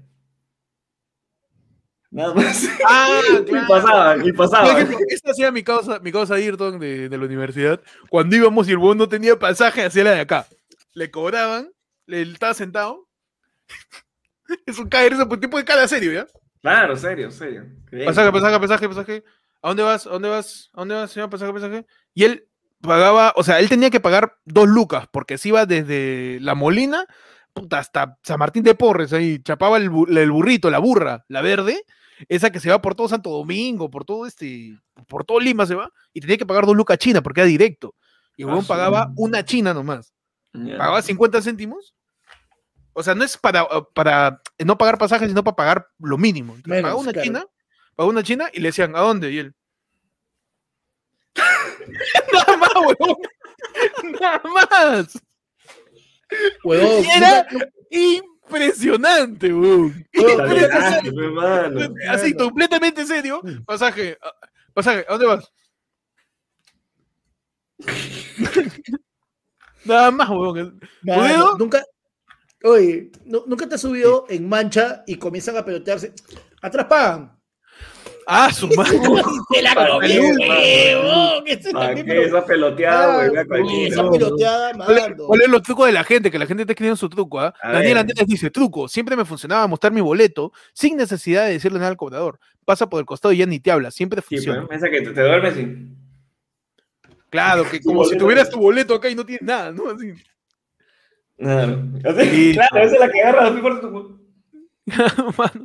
Nada más. Ah, Y claro. pasaban, y Por pasaban. ejemplo, esta hacía mi causa, mi causa Ayrton de, de la universidad. Cuando íbamos y el huevón no tenía pasaje, hacía la de acá. Le cobraban él estaba sentado. Es un caer, ese tipo de cara serio, ¿ya? Claro, serio, serio. Qué bien. Pasaje, pasaje, pasaje, pasaje. ¿A dónde vas? ¿A dónde vas? ¿A dónde vas, señor? Pasaje, pasaje. Y él pagaba, o sea, él tenía que pagar dos lucas, porque se iba desde La Molina puta, hasta San Martín de Porres, ahí chapaba el, bu- el burrito, la burra, la verde, esa que se va por todo Santo Domingo, por todo este, por todo Lima se va, y tenía que pagar dos lucas china porque era directo. Y el Ah, huevón su- pagaba una china nomás. Ya. Pagaba cincuenta céntimos. O sea, no es para, para no pagar pasajes, sino para pagar lo mínimo. Entonces, Menos, pagaba una claro. china, pagaba una china y le decían, ¿a dónde? Y él. Nada más, huevón. Nada más. Huevón, Y era nunca- impresionante, weón. Está bien, Impresionante. ah, pues, hermano. Así, Claro. completamente serio. Mm. Pasaje, ah, pasaje, ¿a dónde vas? Nada más, weón. Mano, ¿Puedo? nunca, oye, nu- nunca te has subido en mancha y comienzan a pelotearse. Atrás pagan. Ah, su madre. Se la ¿Para comí, qué, huevón. Ese ¿Para también, qué pero- esa peloteada, güey? Ve a Ah, cualquiera. esa no, peloteada, ¿Cuál es, mano. cuál es los trucos de la gente? Que la gente está escribiendo su truco, ¿ah? A Daniel ver. Andrés dice, truco, siempre me funcionaba mostrar mi boleto sin necesidad de decirle nada al cobrador. Pasa por el costado y ya ni te habla, siempre Sí, funciona. pues, esa que te, te duermes y... Claro, que Tu como si boleto. tuvieras tu boleto acá y no tienes nada, ¿no? Así. Claro. Así, Sí. claro, esa es la que agarra así por tu... Mano.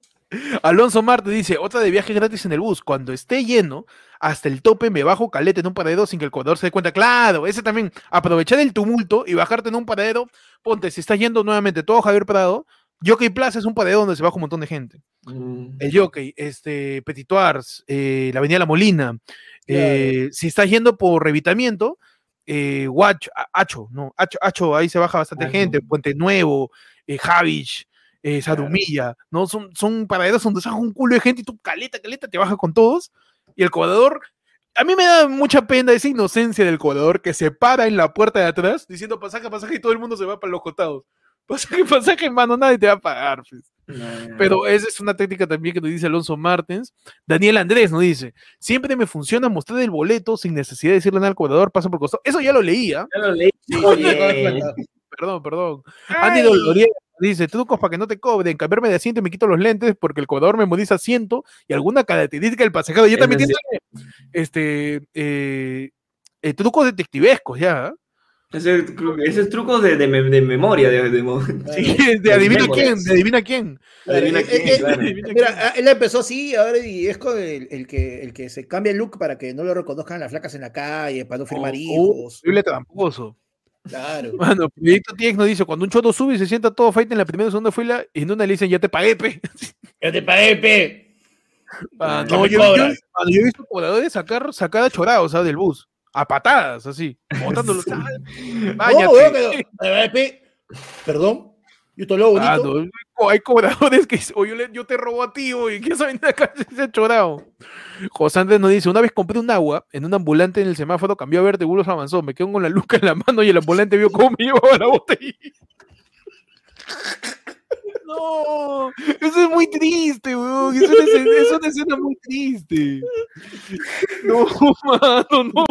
Alonso Marte dice, otra de viaje gratis en el bus. Cuando esté lleno, hasta el tope me bajo caleta en un paradero sin que el cobrador se dé cuenta. Claro, ese también, aprovechar el tumulto y bajarte en un paradero. Ponte, si estás yendo nuevamente todo Javier Prado, Jockey Plaza es un paradero donde se baja un montón de gente. Mm. El Jockey, este, Petit Tours, eh, la Avenida La Molina. Eh, si estás yendo por Revitamiento, eh, Guacho, A- Acho, no, Acho, Acho, ahí se baja bastante Acho. gente. Puente Nuevo, eh, Javich, eh, Claro. Sadumilla, ¿no? Son, son paraderos donde se baja un culo de gente y tú, caleta, caleta, te bajas con todos. Y el cobrador, a mí me da mucha pena esa inocencia del cobrador que se para en la puerta de atrás diciendo pasaje, pasaje y todo el mundo se va para los costados. Pasaje, pasaje, mano, nadie te va a pagar, pues. No. Pero esa es una técnica también que nos dice Alonso Martens. Daniel Andrés nos dice, siempre me funciona mostrar el boleto sin necesidad de decirle nada al cobrador, pasa por costado. Eso ya lo leía. Ya lo leí. Sí, Oye. Perdón, perdón. Ay. Andy Doloriera dice, trucos para que no te cobren, cambiarme de asiento y me quito los lentes porque el cobrador memoriza asiento y alguna característica del pasajero. Ya Es también decir- tiene este, eh, eh, trucos detectivescos ya. ¿eh? Ese, ese es truco de, de, me- de memoria. De, de mo- Sí, de adivina Memories. quién, de adivina quién. Adivina Eh, quién, eh, claro. Adivina quién. Mira, él empezó así ahora y es con el, el que, el que se cambia el look para que no lo reconozcan las flacas en la calle, para no firmar Oh, hijos. horrible tramposo. Claro. Bueno, Proyecto T X nos dice, cuando un choto sube y se sienta todo fight en la primera o segunda fila, y en una le dicen, ya te pagué, pe. Yo te pagué, pe. Ah, Ya no, me yo, yo, cobras. mano, yo he visto cobradores sacar, sacar a chorados, ¿sabes? Del bus. A patadas, así. Botándolos. Ah, No, váyate. weón, que no. Me pagué, pe. Perdón. Yo te lo hago Ah, bonito. no, co- hay cobradores que dicen, o yo, le- yo te robo a ti, y ¿quién sabe acá se ha chorado? José Andrés nos dice, una vez compré un agua en un ambulante en el semáforo, cambió a verde, bulos avanzó, me quedo con la luca en la mano y el ambulante vio cómo me llevaba la botella. No, eso es muy triste, weón. Es una escena, es una escena muy triste. No, mano, no.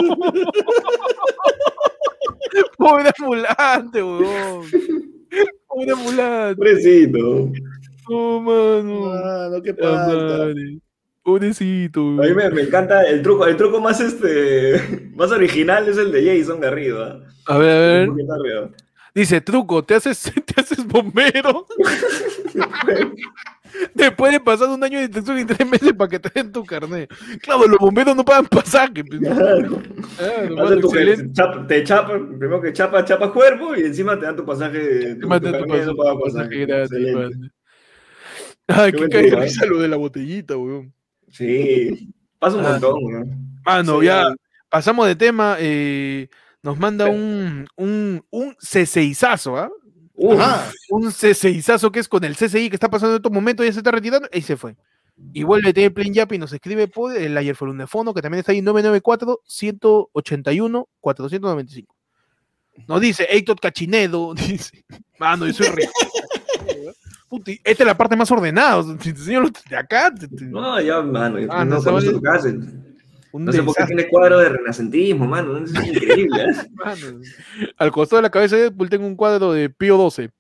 Pobre ambulante, weón. Pobre ambulante. Pobrecito. No, mano. Mano, qué La falta. madre. Pobrecito, A mí weón. me, me encanta el truco. El truco más este más original es el de Jason Garrido. ¿ah? A ver, a ver. Un poquito arriba. Dice, truco, te haces, te haces bombero. Después de pasar un año de detención y tres meses para que te den tu carnet. Claro, los bomberos no pagan pasaje. pues. Claro. Claro, Hace mano, tu- excelente. chapa- te chapa, primero que chapa, chapa cuerpo y encima te dan tu pasaje. Tu, Mate tu tu carnet, no paga pasaje pasaje. gratis, Excelente. mano. Ay, Qué qué buen cae de truco, ¿eh? risa lo de la botellita, weón. Sí, pasa un Ah. montón, weón. Mano, Sí. ya pasamos de tema. eh, nos manda un, un, un C seisazo, ¿ah? Uf, Ajá. Un C seisazo que es con el C C I que está pasando en estos momentos, ya se está retirando, y se fue. Y vuelve a tener Plain Yap y nos escribe por el ayer fue un fono que también está ahí nueve nueve cuatro, uno ocho uno, cuatro nueve cinco. Nos dice Eitot Cachinedo, dice, mano, yo soy re. Puti, esta es la parte más ordenada. Si te enseño los de acá, te- te- no, ya, mano. Ah, no no, con se esto vale. que hacen. Un No sé por qué desastre, tiene cuadro de renacentismo, mano. Eso es increíble. ¿eh? mano. Al costado de la cabeza de Deadpool tengo un cuadro de Pío doce.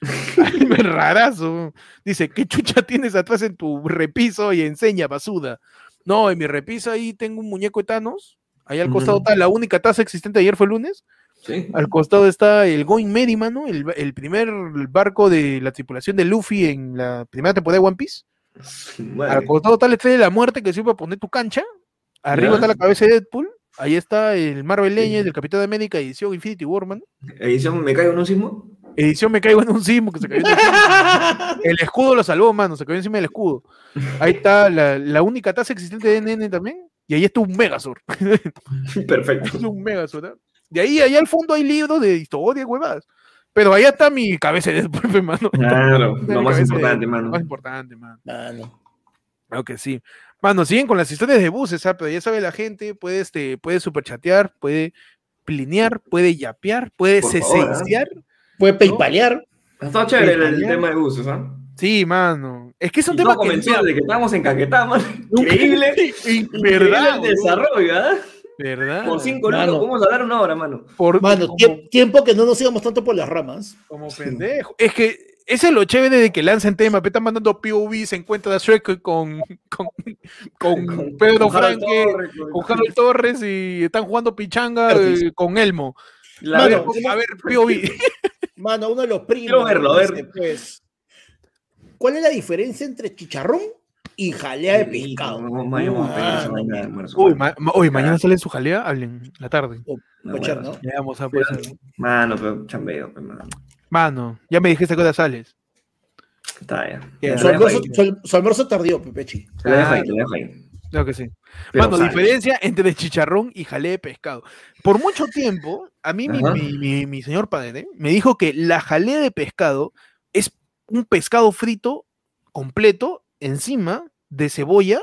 Ay, me rarazo. Dice, ¿qué chucha tienes atrás en tu repiso? Y enseña, basuda. No, en mi repiso ahí tengo un muñeco de Thanos. Ahí al costado Ujú. está la única taza existente, ayer fue lunes. Sí. Al costado está el Going Merry, mano, el, el primer barco de la tripulación de Luffy en la primera temporada de One Piece. Al Madre. costado está la estrella de la muerte que sirve para poner tu cancha. Arriba ¿Ya? está la cabeza de Deadpool. Ahí está el Marvel Legends del Capitán de América, edición Infinity War, mano. Edición Me Caigo en un Sismo. Edición Me Caigo en un sismo que se cayó en el sismo. El escudo lo salvó, mano, se cayó encima del escudo. Ahí está la, la única taza existente de N N también. Y ahí está un Megazord. Perfecto. Es un Megazord. ¿eh? De ahí, allá al fondo hay libros de historia, huevadas. Pero allá está mi cabeza de Deadpool, mano. Claro, Está lo mi más cabeza de importante, Deadpool, mano. Lo más importante, mano. Mano. Claro que sí. Mano, siguen con las historias de buses, ¿ah? Pero ya sabe la gente, puede, este, puede superchatear, puede plinear, puede yapear, puede Por favor, ¿ah? cesenciar. Puede paypalear. Ha estado chévere el, el Paypalear. tema de buses, ¿ah? Sí, mano. Es que es un Y tema todo que comenzó mira, desde que estábamos en Caquetá, mano. Increíble. Increíble ¿Verdad? el El desarrollo, ¿ah? ¿Verdad? Por cinco Mano. lucas, podemos hablar una hora, mano. Por, Mano, como, tie- tiempo que no nos íbamos tanto por las ramas. como pendejo. Es que ese es lo chévere de que lancen tema. Pe, están mandando P O V, se encuentra Shrek con, con, con, Con- Pedro con Harold Franque, Torres, con- con Harold Torres y están jugando pichanga Artis. eh, con Elmo. La A ver, Mano, verdad, a ver, P O V. Mano, uno de los primos. Quiero verlo, a dice, ver. pues, ¿cuál es la diferencia entre chicharrón y jalea de Qué rico, pescado? no, mayo, vamos a pedir esa Mano, vaina de almuerzo, Uy, mano. ma- ma- uy, mañana sale su jalea, hablen la tarde. O No, cocher, bueno, ¿no? Ya vamos a pues, Mano, pero chambeo, pues, mano. Mano, ya me dijiste que hora sales. Está ya. Ya, Te Su la dejo almuerzo, ahí. su, su almuerzo tardío, Pepechi. Te la dejo ahí, te la dejo ahí. Claro que sí. Pero Mano, sale. diferencia entre chicharrón y jalea de pescado. Por mucho tiempo, a mí mi, Ajá. mi- mi- mi señor padre me dijo que la jalea de pescado es un pescado frito completo encima de cebolla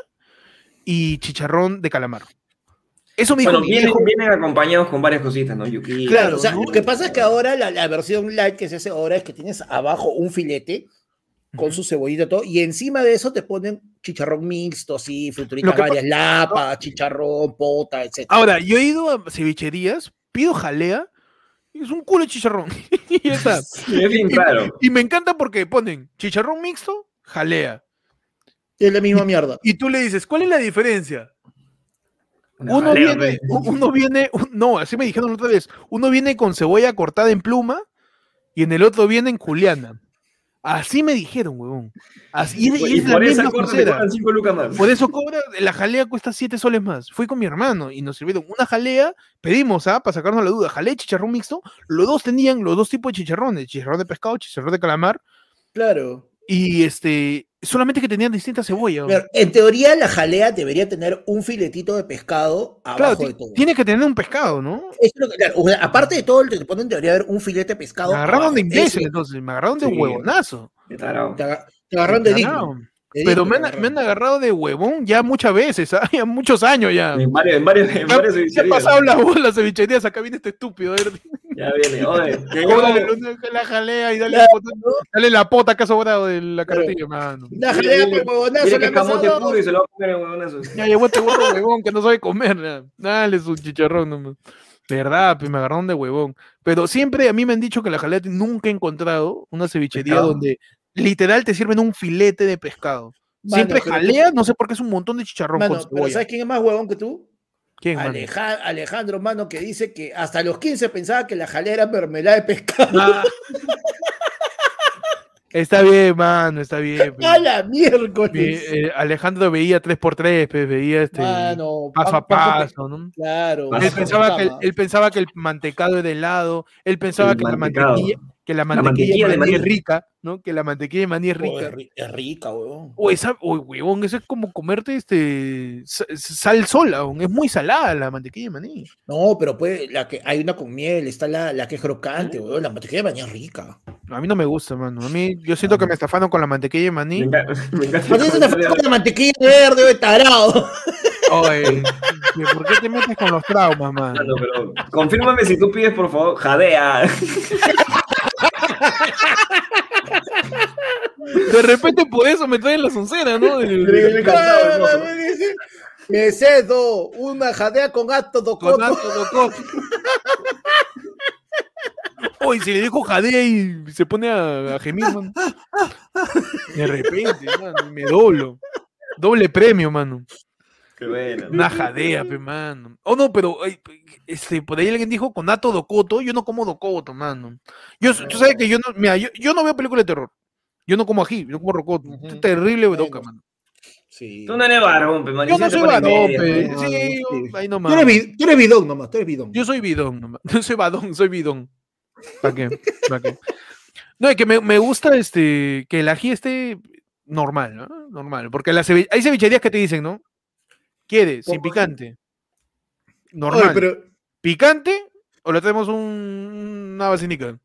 y chicharrón de calamar. Eso me dijo Bueno, mi vienen, viejo. vienen acompañados con varias cositas, ¿no? Yuki. Claro, o sea, ¿no? lo que pasa es que ahora la, la versión light que se hace ahora es que tienes abajo un filete con Ujú. su cebollita y todo, y encima de eso te ponen chicharrón mixto, así, frituritas Lo que pa- varias, lapa, chicharrón, pota, etcétera. Ahora, yo he ido a cevicherías, pido jalea y es un culo de chicharrón. Y ya está. Sí, es bien raro. Y me encanta porque ponen chicharrón mixto, jalea. Es la misma mierda. Y tú le dices, ¿cuál es la diferencia? Una Uno jalea, viene, pues. uno viene, un- no, así me dijeron la otra vez, uno viene con cebolla cortada en pluma y en el otro viene en juliana. Así me dijeron, huevón. Así, y, Y y es la por esa misma cosa te cocera. cobran cinco lucas más. Por eso cobra, la jalea cuesta siete soles más. Fui con mi hermano y nos sirvieron una jalea, pedimos, ¿ah? Para sacarnos la duda, jalea y chicharrón mixto. Los dos tenían los dos tipos de chicharrones, chicharrón de pescado, chicharrón de calamar, Claro. y este, solamente que tenían distintas cebollas. Claro, en teoría la jalea debería tener un filetito de pescado Claro, abajo ti- de todo. tiene que tener un pescado, ¿no? Eso es lo que- claro, o sea, aparte de todo, el que te ponen debería haber un filete de pescado. Me agarraron abajo. de ingleses, Eso, entonces, me agarraron de Sí. huevonazo. Qué tarado. te, aga- te agarraron de digno. Agarraron. de Pero digno me te han, agarraron. me han agarrado de huevón ya muchas veces, ¿ah? Ya muchos años ya. En varios, en varios, en Ya- varios ya ha cevicherías. pasado la bola, cevicherías, acá viene este estúpido. A ver, Ya viene. Oye, que cóbrale yo- una- la jalea y dale, Claro, la, pota- dale la pota que ha sobrado de la Claro. cartilla, mano. La Dile- jalea dile- por huevonazo. dile que le es camote han pasado. puro y se lo va a comer en huevonazos. Ya llegó este gorro huevón que no sabe comer. ya. Dale su chicharrón nomás. Verdad, pues me agarraron de huevón. Pero siempre a mí me han dicho que la jalea nunca he encontrado una cevichería ¿Pescado? donde literal te sirven un filete de pescado. Mano, Siempre pero jalea, no sé por qué es un montón de chicharrón Mano, con pero cebolla. ¿sabes quién es más huevón que tú? ¿Quién, mano? Aleja- Alejandro, mano, que dice que hasta los quince pensaba que la jalea era mermelada de pescado. Ah. Está bien, mano, está bien. pues. ¡A la Mi- miércoles! eh, Alejandro veía tres por tres, pues, veía este Mano, paso a pan- pan con paso, ¿no? pe- Claro. Paso Él a pensaba, que el, cama. él pensaba que el mantecado era helado, él pensaba El que la mantecado. mantequilla, que la La mantequilla, mantequilla de de maní es maní. rica, ¿no? Que la mantequilla de maní es Oh, rica. es, ri- es rica, huevón. O esa, uy, huevón, eso es como comerte este sa- sal sola, huevón, es muy salada la mantequilla de maní. No, pero pues la que hay una con miel, está la, la que es crocante, huevón. La mantequilla de maní es rica. A mí no me gusta, mano. A mí, yo siento que me estafaron con la mantequilla de Me maní. encanta, me encanta ¿Por el qué se te fue comentario. con la mantequilla verde, de tarado? Oye, ¿por qué te metes con los traumas, mano? Mano, pero confírmame si tú pides, por favor, jadea. De repente por eso me traen la soncera, ¿no? Estoy encantado, hermoso. Me cedo una jadea con acto do Con coto. acto do coto. Uy, si le dijo jadea y se pone a, a gemir, mano. De repente, mano, me doblo. Doble premio, mano. Qué bueno. Una jadea, pe, mano. Oh, no, pero ay, este, por ahí alguien dijo con acto do coto. Yo no como do coto, mano. Yo, tú sabes que yo no, mira, yo, yo no veo películas de terror. Yo no como ají, yo como rocoto. Ujú. Es terrible, Bueno. doca, mano. Sí. Tú no eres varón, pe, man. Yo no siempre soy pones varón, media, pe. no, Sí, no, yo- sí. ahí Tú nomás. eres, bi- tú eres bidón nomás, tú eres bidón. Yo soy bidón nomás. No soy badón, soy bidón. ¿Para qué? ¿Para qué? No, es que me, me gusta este que el ají esté normal, ¿no? Normal. Porque las ceve- hay cevicherías que te dicen, ¿no? ¿Quieres? Sin Poco. picante. Oye, Normal. pero ¿Picante? ¿O le tenemos un, una vacinica?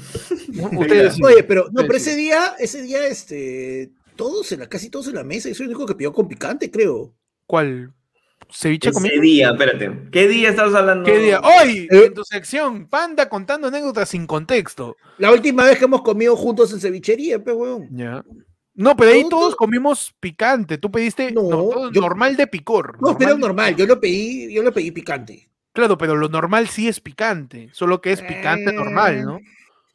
Ustedes sí. Oye, pero no, Ustedes pero sí. ese día, ese día, este, todos en la, casi todos en la mesa, yo soy el único que pidió con picante, creo. ¿Cuál? ¿Ceviche Ese conmigo? día, espérate. ¿Qué día estás hablando? ¿Qué día? ¡Hoy! Eh. En tu sección, Panda contando anécdotas sin contexto. La última vez que hemos comido juntos en cevichería, pe, weón. Ya. No, pero ahí ¿Todo, todos todo? comimos picante. Tú pediste No, no, todo yo- normal de picor. No, pero de normal, yo lo pedí, yo lo pedí picante. Claro, pero lo normal sí es picante, solo que es picante Eh. normal, ¿no?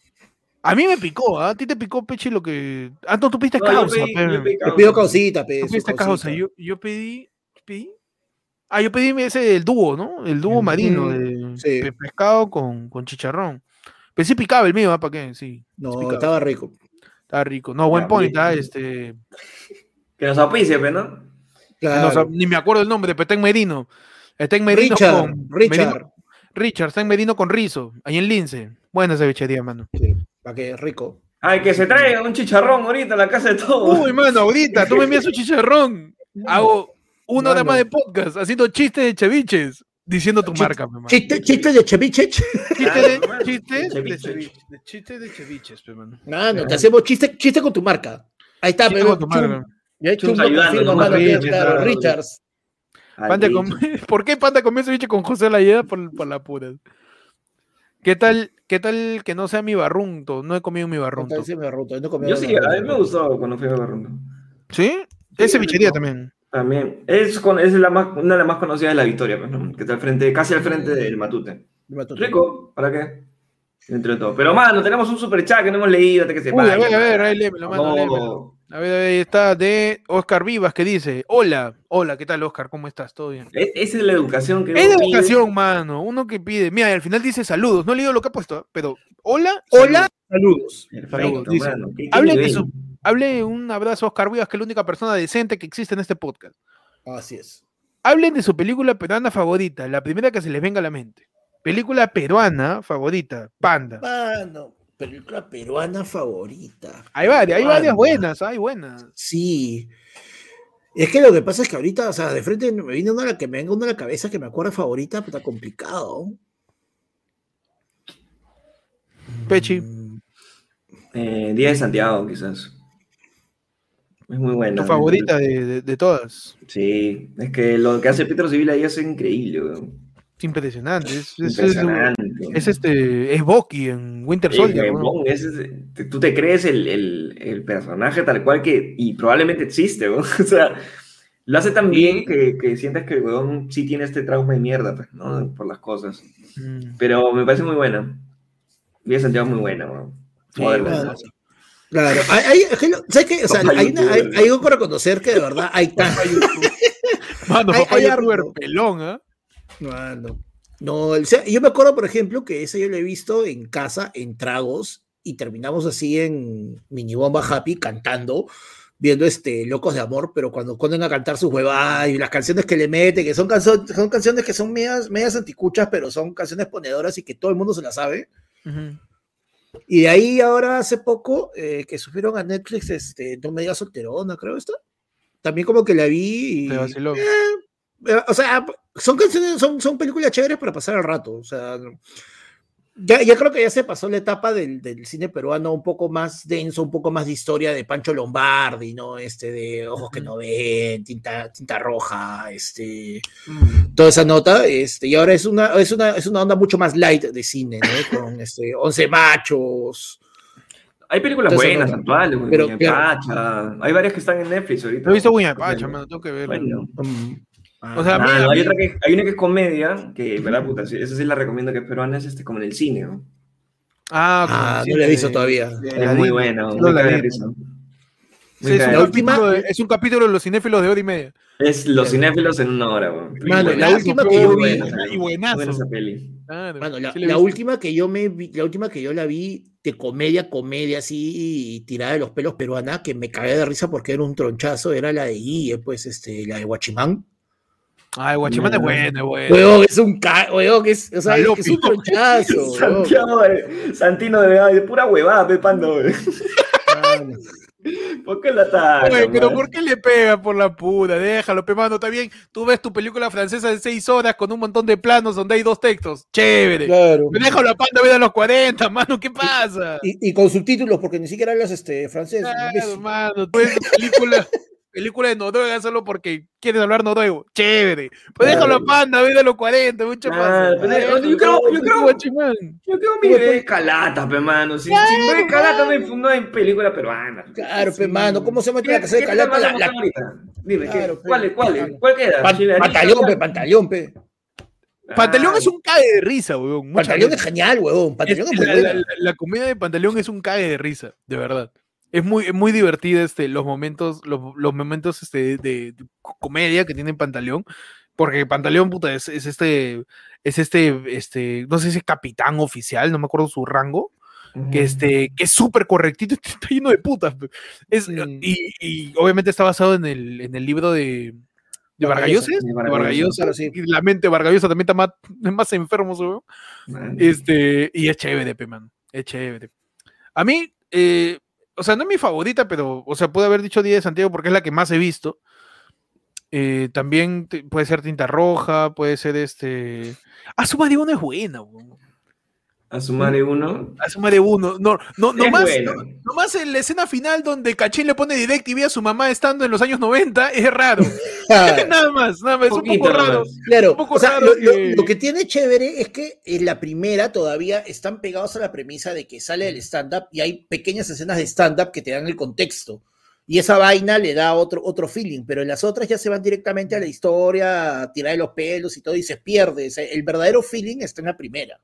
A mí me picó, ¿ah? A ti te picó, Pechi, lo que... Ah, no, tú pediste No, yo causa, pedí- pe. yo pedí Yo pido causita, pe, Tú su pediste causa, causita. yo, yo pedí... ¿pedí? Ah, yo pedí ese, el dúo, ¿no? El dúo Ujú, marino de sí. pe- pescado con, con chicharrón. Pero sí picaba el mío, ¿ah? ¿Para qué? Sí, sí No, picaba. estaba rico. Estaba rico. No, buen Ya, point, bien. ¿ah? Este... Que nos auspicie, pe, ¿no? no, Claro. o sea, ni me acuerdo el nombre, Petén Merino. Petén Merino Richard, con... Richard. Merino- Richard, está en Merino con rizo, ahí en Lince. Buena cevichería, mano. Sí, para que rico. Ay, que se traiga un chicharrón ahorita a la casa de todos. Uy, mano, ahorita tú me envías un chicharrón. Hago una hora Mano. más de podcast haciendo chistes de ceviches, diciendo tu Chiste- marca, pe, mano. Chiste, chiste de ceviche. Chiste de, Claro, chistes de de ceviche. ceviche- de chistes de ceviches, pe, mano. Mano, te hacemos chiste, chiste con tu marca. Ahí está, Chiste pero con tu marca. Ya Chum Chum lo ayudando, confirma, ¿no? mano, que- Richard, claro, claro. Richards. Al Panda bicho. com- ¿Por qué Panda comió ceviche con José Layeda? Por, por la pura. ¿Qué tal, ¿Qué tal que no sea mi barrunto? No he comido mi barrunto. Entonces me roto, no comí Yo sí, nada. a mí me gustó cuando fui a Barrundo. ¿Sí? Sí, Es cevichería rico. también. También. Es, con, es la más, una de las más conocidas de la Victoria, pues, ¿no? Que está al frente, casi al frente del Matute. Rico, ¿para qué? Entre todo. Pero, mano, tenemos un super chat que no hemos leído hasta que se Uy, a vaya. ver, a ver, ahí léemelo, mano, léemelo. Oh, A ver, ahí está de Oscar Vivas que dice, hola, hola, ¿qué tal, Oscar? ¿Cómo estás? ¿Todo bien? es- esa es la educación que Es de uno pide. educación, mano, uno que pide, mira, al final dice saludos, no he leído lo que ha puesto, pero hola, Hola, saludos. Perfecto, Saludos, dice. mano. ¿Qué- qué Hablen de nivel? su- hable un abrazo a Oscar Vivas, que es la única persona decente que existe en este podcast. Así es. Hablen de su película peruana favorita, la primera que se les venga a la mente. Película peruana favorita, Panda. Mano, película peruana favorita. Hay varias, hay Peruana. varias buenas, hay buenas. Sí. Es que lo que pasa es que ahorita, o sea, de frente me viene una a la que me venga una a la cabeza que me acuerda favorita, pero está complicado. Pechi, Mm, Eh, Día de Santiago, quizás. Es muy buena. tu favorita de, de- de todas. Sí, es que lo que hace Petro Civil ahí es increíble, weón. Es impresionante. Es, es- es- Impresionante. es este, es Bucky en Winter Sí, Soldier. que, ¿no? bon, es- es- te- tú te crees el, el- el personaje tal cual que, y probablemente existe, weón. O sea, lo hace tan bien que, que sientes que el weón sí tiene este trauma de mierda, pues, ¿no? Por las cosas. Mm. Pero me parece muy buena. Día de Santiago es muy buena, weón. Sí, Joder, bueno. weón. Claro, hay, hay- es que lo- ¿sabes qué? O sea, Papá hay, una- youtuber, hay- ¿no? hay algo que reconocer que de verdad hay tan. Mano, Hay- papá hay youtuber harto. pelón, ¿ah? Mano. No, o sea, yo me acuerdo, por ejemplo, que ese yo lo he visto en casa, en tragos, y terminamos así en Minibomba Happy cantando, viendo este Locos de Amor, pero cuando ponen a cantar sus huevadas y las canciones que le meten, que son, canso- son canciones que son medias, medias anticuchas, pero son canciones ponedoras y que todo el mundo se las sabe. Ujú. Y de ahí ahora hace poco eh, que subieron a Netflix, este, No me digas solterona, creo esto. También como que la vi y, Te vaciló. eh, o sea, son canciones, son, son películas chéveres para pasar el rato. O sea, ya, ya creo que ya se pasó la etapa del, del cine peruano un poco más denso, un poco más de historia de Pancho Lombardi, ¿no? Este de Ojos que no ven, Tinta, tinta Roja, este, toda esa nota, este, y ahora es una, es una, es una onda mucho más light de cine, ¿no? Con este, Once Machos. Hay películas Entonces, buenas, no, actuales, güey. pero, Doña Pacha. Hay varias que están en Netflix ahorita. No he visto Guña Pacha, mano, tengo que verlo. Bueno, Mm, O sea, a mí- Ah, a no, hay mí- otra que, hay una que es comedia, que, ¿verdad, puta? Sí, esa sí la recomiendo, que es peruana, es este, como en el cine, ¿no? Ah, como Ah, el no la he cine visto de- todavía. de Es Aladino, muy buena, sí, muy caga de Aladino. risa. Sí, Muy es, caga un de La risa. última- capítulo de, es un capítulo de los cinéfilos de hora y media. Es Los Claro. cinéfilos en una hora, weón. Mano, Buena. la última que Muy yo buena, vi- weón. y Muy buena buenazo. esa peli. Claro, Mano, la, sí le he la visto. última que yo me vi, la última que yo la vi de comedia, comedia así, y tirada de los pelos peruana, que me cagué de risa porque era un tronchazo, era la de Guille, pues, este, la de Guachimán. Ay, Guachimán es No. bueno, es bueno. Huevón, es un ca... Huevón, es, o sea, es, que es un Falopio. tronchazo, huevón. Santiago, eh, Santino de verdad, de pura huevada, Pepando, weón. Mano. ¿Por qué la atacan, Oye, pero man? ¿por qué le pega por la puta? Déjalo, pe mano, está bien. Tú ves tu película francesa de seis horas con un montón de planos donde hay dos textos. Chévere. Claro. Pero déjalo a Panda ver a los cuarenta, mano, ¿qué pasa? Y, y con subtítulos, porque ni siquiera hablas este, francés. Claro, imbécil. mano, tú ves tu película, película de Noruega solo porque quieres hablar noruego. Chévere. Pues Claro. déjalo a Panda ver a los cuarenta, mucho Claro, pasa. pero yo creo- yo creo- Guachimán. Yo tengo mi bebé Calata, pe, mano. Sin, sin bebé Calata no hay, no hay película peruana. Claro, Sí. pe, mano, ¿cómo se mete ¿Qué, la casa de qué te Calata? vas a La, mostrar la- ahorita? Dime, ¿qué? Claro, pe. ¿cuál, es, cuál, es? ¿Cuál queda? Pan- Chile, Pantaleón, Arica, pe, Pantaleón, pe. Pantaleón Ah, es un cague de risa, weón. muchas Pantaleón es veces. genial, huevón. Pantaleón es, Es- muy la, buena. la- la- la comedia de Pantaleón es un cague de risa, de verdad. Es muy, es muy divertida este, los momentos, los, los momentos este, de, de comedia que tiene Pantaleón. Porque Pantaleón, puta, es, es este, es este, este, no sé si es capitán oficial, no me acuerdo su rango, que este, que es súper correctito, está lleno de putas. pe. Es, Sí. y, y obviamente está basado en el, en el libro de, de Vargallosa. Vargallosa. De De Vargallosa, Vargallosa. claro, sí. Y la mente de Vargallosa también está más, es más enfermo, ese weón. Man. Este, y es chévere, pe, man. Es chévere. A mí, eh, o sea, no es mi favorita, pero, o sea, puedo haber dicho Día de Santiago porque es la que más he visto. Eh, también te- puede ser Tinta Roja, puede ser este. Ah, Suma de Uno es buena, weón. A sumar uno. A Suma de Uno. No, no, no Es más, buena. no, nomás en la escena final donde Cachín le pone DirecTV a su mamá estando en los años noventa, es raro. nada más, nada más, es un Poquito poco raro. nomás. Claro, Un poco o sea, raro lo, lo- que- lo que tiene chévere es que en la primera todavía están pegados a la premisa de que sale el stand-up y hay pequeñas escenas de stand-up que te dan el contexto. Y esa vaina le da otro, otro feeling, pero en las otras ya se van directamente a la historia, a tirar de los pelos y todo, y se pierde. O sea, el verdadero feeling está en la primera.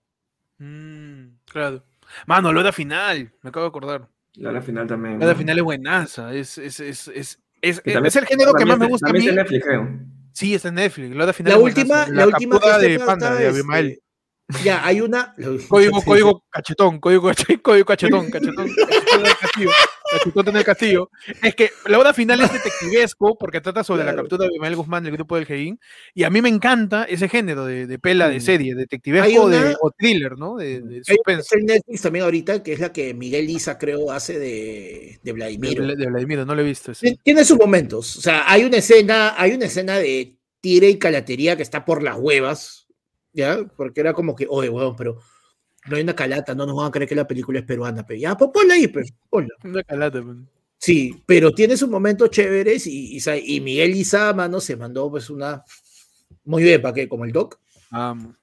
Mm, claro. Mano, la hora final, me acabo de acordar. La hora final también. La hora ¿no? final es buenaza. Es, es, es, es, es, Que también- es el género que también más me está- gusta a también mí. está en Netflix, creo. Sí, está en Netflix. La hora final La es última, buenaza. la última que captura este de pata, Panda, de este, Abimael. ya, hay una... Código, código cachetón, código, cach- código cachetón, cachetón, cachetón en el castillo, cachetón en el castillo. Es que la hora final es detectivesco porque trata sobre la Claro. captura de Abimael Guzmán del grupo del Jeín. Y a mí me encanta ese género de, de pela, de Mm. serie, Hay detectivesco una- de, o thriller, ¿no? De, de Hay una suspense. que está en Netflix también ahorita, que es la que Miguel Isa, creo, hace de, de Vladimir. De, de Vladimir, no lo he visto. ese. Tiene sus momentos. O sea, hay una escena, hay una escena de tira y calatería que está por las huevas, ¿ya? Porque era como que, oye, huevón, pero no hay una calata, no nos van a creer que la película es peruana, pero ya, pues ponla ahí, pues, ponla. Una calata, man. Sí, pero tiene sus momentos chéveres y, y, sa- y Miguel Isa, mano, se mandó pues una muy bien, ¿para qué? Como el Doc. Amo.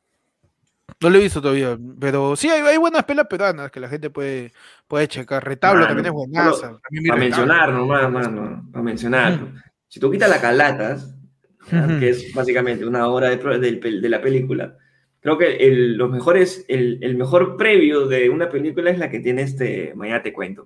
No lo he visto todavía, pero sí hay, hay buenas pelas peruanas que la gente puede, puede checar. Retablo Mano, también es buenaza. solo También mi Para Retablo. mencionar nomás, mano. Para mencionar. Si tú quitas las calatas, ¿ya? Ujú. que es básicamente una hora de, pro- del pel- de la película, creo que el, los mejores, el, el mejor previo de una película es la que tiene este Mañana te cuento.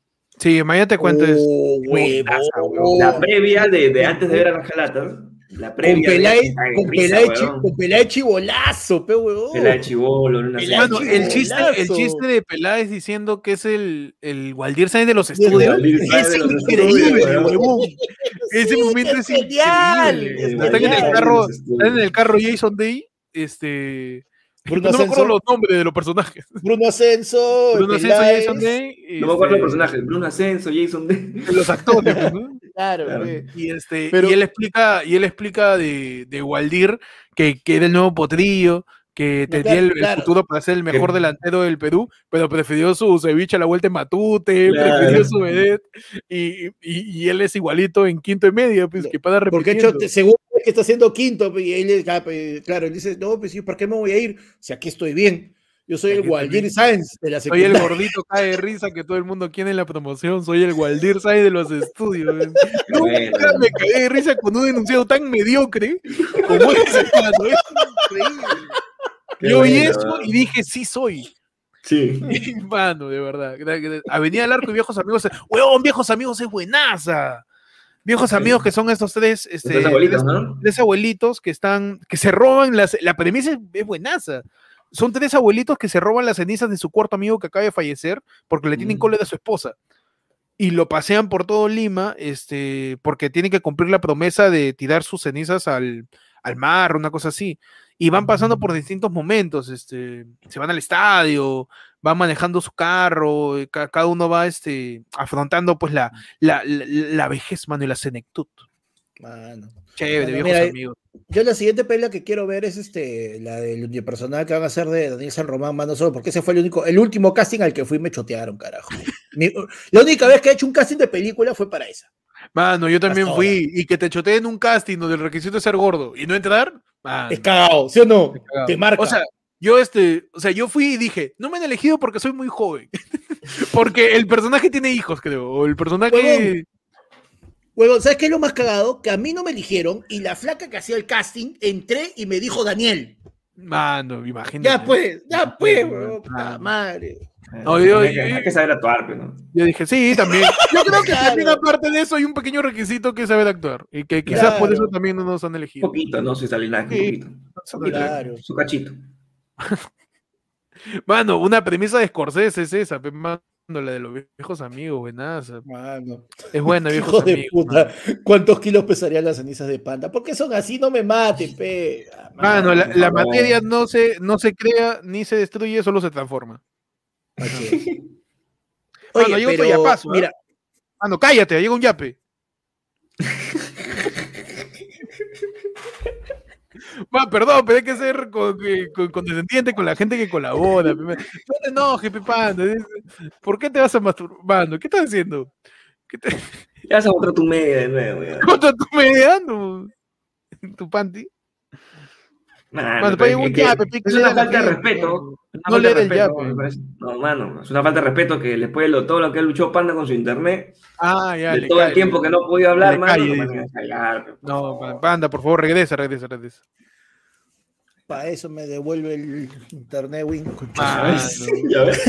Sí, mañana te cuento es. Oh, buenaza, huevón. La previa de, de antes de ver a las calatas, la Con previa Pelay, de, ay, con risa, Pelay, chi- weón. con Pelay chibolazo, pe, huevón. Pelá de chibolo, en una Pelá de serie. Mano, el chiste, el Golazo. chiste de Peláez diciendo que es el, el Waldir Sáenz de los el estudios Waldir Sáenz es de los increíble, estudios, huevón. Ese Sí, momento es genial, increíble. es Están en el genial. carro, están en el carro Jason Day, este. Bruno no me acuerdo Ascenso. los nombres de los personajes. Bruno Ascenso, Bruno Ascenso, Peláez. Jason Day. No me acuerdo este, los personajes. Bruno Ascenso, Jason D. de los actores, pues, ¿no? Claro, Claro. pe. Y, este, Pero- y él explica, y él explica de, de Waldir que, que era el nuevo potrillo, que No, tenía claro, el, el claro. futuro para ser el mejor Que- delantero del Perú, pero prefirió su ceviche a la vuelta en Matute, Claro. prefirió su vedette, y, y, y él es igualito en quinto y media, pues que para Porque repitiendo. hecho, según es que está haciendo quinto, pe, y él, ah, pe, claro, él dice, no, pues sí, ¿para qué me voy a ir? Si aquí estoy bien. Yo soy el Aquí Waldir también. Sáenz de la Soy el secundaria. gordito cae de risa que todo el mundo quiere en la promoción. Soy el Waldir Sai de los estudios. Bueno, Nunca me cagué de risa con un enunciado tan mediocre como ese, mano. Es increíble. Qué Yo vi bueno. eso y dije, sí soy. Sí. Mano, de verdad. Avenida del Arco y Viejos Amigos. Huevón, Viejos Amigos es buenaza. Viejos Amigos que son estos tres, este, Estos abuelitos, tres, ¿no? tres abuelitos que están, que se roban las, la premisa es, es buenaza. Son tres abuelitos que se roban las cenizas de su cuarto amigo que acaba de fallecer porque le tienen Mm. cólera a su esposa. Y lo pasean por todo Lima, este, porque tienen que cumplir la promesa de tirar sus cenizas al, al mar, una cosa así. Y van pasando por distintos momentos, este, se van al estadio, van manejando su carro, ca- cada uno va este, afrontando pues la, la, la, la vejez, mano, y la senectud. Mano. Chévere, Mano, viejos mira, amigos. Yo la siguiente pelea que quiero ver es este, la del unipersonal que van a hacer de Daniel San Román, mano, solo porque ese fue el único, el último casting al que fui y me chotearon, carajo. Mi- la única vez que he hecho un casting de película fue para esa. Mano, yo también Hasta fui, y que te choteen un casting donde el requisito es ser gordo y no entrar, mano, Es cagado, ¿sí o no? es cagado. Te marca. O sea, yo este, o sea, yo fui y dije, no me han elegido porque soy muy joven. Porque el personaje tiene hijos, creo, o el personaje... Huevón. Huevón, ¿sabes qué es lo más cagado? Que a mí no me eligieron y la flaca que hacía el casting, entré y me dijo Daniel. Mano, imagínate. Ya pues, ya pues, Mano. huevón, puta madre. No, yo- hay, que, yo- hay que saber actuar, pero ¿no? Yo dije, sí, también. Yo creo que Claro. también aparte de eso hay un pequeño requisito que es saber actuar. Y que quizás por Claro. eso también no nos han Un elegido. poquito, ¿no? Si sale nada, un Sí. poquito. Poquito, Claro. Su cachito. Mano, una premisa de Scorsese es esa, pe, mano, la de los viejos amigos, buenaza. Mano. Es buena, viejos Hijo de amigos. puta. ¿Cuántos kilos pesarían las cenizas de panda? ¿Por qué son así? No me maten, pe. Ah, Mano, la, por la favor. materia no se, no se crea ni se destruye, solo se transforma. Oye, Mano, llega otro pero, yapazo, ¿eh? mira, Mano, cállate, llega un yape. Va, perdón, pero hay que ser con- con- condescendiente con la gente que colabora. pe, man. No te enojes, Pepando. ¿Por qué te vas a masturbar? Mano, ¿qué estás haciendo? ¿Qué te... Ya vas a mostrar tu media de nuevo, ya. ¿Cómo estás tú mediando? ¿Tu panty? Mano, Mano, pero pague es un que- yape, pe, que es le una da la falta de gente, respeto. mano. Una No falta le de dé el respeto, yape. me parece. No, mano, es una falta de respeto que después de lo, todo lo que luchó Panda con su internet, Ah, ya, de le todo cae, el tiempo le- que no podía hablar, le mano, cae, no dice. me a callar, pero, por No, favor. pa- Panda, por favor, regresa, regresa, regresa. para eso me devuelve el internet, Win. Ah, Ya ves.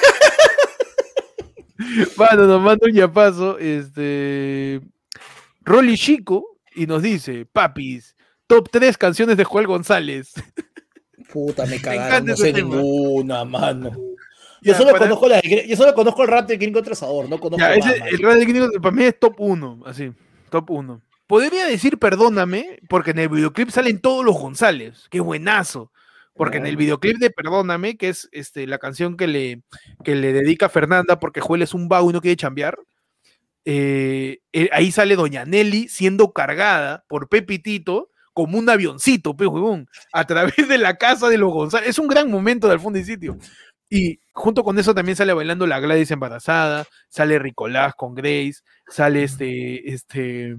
Mano, nos manda un yapazo, este... Rolly Chico, y nos dice, papis, top tres canciones de Joel González. Puta, me cagaron, encanta no sé ese tema. ninguna, mano. Ya, Yo solo para- conozco la de- yo solo conozco el rap de Gringo Trazador, no conozco Ya, más, ese, mano. el Radio Clínico para mí es top uno, así, top uno. Podría decir Perdóname, porque en el videoclip salen todos los González, qué buenazo. Porque en el videoclip de Perdóname, que es este, la canción que le, que le dedica a Fernanda porque Joel es un vago y no quiere chambear, eh, eh, ahí sale Doña Nelly siendo cargada por Pepitito como un avioncito, pe, huevón, a través de la casa de los González. Es un gran momento del fondo y sitio. Y junto con eso también sale bailando la Gladys embarazada, sale Ricolás con Grace, sale este, este,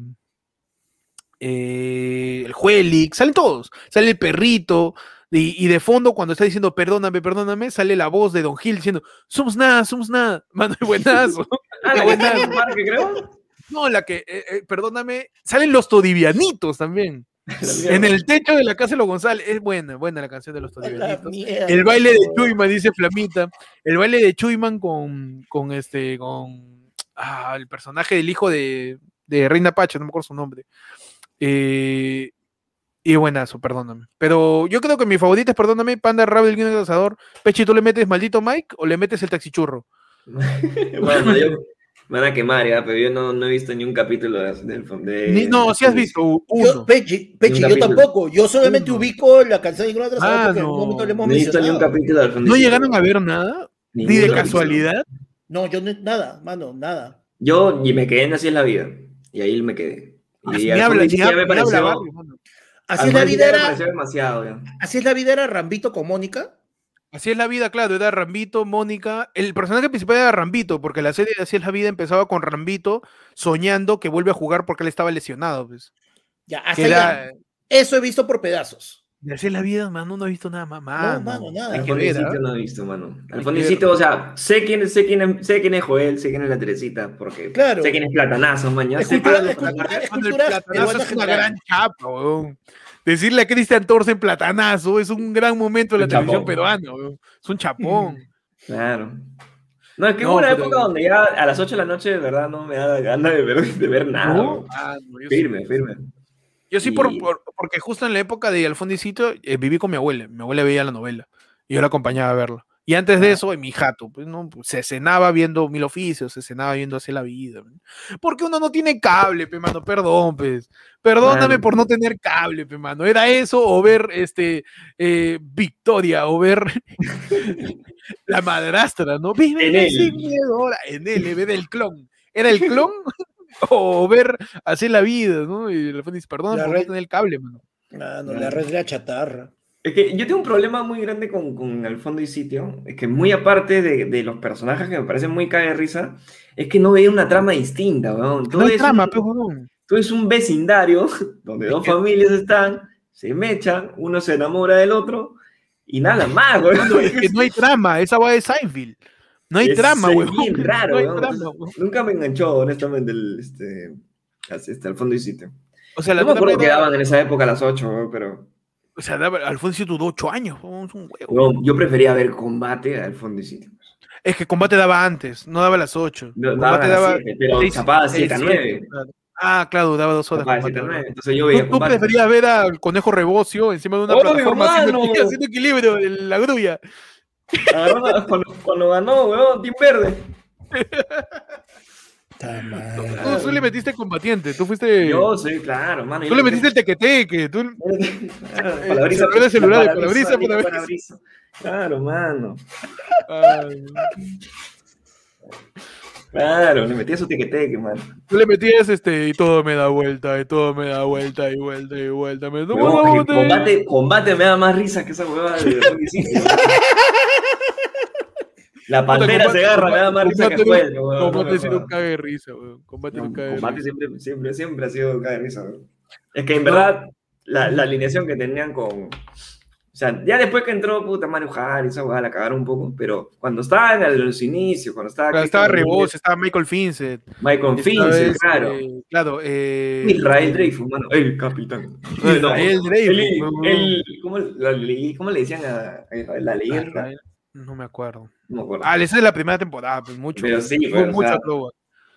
eh, el Juelix, salen todos, sale el perrito, y, y de fondo cuando está diciendo perdóname, perdóname, sale la voz de Don Gil diciendo, somos nada, somos nada, mano, es buenazo. Ah, la que está en un parque, creo. No, la que, eh, eh, perdóname, salen los Todivianitos también. En el techo de la casa de los González, es buena, buena la canción de los A la Todivianitos. mierda, El baile de no. Chuyman, dice Flamita. El baile de Chuyman con, con este, con ah, el personaje del hijo de, de Reina Pacha, no me acuerdo su nombre. Eh, y buenazo, perdóname. Pero yo creo que mi favorita es Perdóname, Panda, Rabbit, el Guino del Cazador. Pechi, ¿tú le metes Maldito Mike o le metes el taxichurro? Bueno, yo, me van a quemar ya, pero yo no, no he visto ni un capítulo de, del de, Ni- no, si has visto Yo, uno. Pechi, Pechi, Un yo capítulo. tampoco. Yo solamente Uno. ubico la canción de Gringo Trazador Ah, porque en no. un momento le hemos No he visto ni un mencionado. capítulo del ¿No llegaron a ver nada? Ni de Ninguno. casualidad. No, yo no, nada, mano, nada. Yo y me quedé en Así es la vida. Y ahí me quedé. Y Ni al habla, fondo ni ya habla, me ni pareció. habla barrio, mano. Así al es la fondo vida ya me era, pareció demasiado ya. así es la vida era Rambito con Mónica. Así es la vida, claro, era Rambito, Mónica. El personaje principal era Rambito, porque la serie de Así es la vida empezaba con Rambito soñando que vuelve a jugar porque él estaba lesionado. Pues. Ya, Que hasta era- allá. Eso he visto por pedazos. De hacer la vida, mano, no he visto nada más. No, mano, nada. Al Hay que fondo ver, del sitio ¿ah? no he visto, mano. Al Hay fondo que del sitio, o sea, sé quién, sé quién, es, sé quién es Joel, sé quién es la Teresita, porque Claro. sé quién es Platanazo, mañana. Es Sé cultura- que- es cultura- es Cuando el cultura platanazo peruana es una general. gran chapa, weón. Decirle a Cristian Torsen platanazo es un gran momento de la Un televisión chapón. peruana, weón. Es un chapón. Claro. No, es que No, hubo una pero- época donde ya a las ocho de la noche, de verdad, no me da ganas de ver, de ver nada. ¿No? weón. Ah, no, yo sí. Firme, firme. Yo sí, Y- por, por- porque justo en la época de Alfondicito eh, viví con mi abuela. Mi abuela veía la novela y yo la acompañaba a verla. Y antes de Ah. eso, en mi jato, pues, ¿no? Pues, se cenaba viendo Mil Oficios, se cenaba viendo Así la Vida. ¿no? Porque uno no tiene cable, pe, mano, perdón, pues. Perdóname Claro. por no tener cable, pe, mano. Era eso o ver este eh, Victoria o ver La Madrastra, ¿no? Vive En él. sin miedo ahora. En él, en vez del clon. ¿Era el clon? O ver Así la Vida, ¿no? Y el dice, perdón La por red- no tener cable, mano. Mano, la red era chatarra. Es que yo tengo un problema muy grande con, con Al fondo y sitio. Es que muy aparte de, de los personajes que me parecen muy cague de risa, es que no veía una trama distinta, weón. Todo, No hay es trama, un, pe, huevón. todo es un vecindario donde dos familias están, se mechan, uno se enamora del otro y nada más, weón. Mano, es que no hay trama, esa va de Seinfeld. No hay Es- trama, es huevón. bien raro, No hay weón. trama, Entonces, huevón. nunca me enganchó, honestamente, el, este, este, Al fondo y sitio. O sea, la No me acuerdo trama que era- daban en esa época a las ocho, weón, pero O sea, daba- Alfonso duró ocho años, huevón, es un huevo. weón, yo prefería ver combate al fondo y sitio. Es que combate daba antes, no daba a las ocho. No, Combate daban a daba siete, pero seis- chapaba seis, siete a siete, nueve. claro. Ah, claro, daba dos horas. Chapaba combate, siete a nueve. ¿verdad? Entonces yo veía ¿Tú, tú combate. preferías ver al conejo Rebocio encima de una ¡Obvio, plataforma haciendo, mano! haciendo equilibrio en la grulla? Agarró la- cuando, cuando ganó, weón, Team Verde. Está mal. Tú, tú le metiste combatiente, tú fuiste. Yo sí, claro, mano. Tú le metiste el tequeteque, tú. Palabrisa, celular de celular, la palabrisa, palabrisa, palabrisa. palabrisa. Claro, mano. Ay, Claro, le metía su tequeteque, mano. tú le metías este y todo me da vuelta, y todo me da vuelta, y vuelta, y vuelta. Me da Weón, vuelta, que combate, combate me da más risa que esa huevada de Rocky cinco. La pantera Combate- se agarra, me da más risa que combate- Joel, weón. no Combate me ha sido un jodas. cague de risa, weón. Combate No, un cague de combate risa. siempre, siempre, siempre ha sido cae de risa, weón. Es que en verdad, la, la alineación que tenían con. O sea, ya después que entró puta Mario Jara y esa huevada la cagaron un poco, pero cuando estaban en los inicios, cuando estaba. Claro, estaba Cristian Rebos, estaba Michael Fincent. Michael estaba Finzel, este, claro. Claro, eh, Israel Dreyfus, mano. El capitán. No, Israel no, Dreyfus, el- weón. el- ¿cómo, la leí- ¿Cómo le decían a, a Israel? La Ah, leyenda. Israel, no me acuerdo. No me acuerdo. Ah, esa es la primera temporada, pues mucho. Pero sí, Fue pues, o mucho sea, todo.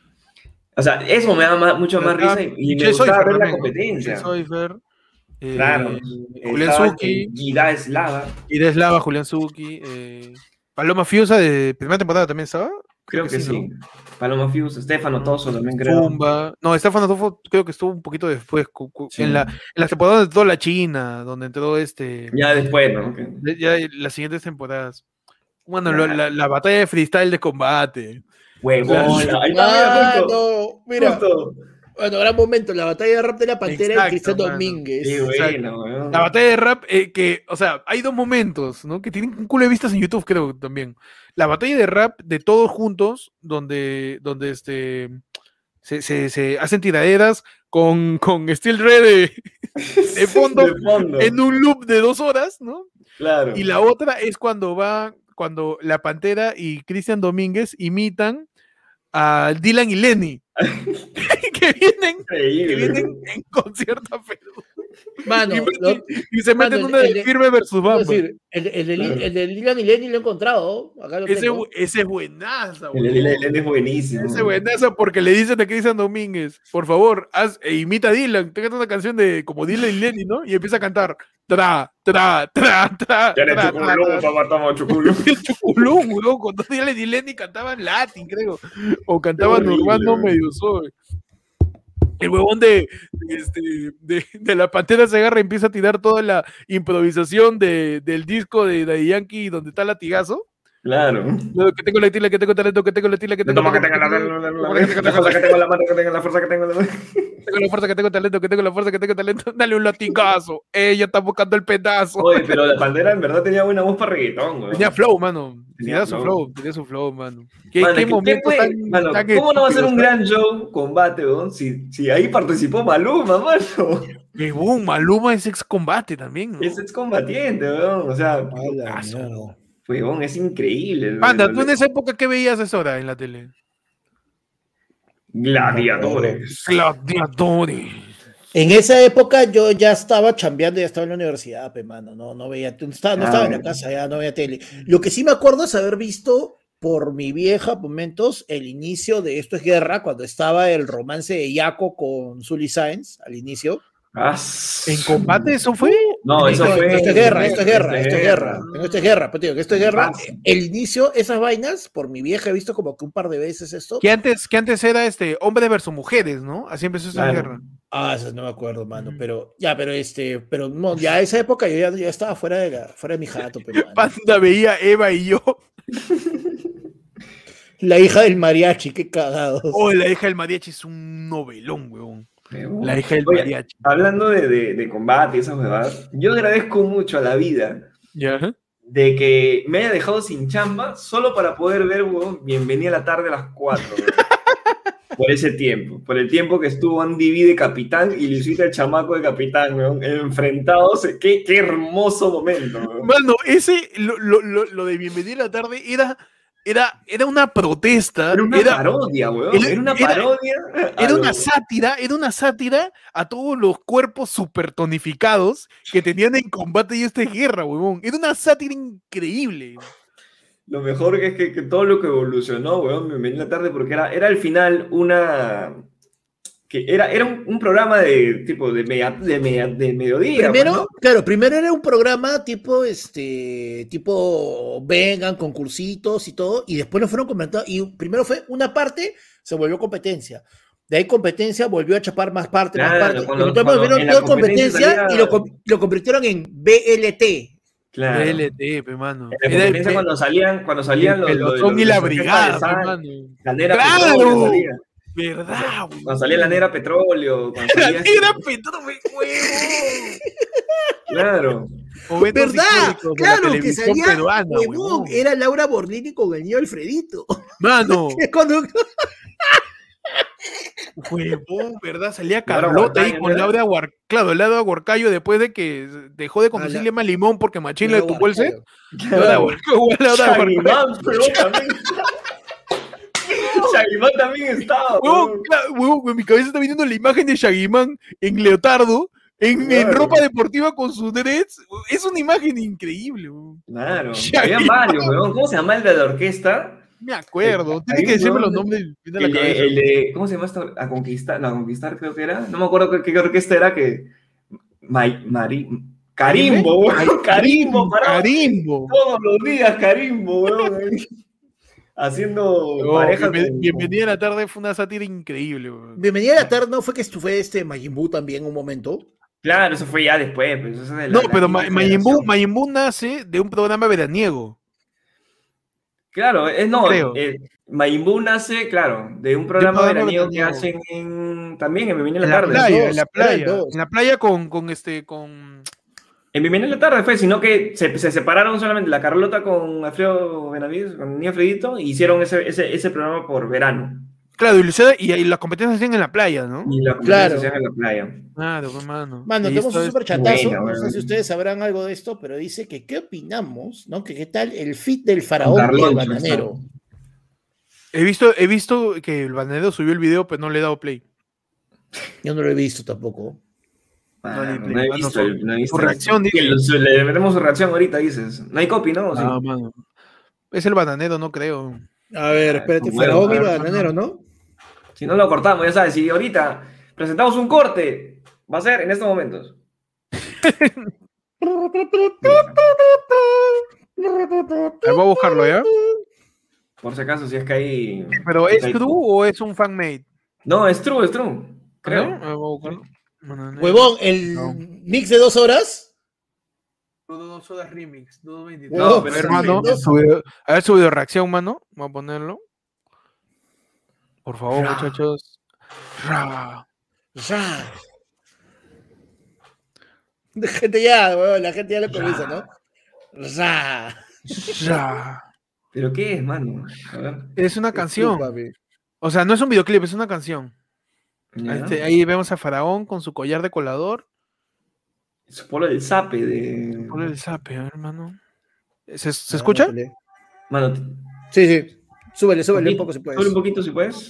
O sea, eso me da más- mucho más Estaba risa y, y me Michelle gustaba Soifer ver la también, ¿no? competencia. Michelle Soifer, eh, Claro. Julián Estaba Zucchi, Gida Eslava. Ida Eslava, Julián Zucchi, eh, Paloma Fiusa de primera temporada también estaba. Creo que sí. ¿no? Paloma Fius, Stefano Toso también creo. Zumba. No, Estefano Tofo creo que estuvo un poquito después, cu- cu- Sí. en, la, en las temporadas de toda la China, donde entró este. Ya después, ¿no? Que- de- Ya las siguientes temporadas. Bueno, Ya. lo- la, la batalla de freestyle de combate. Huevón. Claro. Ahí está, mira, justo. Mano, mira, Justo. bueno, gran momento, la batalla de rap de la Pantera Exacto, y Cristian mano. Domínguez. Sí, bueno, weón. La batalla de rap, eh, que, o sea, hay dos momentos, ¿no? Que tienen un culo de vistas en YouTube, creo también. La batalla de rap de todos juntos, donde, donde este, se, se, se hacen tiraderas con, con Steel Red de, de fondo, De fondo. en un loop de dos horas, ¿no? Claro. Y la otra es cuando va, cuando la Pantera y Cristian Domínguez imitan a Dylan y Lenny, que vienen, Increíble. que vienen en concierto a Perú. Mano, Y, lo- y se meten mano, una el de de- firme versus es Bamba. decir, el, el, de Lil- el de Dylan y Lenny lo he encontrado. Acá lo Ese, tengo. bu- ese es buenaza, El el- el- huevón. el es buenísimo. Ese buenaza porque le dicen a Cristian Domínguez, por favor, haz, e imita a Dylan, te canta una canción de como Dylan y Lenny, ¿no? Y empieza a cantar tra, tra, tra, tra, Ya eres tra, chuculú, tra, tra. papá, estamos chuculú. El Chuculón, weón, cuando Dylan y Lenny cantaban latín, creo, o cantaban horrible, urbano weón. medio soy. El huevón de, de, este, de, de la Pantera se agarra y empieza a tirar toda la improvisación de, del disco de Daddy Yankee donde está Latigazo. Claro. Lo que tengo la tila, que tengo talento, que tengo la tila, que tengo Toma que tenga la, la, la, la, la fuerza que tengo en la mano, que tenga la fuerza que tengo en la mano. tengo la fuerza, que tengo talento, que tengo la fuerza, que tengo talento. Dale un latigazo. Ella está buscando el pedazo. Oye, pero la Pantera en verdad tenía buena voz para reggaetón, güey. Tenía flow, mano. Tenía Tenía su flow. flow, tenía su flow, mano. ¿Qué, Mano, qué ¿qué- momento qué fue? tan, Mano, tan ¿cómo no va a ser un estúpido, gran show combate, weón? Si, si ahí participó Maluma, mano. Que boom, Maluma es ex combate también, ¿no? Es excombatiente, weón. O sea, A la Caso. mierda. weón, es increíble. Panda, ¿tú en esa época qué veías a esa hora en la tele? Gladiadores. Gladiadores. En esa época yo ya estaba chambeando, ya estaba en la universidad, pe, mano, no, no veía, no estaba, no Ah, estaba en la bueno. casa, ya no veía tele. Lo que sí me acuerdo es haber visto por mi vieja momentos el inicio de Esto es Guerra, cuando estaba el romance de Yaco con Sully Sáenz al inicio. Ah, ¿En combate eso fue? No, eso No, fue. esto es guerra, esto es guerra, esto es guerra, guerra. esto es guerra, pero te digo que esto es guerra. Pasa. El inicio, esas vainas, por mi vieja he visto como que un par de veces esto. Que antes, que antes era este hombres versus mujeres, ¿no? Así empezó esa Claro. guerra. Ah, esas no me acuerdo, mano, Ujú. pero ya, pero este, pero no, ya esa época yo ya, ya estaba fuera de la, fuera de mi jato, pero mano. Panda veía Eva y yo. La hija del mariachi, qué cagados. Oh, la hija del mariachi es un novelón, weón. Weón. La hija del Oye, mariachi. hablando de, de, de combate y esas huevadas, yo agradezco mucho a la vida ¿Ya? de que me haya dejado sin chamba solo para poder ver, weón, Bienvenida a la tarde a las cuatro, weón. Por ese tiempo, por el tiempo que estuvo Andy B de capitán y Luisita el chamaco de capitán, weón, enfrentados. Qué, qué hermoso momento, weón. Mano, ese, lo, lo, lo, lo de Bienvenida a la tarde era, era, era una protesta. Era una era, parodia, weón. era- Era una era- parodia. a Era lo- una sátira, era una sátira a todos los cuerpos super tonificados que tenían en combate y esta guerra, huevón. Era una sátira increíble. Lo mejor que es que, que todo lo que evolucionó, weón, Bienvenida a la tarde, porque era, era al final una... que era, era un, un programa de tipo de, media, de, media- de mediodía. Primero, pues, ¿no? claro, primero era un programa tipo, este, tipo, vengan, concursitos y todo, y después lo fueron comentando, y primero fue una parte, se volvió competencia. De ahí competencia volvió a chapar más parte, más Claro, parte. cuando- y entonces cuando volvieron en la todo competencia competencia salía- y lo, com- lo convirtieron en B L T. Claro. B L T, pe, mano. En la Era el, competencia cuando salían, cuando salían los, el los, pelotón los- y la los orquestas brigada, de pe, sal, mano. la negra ¡Claro! petróleo salía. ¿Verdad, Cuando salía la negra petróleo, cuando La salía- negra petróleo, huevón. claro. Momentos ¿Verdad? históricos de la Claro, que televisión salía, peruana, huevón, huevón. era Laura Borlini con el niño Alfredito. Mano, Es cuando- huevón, ¿verdad? Salía Laura Carlota ahí Huarcayo, con ¿no era? Laura Huar... Claro, Laura Huarcayo después de que dejó de conducirle más limón porque Machín le tumbó el set. Laura Claro. Huarcayo, Laura Huarcayo. Shaggy pero también. Shaggy Man también estaba. Huevón, weón. claro, huevón, en mi cabeza está viniendo la imagen de Shaggy Man en leotardo, en, en Claro. ropa deportiva con sus dreads. Es una imagen increíble, huevón. Claro. Shaggy Había varios, weón. ¿Cómo se llama el de la orquesta? Me acuerdo. Eh, Tiene hay que decirme un los nombre- nombres. viene a la El de, cabeza. el de- ¿cómo se llama esto? A conquistar, no, a conquistar creo que era. No me acuerdo qué, qué orquesta era que. May- Mari- Carimbo, weón. Carimbo, paraba Carimbo. todos los días, Carimbo, weón. ahí. Haciendo No, pareja bienven- con- Bienvenida a la tarde fue una sátira increíble, huevón. Bienvenida a la tarde, ¿no fue que fue este Majin Buu también un momento? Claro, eso fue ya después. Pues, eso es de la- No, la pero quinta Ma- Majin Buu, generación. Majin Buu nace de un programa veraniego. Claro, es no, Creo. eh, Majin Buu nace, claro, de un programa programa veraniego que veraniego. hacen en, también en Bienvenida a En la la tarde. playa, dos, en la eran playa. dos. En la playa con, con este, con. En Bienvenida a la tarde fue, sino que se, se separaron solamente la Carlota con Alfredo Benavides, con el niño Alfredito, y hicieron ese, ese, ese programa por verano. Claro, y, Lucía- y, y las competencias se hacen en la playa, ¿no? Y la Claro. se hacían en la playa. Claro, pues, mano. Mano, Y tenemos esto un es- super chatazo. buena, No sé weón. si ustedes sabrán algo de esto, pero dice que qué opinamos, ¿no? Que qué tal el fit del faraón y Carloncho, el bananero. He visto, he visto que el bananero subió el video, pero no le he dado play. Yo no lo he visto tampoco. Ah, No, ni- no, he mano, visto, su- el- no he visto su reacción, el- dice. el- su- le metemos su reacción ahorita, dices. No hay copy, ¿no? ¿O sí? Ah, mano. Es el bananero, no creo. A ver, Ah, espérate, bueno, faraón y a ver, bananero, ¿no? Si no lo cortamos, ya sabes, si ahorita presentamos un corte, va a ser en estos momentos. Ahí voy a buscarlo, ¿ya? Por si acaso, si es que hay. ¿Pero si es hay- true o es un fanmade? No, es true, es true. Creo. ¿No? Ahí voy a buscarlo. Bananero. Huevón, el No. mix de dos horas. Dudo dos sodas remix, Dudo veintitrés. No, No, pero hermano, no. su video- a ver su video reacción, mano. Vamos a ponerlo. Por favor, Ra. muchachos. Ra. Ya. La gente ya, weón, la gente ya lo comienza, ¿no? Ya. Ra. ¿Pero qué es, mano? A ver. Es una canción. Discúlpame. O sea, no es un videoclip, es una canción. ¿Ya? Este, ahí vemos a Faraón con su collar de colador. Su polo del zape de. Ponle el zape, a ver, hermano. ¿Se, se Ah, escucha? no, Mano, te- Sí, sí. Súbele, súbele un poquito- poco si puedes. sube un poquito si puedes.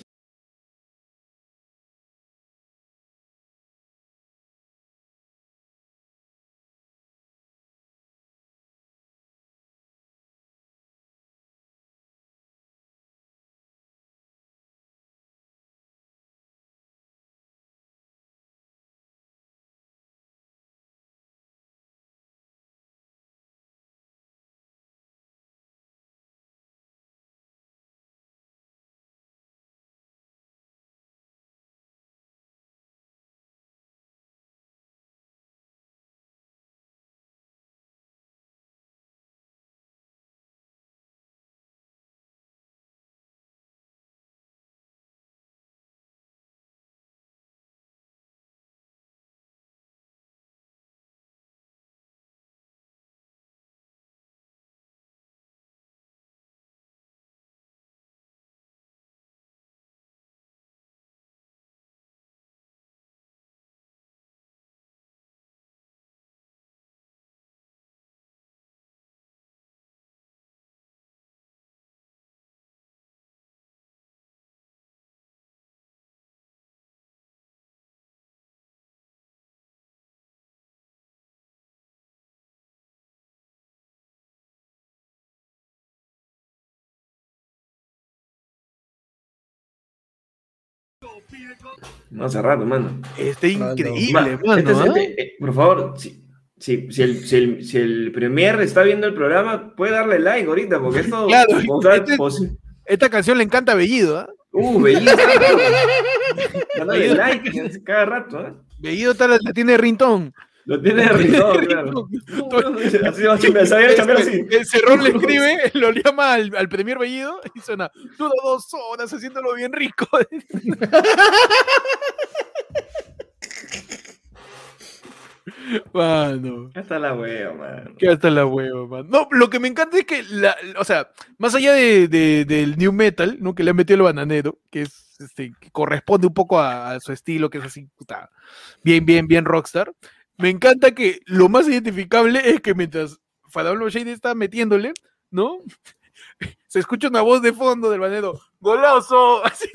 No, hace rato, mano. Está Mano. increíble, Ma- este es- mano. ¿ah? este, eh, por favor, si, si, si el, si, el, si el Premier está viendo el programa, puede darle like ahorita, porque esto. Claro, o sea, este- posi- Esta canción le encanta a Bellido, ¿ah? Uh, Bellido. Dándole like cada rato, ¿eh? Bellido está, la, la tiene de rintón. Lo tiene de ritón, claro. Así va a chambear, sabía chambear así. El Cerrón le escribe, lo llama al, al Premier Bellido y suena, dura dos horas haciéndolo bien rico. Mano, Ya está la hueva, man. que hasta la hueva, man. No, lo que me encanta es que, la, o sea, más allá de, de- del new metal, ¿no? Que le han metido el bananero, que es, este, que corresponde un poco a, a su estilo, que es así, puta, bien, bien, bien rockstar. Me encanta que lo más identificable es que mientras Faraón Shade está metiéndole, ¿no? Se escucha una voz de fondo del banero, ¡golazo! Así.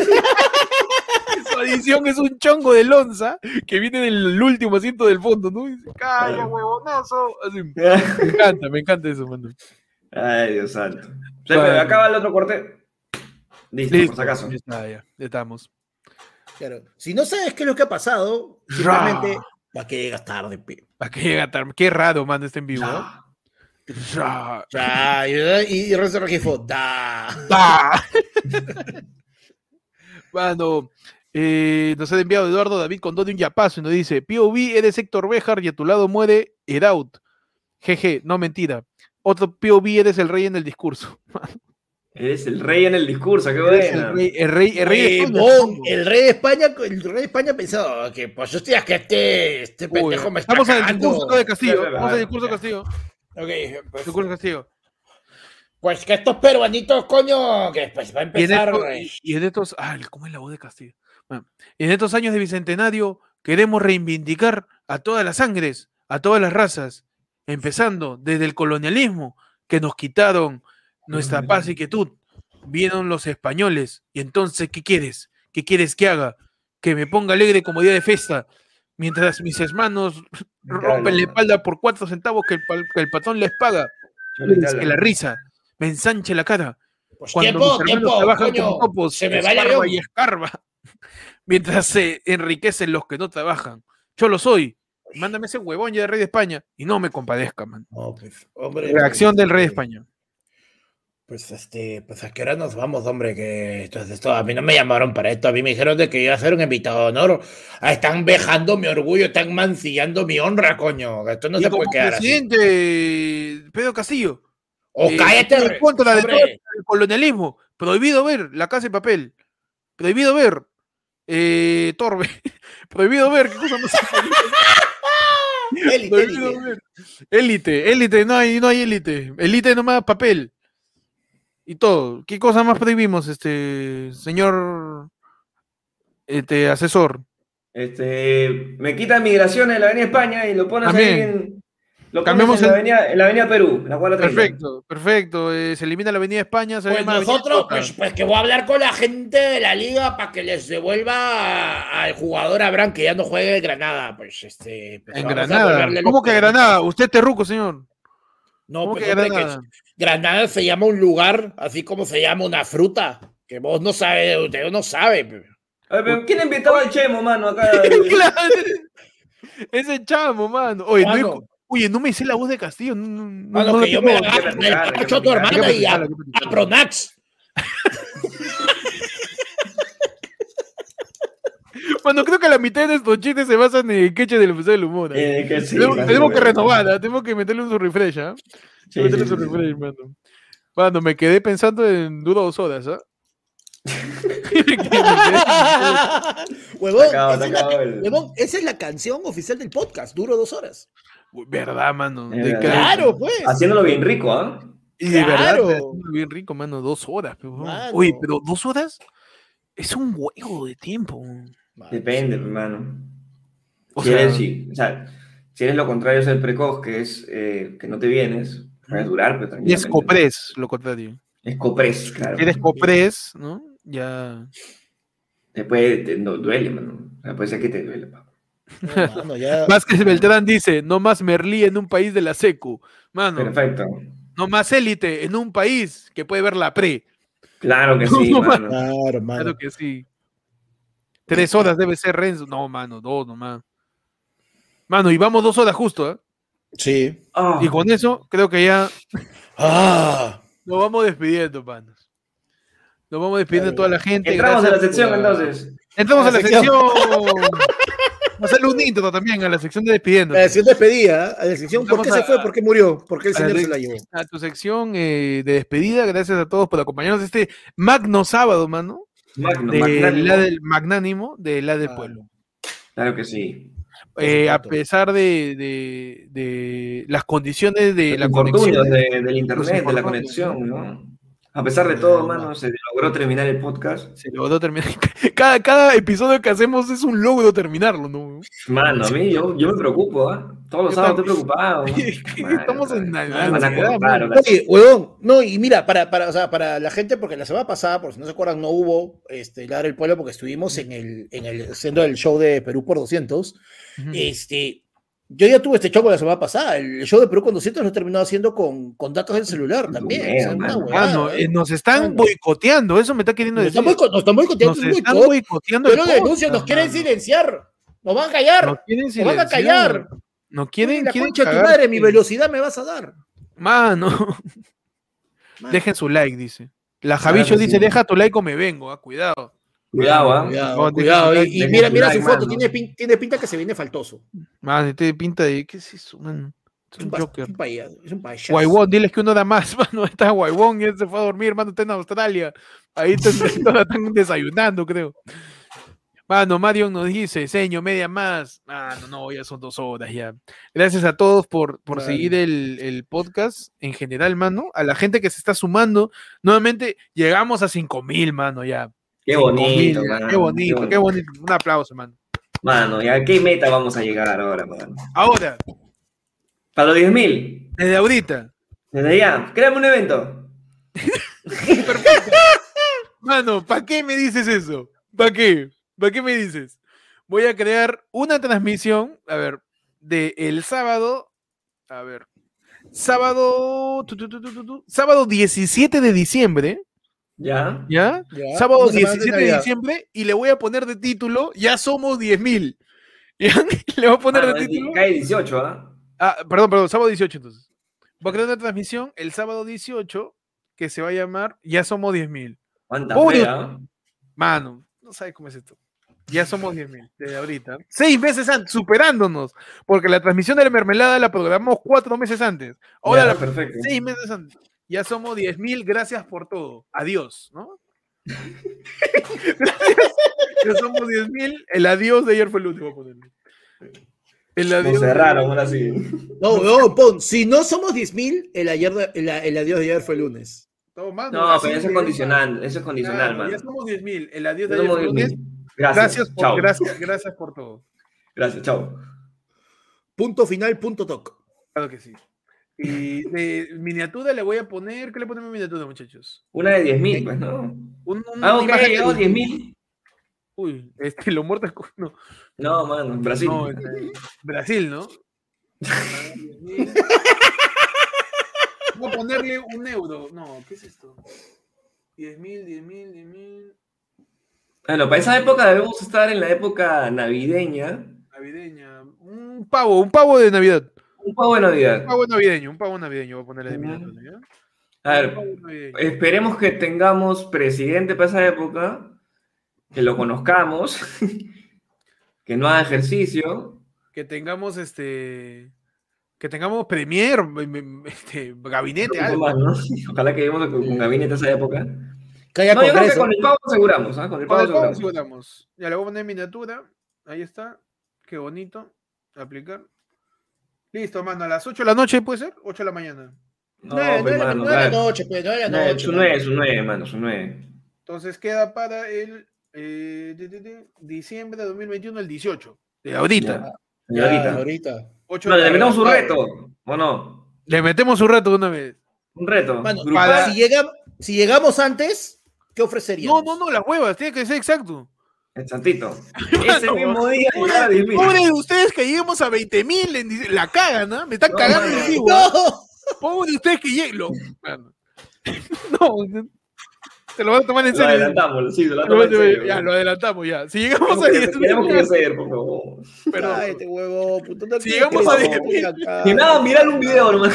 Su adición es un chongo de lonza que viene del último asiento del fondo, ¿no? Y dice, ¡calla, huevonazo! Así. Me encanta, me encanta eso, mano. Ay, Dios santo. Sí, Vale. pero acaba el otro corte. Listo, por si acaso. Ya está, ya, ya estamos. Claro. Si no sabes qué es lo que ha pasado, simplemente ¿para qué llegas tarde, pe? ¿Para qué llega tarde? Qué raro, mano, está en vivo. ¿no? Ya. Ya. Ya, y, y Renzo Regifo, da. ¡Ah! Mano, eh, nos ha enviado Eduardo David Condón de un yapazo y nos dice: P O V eres Héctor Béjar y a tu lado muere Edaut. Jeje, no mentira. Otro P O V eres el rey en el discurso. Eres el rey en el discurso, qué Eres buena. el rey, el rey, el rey de España, Huevón, supongo. el rey de España, el rey de España pensó que pues yo estoy aquí, este, este Uy, pendejo me está estamos en el cagando. discurso de Castillo. Claro, Vamos al claro. discurso de Castillo. Ok, pues, Discurso de Castillo. pues que estos peruanitos, coño, que pues va a Y en, empezar. estos, eh, y en estos, ah, ¿cómo es la voz de Castillo? Bueno, y en estos años de bicentenario queremos reivindicar a todas las sangres, a todas las razas, empezando desde el colonialismo que nos quitaron nuestra paz y quietud. Vieron los españoles y entonces, ¿qué quieres? ¿Qué quieres que haga? Que me ponga alegre como día de fiesta, mientras mis hermanos rompen la espalda por cuatro centavos que el, pa- que el patrón les paga. Que la risa me ensanche la cara. Pues Cuando tiempo, mis hermanos tiempo, trabajan coño, como topos, se me va el escarba avión. y escarba, mientras se enriquecen los que no trabajan. Yo lo soy. Mándame ese huevón ya de rey de España y no me compadezca, man. No, pues, hombre, Reacción pues, del rey de eh, España. Pues este, pues a qué hora nos vamos, hombre, que esto, esto, a mí no me llamaron para esto, a mí me dijeron de que iba a ser un invitado de honor. Ah, están vejando mi orgullo, están mancillando mi honra, coño. Esto no y se como puede quedar presidente así. Pedro Castillo. O eh, cállate, en contra de todo hombre. el colonialismo. Prohibido ver La Casa de Papel. Prohibido ver eh, Torbe. Prohibido ver. ¿Qué cosa más? Élite, Prohibido élite. ver. Élite, élite, no hay, no hay élite. Élite nomás papel. Y todo. ¿Qué cosa más prohibimos, este señor este asesor? Este, me quitan migraciones de la Avenida España y lo pones ahí También. en. Lo pones Cambiemos en la, el- avenida, en la Avenida Perú, la cuatro treinta. Perfecto, perfecto. eh, se elimina la Avenida España. Se Pues llama Avenida nosotros, Costa. pues, pues que voy a hablar con la gente de la liga para que les devuelva a- al jugador Abraham que ya no juegue en Granada. Pues este. Pues En vamos a Granada. devolverle ¿Cómo los que permisos. Granada? Usted es terruco, señor. No, ¿Cómo pues que hombre, Granada? que Granada se llama un lugar, así como se llama una fruta, que vos no sabes, usted no sabe. pe. A ver, pero ¿quién invitó al Chemo, mano, acá? Claro, ese chamo, mano. Oye, no, Mano. oye, no me sé la voz de Castillo. No, no, no Mano, la que yo tengo. me la hay que agarro, me practicar, la hay que cacho a tu practicar. hermana Hay que y a, practicar, hay que practicar. a Pronax. Bueno, creo que la mitad de estos chistes se basan en el queche del Museo del Humor. ¿eh? Eh, que sí, tenemos mano, tenemos que bueno. renovarla, tenemos que meterle un refresh, ¿ah? Sí, meterle sí, un sí, sí. refresh, mano. Mano, me quedé pensando en duro dos horas, ¿ah? Me quedé- me quedé- Huevón, Se acaba, esa se es la acaba ca- el- huevón, esa es la canción oficial del podcast, duro dos horas. Uy, ¿verdad, mano? Es De verdad. cara- Claro, pues. Haciéndolo bien rico, ¿ah? Y de verdad, Claro. está haciendo bien rico, mano. Dos horas, pero, Mano. Oye, pero dos horas es un huevo de tiempo. Depende, hermano. O Si sea, eres, sí, o sea, si eres lo contrario a ser precoz, que es eh, que no te vienes, puedes durar, pero y es tranquilamente. copres, lo contrario. Es copres, claro. Si eres copres, ¿no? Ya. Te puede, te- no, duele, mano. O sea, puede ser que te duele, papá. No, mano, ya- Vázquez Beltrán dice, no más Merlí en un país de la secu. Mano, Perfecto. no más élite en un país que puede ver la pre. Claro que sí, No, mano. Claro, mano. Claro que sí. Tres horas debe ser Renzo. No, mano, dos nomás. Mano, y vamos dos horas justo, ¿eh? Sí. Ah, Y con eso, creo que ya Ah. nos vamos despidiendo, manos. Nos vamos despidiendo de toda la gente. entramos a la Gracias sección por entonces. Entramos a la A la sección. sección. Hacerle un intro también a la sección de despidiendo. La sección despedida, a la sección, ¿por Vamos qué a- se fue? ¿Por qué murió? ¿Por qué el a la señor de- se la llevó? A tu sección eh, de despedida. Gracias a todos por acompañarnos este magno sábado, mano. Magno, De magnánimo. la del magnánimo de la del Ah, pueblo. Claro que sí. Por Eh, a supuesto. pesar de, de- de las condiciones de Los la infortunios conexión. de- del internet, de la infortunios, conexión, ¿no? A pesar de todo, mano, se logró terminar el podcast. Se logró terminar. Cada, cada episodio que hacemos es un logro terminarlo, ¿no? Mano, a mí yo, yo me preocupo, ¿ah? Todos los Yo sábados también. estoy preocupado. Mano, Estamos en me la- van a ansiedad, cortar, mano. ahora. Oye, huevón, no, y mira, para, para, o sea, para la gente, porque la semana pasada, por si no se acuerdan, no hubo este, Ladra el Pueblo, porque estuvimos en el, en el centro del show de Perú por doscientos. Ujú. Este, yo ya tuve este show la semana pasada. El show de Perú con doscientos lo he terminado haciendo con, con datos del celular también. Mega, O sea, una mano. huevada, Mano, ¿eh? eh, nos están Mano. boicoteando, eso me está queriendo Nos decir. están boico- nos están boicoteando, Nos es un están boicot. boicoteando Yo el lo denuncio, nos podcast, quieren mano. silenciar. Nos van a callar. Nos quieren Nos van a silenciar. callar. Nos Oye, quieren, la quieren concha de tu cagar, madre, mi sí. velocidad me vas a dar. Mano, Mano. dejen su like, dice. La Claro Javillo que dice, sí. deja tu like o me vengo, ah, cuidado. Cuidado, ¿ah? Cuidado, No, cuidado. dejen Y, su y like, mira, dejen mira su su like, foto, mano. tiene, pin- tiene pinta que se viene faltoso. Mano, tiene pinta de, ¿qué es eso, mano? Es Es un un, pas- Joker. es un payaso. Es un payaso. Guaybón, diles que uno da más, mano. Está Guaybón, ya se fue a dormir, mano, está en Australia. Ahí están, están desayunando, creo. Mano, Marion nos dice, señor, media más. Ah, no, no, ya son dos horas ya. Gracias a todos por, por Vale. seguir el, el podcast en general, mano. A la gente que se está sumando. Nuevamente, llegamos a cinco mil, mano, ya. Qué cinco bonito, mil, ya. mano, Qué bonito, qué bonito. Un aplauso, mano. Mano, ¿y a qué meta vamos a llegar ahora, mano? Ahora, Para los diez mil. desde ahorita, Desde ya, créame un evento. mano, ¿para qué me dices eso? ¿Para qué? ¿Para qué me dices? Voy a crear una transmisión, a ver, de el sábado, a ver, sábado, tu, tu, tu, tu, tu, tu, sábado diecisiete de diciembre, ¿Ya? ¿ya? Ya, Sábado una semana de diecisiete de Navidad. diciembre y le voy a poner de título, ya somos diez mil. ¿Ya? Le voy a poner Mano, de es- título. cae dieciocho, ¿ah? Ah, perdón, perdón, sábado dieciocho entonces. Voy a crear una transmisión el sábado dieciocho, que se va a llamar Ya Somos diez mil. ¿Cuánta Pobre- fea? Mano, no sabes cómo es esto. Ya somos diez mil desde ahorita. Seis meses antes, superándonos. Porque la transmisión de la mermelada la programamos cuatro meses antes. Ahora Ya, la perfecto. seis meses antes. Ya somos diez mil, gracias por todo. Adiós, ¿no? Gracias. Ya somos diez mil. El adiós de ayer fue el último. Ponerle. El adiós. Nos cerraron, ahora sí. No, no, pon, si no somos diez mil, el, ayer de- el, el adiós de ayer fue el lunes. Todo, mano, No, así pero eso es de- condicional, eso es condicional, Claro, mano. ya somos diez mil. El adiós Ya de ayer somos fue el diez lunes. mil. Gracias, Gracias por, chao. gracias, gracias por todo. Gracias, chao. Punto final, punto toc. Claro que sí. Y de miniatura le voy a poner. ¿Qué le ponemos a miniatura, muchachos? Una de diez mil, pues, ¿no? Un, un- Ah, una ok, imagen de- llegó diez mil. Uy, este, lo muerto es. No, No, mano, en Brasil. no, este, Brasil, ¿no? Ah, diez mil. Voy a ponerle un euro. No, ¿qué es esto? diez mil, diez mil, diez mil. Bueno, para esa época debemos estar en la época navideña. Navideña. Un pavo, un pavo de Navidad. Un pavo de Navidad. Un pavo navideño, un pavo navideño. Voy a ponerle de Ujú. miniatura, ¿ya? A Un ver, pavo navideño. esperemos que tengamos presidente para esa época, que lo conozcamos, que no haga ejercicio. Que tengamos este. Que tengamos premier, este, gabinete, Un algo. poco más, ¿no? Ojalá que lleguemos con, con gabinete a esa época. Que haya No, yo creo que congreso. con el pavo aseguramos, ¿ah? Con el Con pavo el pavo aseguramos. aseguramos. Ya le voy a poner miniatura. Ahí está. Qué bonito. Aplicar. Listo, mano. A las ocho de la noche puede ser. ocho de la mañana. No, Nueve, pues, nueve, mano, nueve de la claro. noche, pues, nueve de la Nueve, noche. Su nueve, su nueve, mano, su nueve. Entonces queda para el eh, de- de- de- diciembre de dos mil veintiuno, el dieciocho. De ahorita. Y Ya, ahorita. ahorita. ocho No, de le la metemos un tarde. reto, ¿o no? Le metemos un reto de una vez. Un reto. Mano, grupal. si, llegamos, si llegamos antes, ¿qué ofreceríamos? No, no, no, las huevas. Tiene que ser exacto. Exactito. Ese mismo día Pobre, llegar a diez mil. pobre de ustedes que lleguemos a veinte mil. La cagan, ¿no? Me están No, cagando mano. en vivo. ¿ah? ¡No! Pobre de ustedes que lleguen. Lo... Mano. No, se lo van a tomar en Lo serio. adelantamos, sí, lo Lo- adelantamos. en serio. ya, lo adelantamos ya. Si llegamos Tenemos a que- diez Tenemos que mil. hacer, por favor. Perdón. Cállate, huevo. Puto, no Si quieres llegamos que a le diez mil, ponga acá. Ni nada, mirar un video nomás.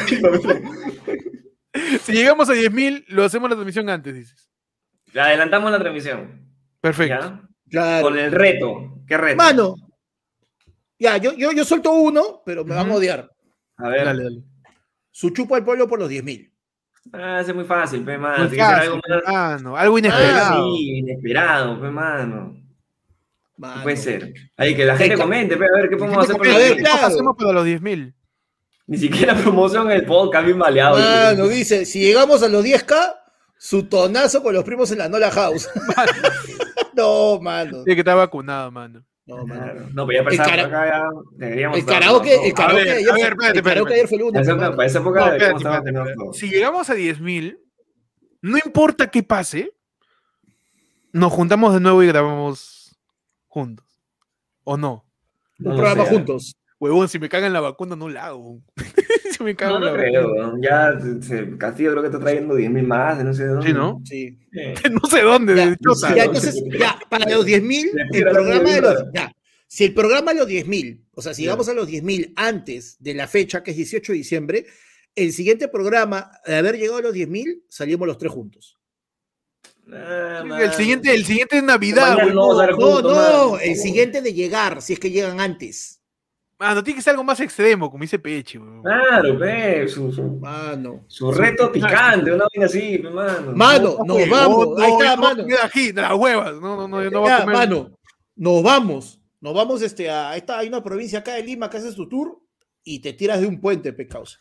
Si llegamos a diez mil, lo hacemos la transmisión antes, dices. Adelantamos la transmisión. Perfecto. ¿Ya? Claro. Con el reto. ¿Qué reto? Mano. Ya, yo, yo, yo suelto uno, pero me van a Ujú. odiar. A ver. Dale, dale. Su chupo al pueblo por los diez mil. Ah, ese es muy fácil, pe, mano. Muy Tiene que ser fácil, algo más. Ah, no, algo Ah, inesperado. sí, inesperado, pe, mano. Mano. Puede ser. Ahí que la gente Te- comente, pe, a ver qué podemos hacer por A los ver, diez mil. claro. ¿Cómo hacemos para los diez mil? Ni siquiera promoción en el podcast, bien maleado. Mano, dice, si llegamos a los diez K, su tonazo con los primos en la Nola House. No, mano. Tiene que estar vacunado, mano. No, mano. Claro. No, pero ya pensamos cara- acá, ya deberíamos El estar karaoke, vacunados el todos. karaoke A ver, ayer a ver, fue- espérate, el karaoke espérate. ayer fue el Para lunes. esa- hermano. para esa época No, deberíamos espérate, estar espérate, vacunados espérate. todos. Si llegamos a diez mil, no importa qué pase, nos juntamos de nuevo y grabamos juntos. ¿O no? Un No programa sé, juntos. Huevón, si me cagan la vacuna, no la hago. Si me No, cagan no la creo, vacuna. weón. Ya se, Castillo creo que está trayendo diez mil más, de no sé de dónde. Sí, ¿no? Sí. Eh, No sé dónde, Ya, de Chota. Ya, entonces, ya, para los diez mil, Le el pusieron programa de la los. Ya, si el programa de los diez mil, o sea, si Ya. llegamos a los diez mil antes de la fecha, que es dieciocho de diciembre, el siguiente programa, de haber llegado a los diez mil, salimos los tres juntos. ah, Sí, mano. el siguiente, el siguiente es Navidad, Mañana huevón. no vamos a ver No, juntos, no, mano. el siguiente de llegar, si es que llegan antes. Mano, tiene que ser algo más extremo, como dice Peche, huevón. Claro, pe, su, su, Mano. su reto picante, una vaina así, pe, mano. Mano, nos Huevón, vamos. Ahí no, está, no, mano. no, aquí, las huevas. No, no, no, yo no voy Ya, a comer. mano, nos vamos. Nos vamos este, a esta, hay una provincia acá de Lima que haces tu tour y te tiras de un puente, pe causa.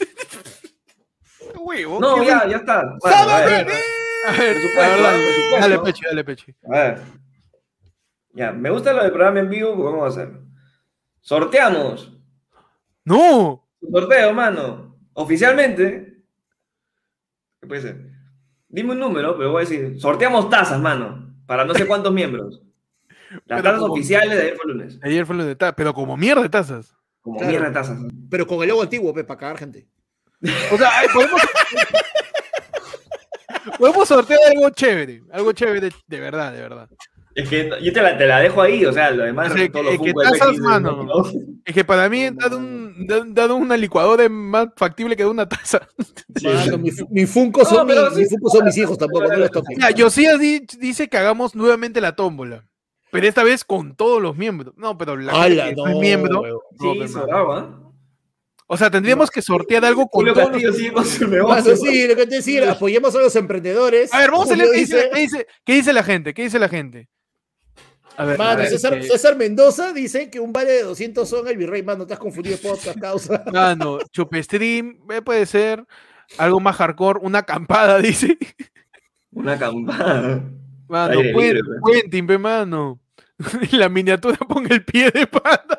Huevón, No, qué ya, ya está. Bueno, ¡Sábame, a ver, pe! A ver, Por supuesto, la verdad, por supuesto. dale Peche, dale Peche. a ver. Ya, me gusta lo del programa en vivo, pues vamos a hacer. Sorteamos. No, Sorteo, mano. Oficialmente. ¿Qué puede ser? Dime un número, pero voy a decir. Sorteamos tazas, mano. Para no sé cuántos miembros. Las Pero tazas como- oficiales de ayer fue el lunes. ayer fue lo de tazas, pero como mierda de tazas. Como Claro. mierda de tazas. Pero con el logo antiguo, pe, para cagar gente. O sea, ay, podemos. Podemos sortear algo chévere, algo chévere, de verdad, de verdad. Es que no- yo te la, te la dejo ahí, o sea, lo demás. O sea, todos los que- que Funko de tazas, X, mano. ¿no? Es que para mí No, entrar no, un, dan, dan una licuadora es más factible que de una taza. Mano, mi, mi Funko son, No, pero mi, sí, mi Funko son mis hijos tampoco, no los toquen. Ya, Josías di- dice que hagamos nuevamente la tómbola. Pero esta vez con todos los miembros. No, pero la gente Ala, que no no, es miembro. weón. no, Sí, pero, mano. sobraba. O sea, tendríamos que sortear algo con Julio todos Castillo los- sigue con su Mano, negocio. sí, lo que te decía, apoyemos a los emprendedores. A ver, vamos a Julio leer qué dice, dice, qué dice, qué dice la gente. ¿Qué dice la gente? A ver, a Mano, ver, César, este, César Mendoza dice que un vale de doscientos son el virrey. Mano, te has confundido de podcast, causa. mano, Chupestream, eh, puede ser algo más hardcore, una acampada, dice. Una campada. Mano, Aire libre, Quentin, pues. Quentin, pe, mano. En la miniatura ponga el pie de pata.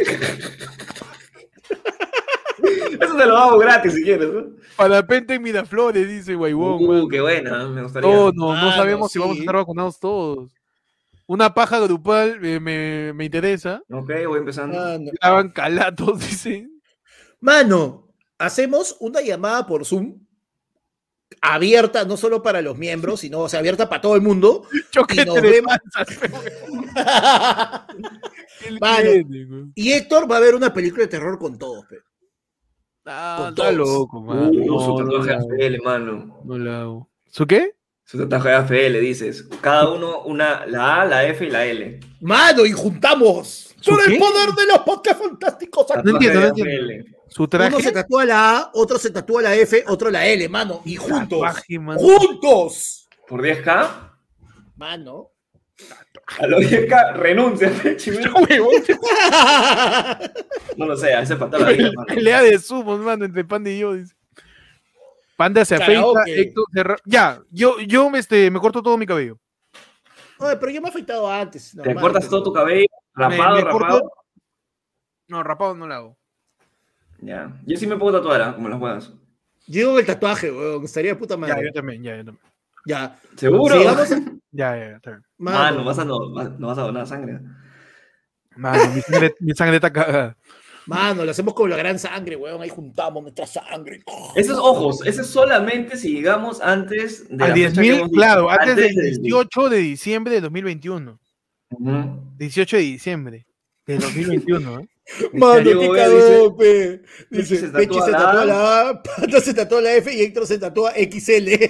Eso te lo hago gratis si quieres, ¿no? Parapente en Miraflores, dice Guaybón. Uh, mano. qué buena, me gustaría. No, no, no Mano, sabemos si sí. vamos a estar vacunados todos. Una paja grupal eh, me, me interesa. Ok, voy empezando. Mano. Graban calatos, dice. Mano, hacemos una llamada por Zoom abierta, no solo para los miembros, sino, o sea, abierta para todo el mundo. Choque Y nos de vemos. panzas, pe, weón. ¿Qué le Mano. tiene, weón? Y Héctor va a ver una película de terror con todos, pe. Ah, Con está todos. loco, mano. Uh, No, su no tatuaje la hago, A F L, mano. no la hago. ¿Su qué? Su tatuaje A F L, dices. Cada uno, una, la A, la F y la L. Mano, y juntamos. ¿Su Por el qué? poder de los podcasts fantásticos. Tatuaje entiendo, no A F L. entiendo. ¿Su Uno traje? se tatúa la A, otro se tatúa la F, otro la L, mano. Y juntos. Tatuaje, mano. ¡Juntos! Por diez K, Mano. a los diez K renuncia, pe, chimero. Huevón, No lo sé, a ese patada la vida, mano. pelea de sumos, mano, entre Panda y yo, dice. Panda se afeita, Karaoke. Héctor se ra- Ya, yo, yo este, me corto todo mi cabello. Oye, pero yo me he afeitado antes. Te normal, cortas pero- todo tu cabello, rapado, me corto- rapado. No, rapado no lo hago. Ya. Yo sí me puedo tatuar, ¿ah? Como las juegas. Yo digo el tatuaje, weón. Estaría de puta Ya, madre. yo también, ya, yo también. Ya. ¿Seguro? Sigamos. Ya, ya, ya, está bien. Mano, Mano, vas a no, no vas a donar sangre. Mano, mi sangre, mi sangre está cagada. mano, lo hacemos con la gran sangre, weón. Ahí juntamos nuestra sangre. Esos ojos, eso es solamente si llegamos antes de Al la diez fecha que mil, hemos dicho. claro, antes del del- dieciocho de diciembre de dos mil veintiuno. Ujú. dieciocho de diciembre de dos mil veintiuno, ¿eh? Mano, Diego qué Vélez cagón, pe. Dice, se Pechi tatúa se la tatúa A. la A, Panda se tatúa la F y Héctor se tatúa X L.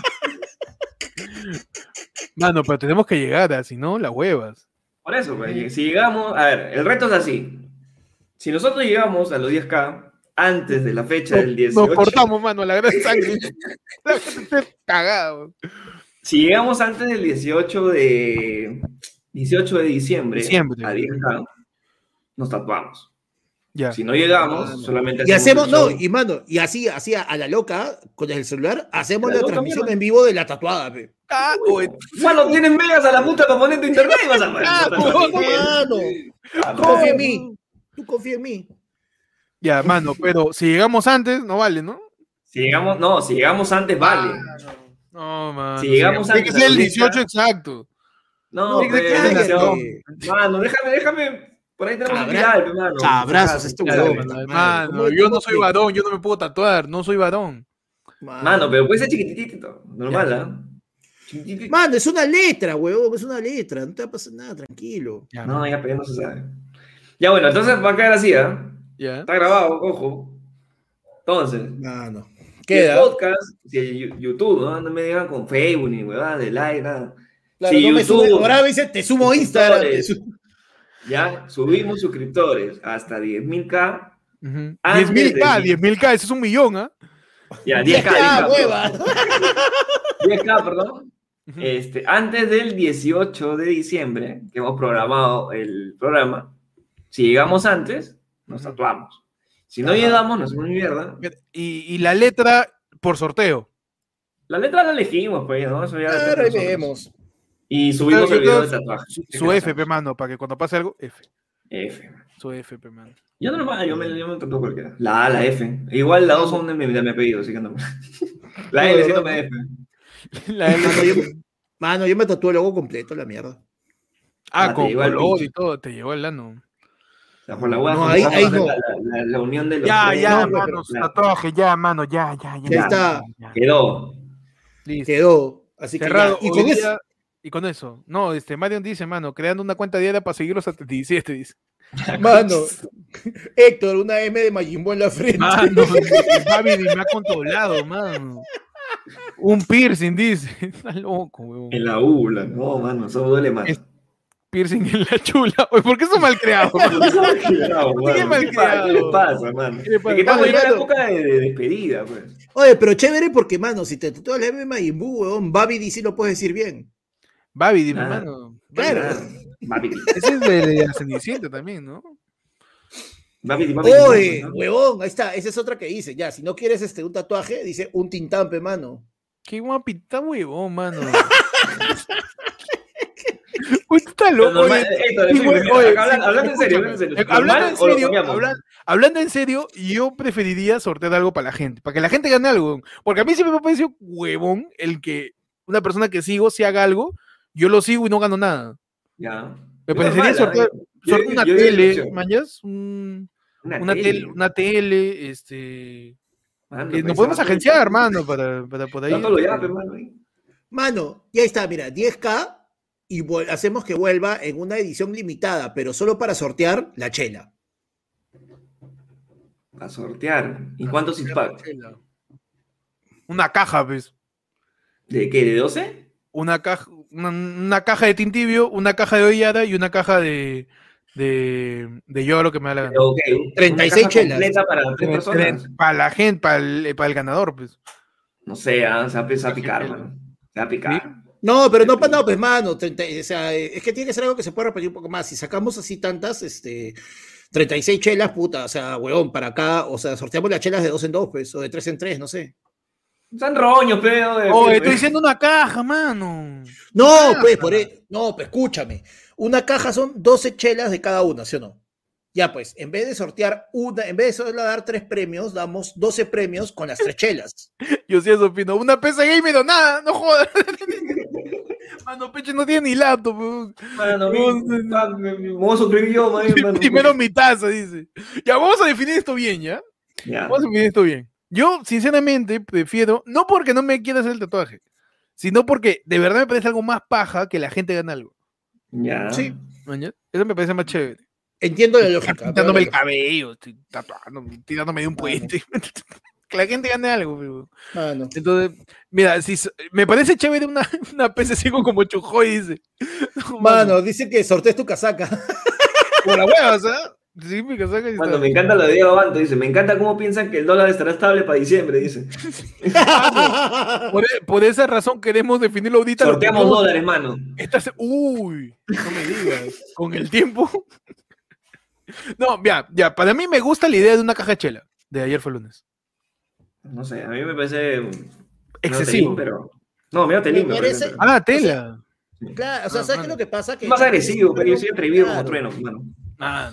Mano, pero tenemos que llegar a, si no, las huevas. Por eso, pues, si llegamos, a ver, el reto es así. Si nosotros llegamos a los diez K antes de la fecha del dieciocho, Nos cortamos, mano, la gran sangre. La gente está cagada, weón. si llegamos antes del dieciocho de dieciocho de diciembre, Diciembre. a diez K, nos tatuamos. Ya. Si no llegamos, solamente Y hacemos, el no, show. y mano, y así, así a, a la loca, con el celular, hacemos A la la loca, transmisión mierda. en vivo de la tatuada, pe. Ah, güey. Mano, tienes megas a la puta para poner tu internet y vas a Ah, poner. Mano, Ah, tú no. confía en mí. Tú confía en mí. Ya, mano, pero si llegamos antes, no vale, ¿no? Si llegamos, no, si llegamos antes, vale. No, mano. Si llegamos Tiene que antes ser a el los diez K. dieciocho exacto. No, No, pe, cállate. desgraciado. Mano, déjame, déjame. Por ahí tenemos un Cabra- viral, pe, mano. Cabrazos, este Ya, huevón. mano, puta madre. mano, ¿Cómo- yo no cómo soy que- varón, yo no me puedo tatuar, no soy varón. Mano, pero puede ser chiquititito. Normal, ¿ah? Chiquititito. Mano, es una letra, huevón, es una letra. No te va a pasar nada, tranquilo. Ya, No, ya, pero ya no se sabe. Ya, bueno, entonces va a quedar así, ¿ah? ya. Está grabado, ojo. Entonces, Mano. si el Queda. podcast, si el Yu- YouTube, ¿no? No me digan con Facebook ni huevadas de like, nada. Claro, si no me YouTube- sube, ahora me dice, te sumo Instagram. te Suscriptores. su- Ya, subimos suscriptores hasta diez mil K. Ujú. Antes diez mil K, de- diez mil K, eso es un millón, ¿ah? Ya, diez K, Ya, diez K, hueva. perdón. diez K, perdón. Ujú. Este, antes del dieciocho de diciembre, que hemos programado el programa, si llegamos antes, nos Ujú. tatuamos. Si no Ajá. llegamos, nos hacemos mierda. Y, y la letra por sorteo. La letra la elegimos, pues, ¿no? Eso ya depende Claro, de ahí nosotros. vemos. Y subimos Yo el video creo de tatuaje. Su, ¿Qué su pasa? F, pe, mano, para que cuando pase algo, F. F. Su F, pe, mano. Yo normal, yo me, yo me tatúo cualquiera. La A, la F. Igual las dos son de mi, de mi apellido, así que no. La No, L, no, siéntome no. F. La L. Mano, yo, mano, yo me tatué el logo completo, la mierda. Ah, Ah, te con llegó el color pinche. y todo, te llegó el ano. O sea, por la hueá, No, por ahí- la- ahí la, no. la, la- la unión de los Ya, tres. ya, no, mano, pero- su la- tatuaje, ya, mano, ya, ya, ya. Ya está. ya. Quedó. Listo. Quedó. Así que Cerrado. ya. Y Hoy con día- eso. Y con eso. No, este, Marion dice, mano, creando una cuenta diaria para seguirlos hasta el diecisiete, dice. Mano, Héctor, una M de Majin Buu en la frente. Mano, Babidi me ha controlado, mano. Un piercing, dice. Está loco, weón. En la ula, no, mano, eso duele más. Es- Piercing en la chula. Oye, ¿por qué son mal creados? ¿Por qué se ha quedado, ¿Por qué mano? mal ¿Qué pa- ¿Qué le creado? pasa, mano? ¿Qué le Es pasa? que estamos Mano, ya en la mano. época de, de despedida, pues. Oye, pero chévere porque, mano, si te tatúas la M de Majin Buu, weón, Babidi sí lo puedes decir bien. Babidi, mi Ah. hermano. Claro. Babidi. Ese es de, de la Cenicienta también, ¿no? Babidi, babidi, Oye, ¿no? huevón, ahí está, esa es otra que dice, ya, si no quieres este, un tatuaje, dice un tintampe, mano. Qué guapita, huevón, mano. Uy, tú estás Lo loco. normal- Oye, Héctor, sí, sí, güey, mira, oye, acá hablan- sí, hablando en serio, escúchame. hablando en serio. Eh, Hablando ¿Normal en o lo serio, cambiamos? hablan- hablando en serio, yo preferiría sortear algo para la gente, para que la gente gane algo. Porque a mí siempre me ha parecido huevón el que una persona que sigo, si haga algo, yo lo sigo y no gano nada. Ya. Me Es parecería normal, sortear, ¿eh? sortear Yo- una yo- yo- tele, yo- mañas, un- Una, una tele. tele, una tele, este, Mano, que pues, nos podemos se va agenciar, todo- hermano, para, para por ahí. Tanto lo este, llama, hermano. ahí. Mano, y ahí está, mira, diez K y vuel- hacemos que vuelva en una edición limitada, pero solo para sortear la chela. A sortear. ¿Y cuántos six pack? Una caja, pues. ¿De qué? ¿De doce? Una caja, una, una caja de Tintibio, una caja de Ollada y una caja de de, de yo lo que me da la gana. Ok, treinta y una seis caja chelas. completa para tres personas. Para la gente, para el, para el ganador, pues. No sé, ah, se va a se va a picar, mano. Se va a picar. No, pero no, pa- no, pues mano, treinta, o sea, eh, es que tiene que ser algo que se pueda repetir un poco más. Si sacamos así tantas, este, treinta y seis chelas, puta, o sea, huevón, para acá, o sea, sorteamos las chelas de dos en dos, pues, o de tres en tres, no sé. Son roños, pero. de- Oh, de- estoy diciendo una caja, mano. No, Caja. pues, por e- no, pues, escúchame. Una caja son doce chelas de cada una, ¿sí o no? Ya, pues, en vez de sortear una, en vez de solo dar tres premios, damos doce premios con las tres chelas. Yo sí eso opino. Una P C Gamer o nada, no jodas. Mano, Peche no tiene ni laptop, weón. Mano, No, mi- no, no. ah, me- me- me voy a suscribir yo, man, mano. Primero mi taza, dice. Ya, vamos a definir esto bien, ¿ya? Ya. Vamos a definir esto bien. Yo, sinceramente, prefiero, no porque no me quiera hacer el tatuaje, sino porque de verdad me parece algo más paja que la gente gane algo. Ya. Sí. ¿Maña? Eso me parece más chévere. Entiendo la lógica. Pintándome el pero- cabello, estoy tatuándome, tirándome de un puente. Que la gente gane algo, pero... Mano. Entonces, mira, si so- me parece chévere una, una P C cinco como Chujoy, dice. No, Mano, dice que sortees tu casaca. como la hueva, o sea. Sí, mi casaca y Mano, está. me encanta lo de Diego Banto, dice. Me encanta cómo piensan que el dólar estará estable para diciembre, dice. Por, e- por esa razón queremos definirlo ahorita. lo que Sorteamos no- dólares, mano. esta se- Uy, no me digas. Con el tiempo. No, ya, ya. Para mí me gusta la idea de una caja de chela. De ayer fue lunes. No sé, a mí me parece. medio Excesivo. telín, pero. No, medio telín, Me me parece- parece. Ah, tela. Claro, o sea, Ah, ¿sabes qué es mano. lo que pasa? Que Es más agresivo, pero yo soy atrevido como Claro. trueno, mano. Mano.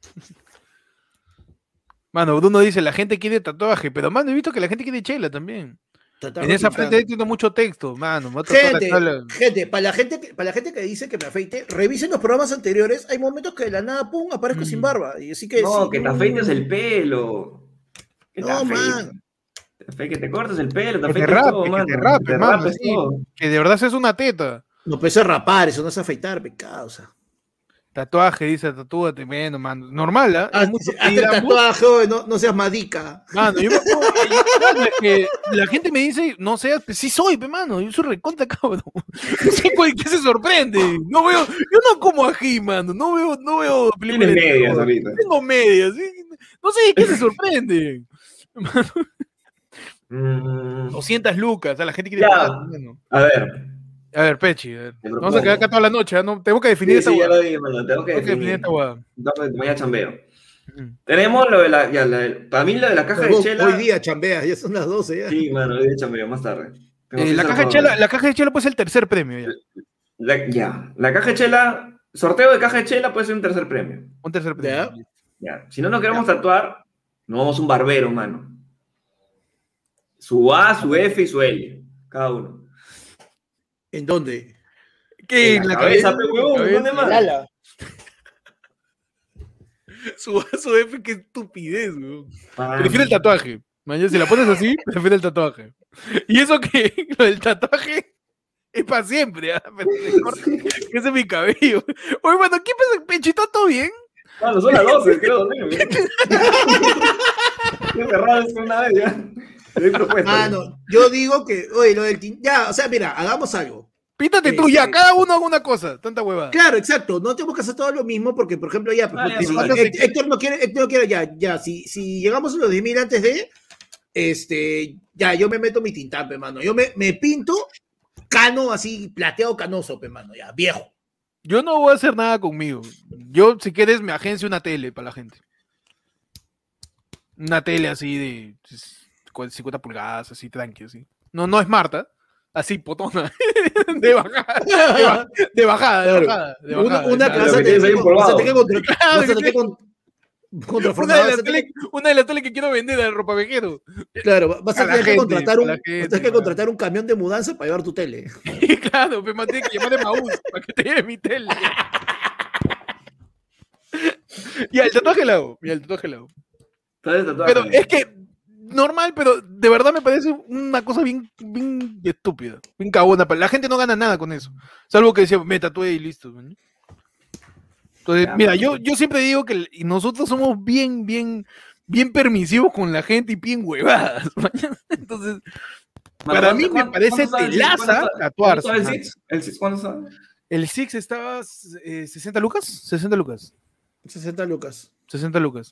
Mano, Bruno dice, la gente quiere tatuaje, pero mano, he visto que la gente quiere chela también. Tratando En esa de frente pintar. tiene mucho texto, mano. me va a tatuar la Gente, tabla. gente, para la gente, que, para la gente que dice que me afeite, revisen los programas anteriores. Hay momentos que de la nada, pum, aparezco Mm. sin barba. Y así que No, sí, que te afeites el pelo. Que te No, afeites. man. Te afe- Que te cortes el pelo, te Que te afeites rape, todo, que mano. te rape, te mano, rapes sí. todo. Que de verdad es una teta. No, pues eso es rapar, eso no es afeitar, pecado. O sea. Tatuaje, dice, tatúate, bueno, mano. Normal, ¿ah? Haz- Es mucho Hazte el digamos. tatuaje, oye, no, no seas madica. Mano, yo me acuerdo, mano, es que la gente me dice, no seas, pues sí soy, pe, mano, yo soy recontra cabrón. No sé por qué se sorprende. No veo, yo no como ají, mano, no veo, no veo películas Tienes de medias terror. ahorita. Tengo medias, ¿sí? No sé de qué se sorprende. Mm, doscientas lucas, a la gente quiere Ya. pagar, mano. a ver. A ver, Pechi, a ver. Te Vamos a quedar acá toda la noche, ¿ah? ¿no? Tengo que definir Sí, esta sí, ya hueá. lo dije, mano. Tengo que Tengo que definir definir. esta hueá. Dame- Vaya chambeo. Ujú. Tenemos lo de la. Ya, la de- para mí, lo de la caja de Hoy chela. día chambeas, ya son las doce. Ya. Sí, mano, hoy de chambeo, más tarde. Tengo Eh, que la, hacer caja de todo. chela, la caja de chela puede ser el tercer premio ya. La- ya. La caja de chela. Sorteo de caja de chela puede ser un tercer premio. Un tercer premio. Ya. Ya. Si no nos queremos tatuar, nos vamos a un barbero, mano. Su A, su F y su L. Cada uno. ¿En dónde? ¿Qué? En la cabeza, pe, huevón, cabeza. ¿dónde más? Lala. Su, su F, qué estupidez, weón. Ah, Prefiero el tatuaje. Mañana, si la pones así, prefiero el tatuaje. Y eso que lo del tatuaje es para siempre, ¿ah? Pero se corta, que ese es mi cabello. Oye, mano, ¿qué pasa? ¿Pechito todo bien? Mano, son las doce, quiero dormir. Estoy cerrado esto una vez ya. Te doy propuesta. Mano, yo digo que, oye, lo del tin- ya, o sea, mira, hagamos algo. Píntate tú, ya, cada uno haga una cosa, tanta huevada. Claro, exacto, no tenemos que hacer todo lo mismo porque, por ejemplo, ya, Ah, ya, si- normal. Héctor, Héctor no quiere, Héctor no quiere, ya, ya, si, si llegamos a los diez mil antes de, este, ya, yo me meto mi tintán, pe, mano, yo me, me pinto cano así, plateado canoso, pe, mano, ya, viejo. Yo no voy a hacer nada conmigo. Yo, si quieres, me agencio una tele para la gente. Una tele así de cincuenta pulgadas, así tranqui, así. No, no es Marta, así potona. De bajada, de, ba- de bajada, de Claro. bajada. De Una, bajada, una de que Claro, vas lo a que tener tienes ahí que- vas a empolvado. tener que contra- Claro, vas a que tener que con- Una contraformar, de, vas las a tener- tele, una de las tele que quiero vender al ropavejero. claro, vas a A la tener que gente, contratar a un, la vas a gente, tener que man. contratar un camión de mudanza para llevar tu tele. Claro, me mandé que llamar de Maús para que te lleve mi tele. Ya, el tatuaje lo hago. Ya, el tatuaje lo hago. Está de tatuaje. Pero es que, normal, pero de verdad me parece una cosa bien, bien estúpida, bien cagona. La gente no gana nada con eso. Salvo que decía, me tatué y listo. ¿no? Entonces, Ya, mira, man. yo, yo siempre digo que el- y nosotros somos bien, bien, bien permisivos con la gente y bien huevadas. ¿no? Entonces, Mano, para mí ¿cuánto- me cuánto parece está el Six? telaza ¿Cuánto está- tatuarse, ¿Cuánto está mano. el Six? ¿El Six cuánto está? el Six estaba eh, sesenta lucas, sesenta lucas, sesenta lucas. sesenta lucas.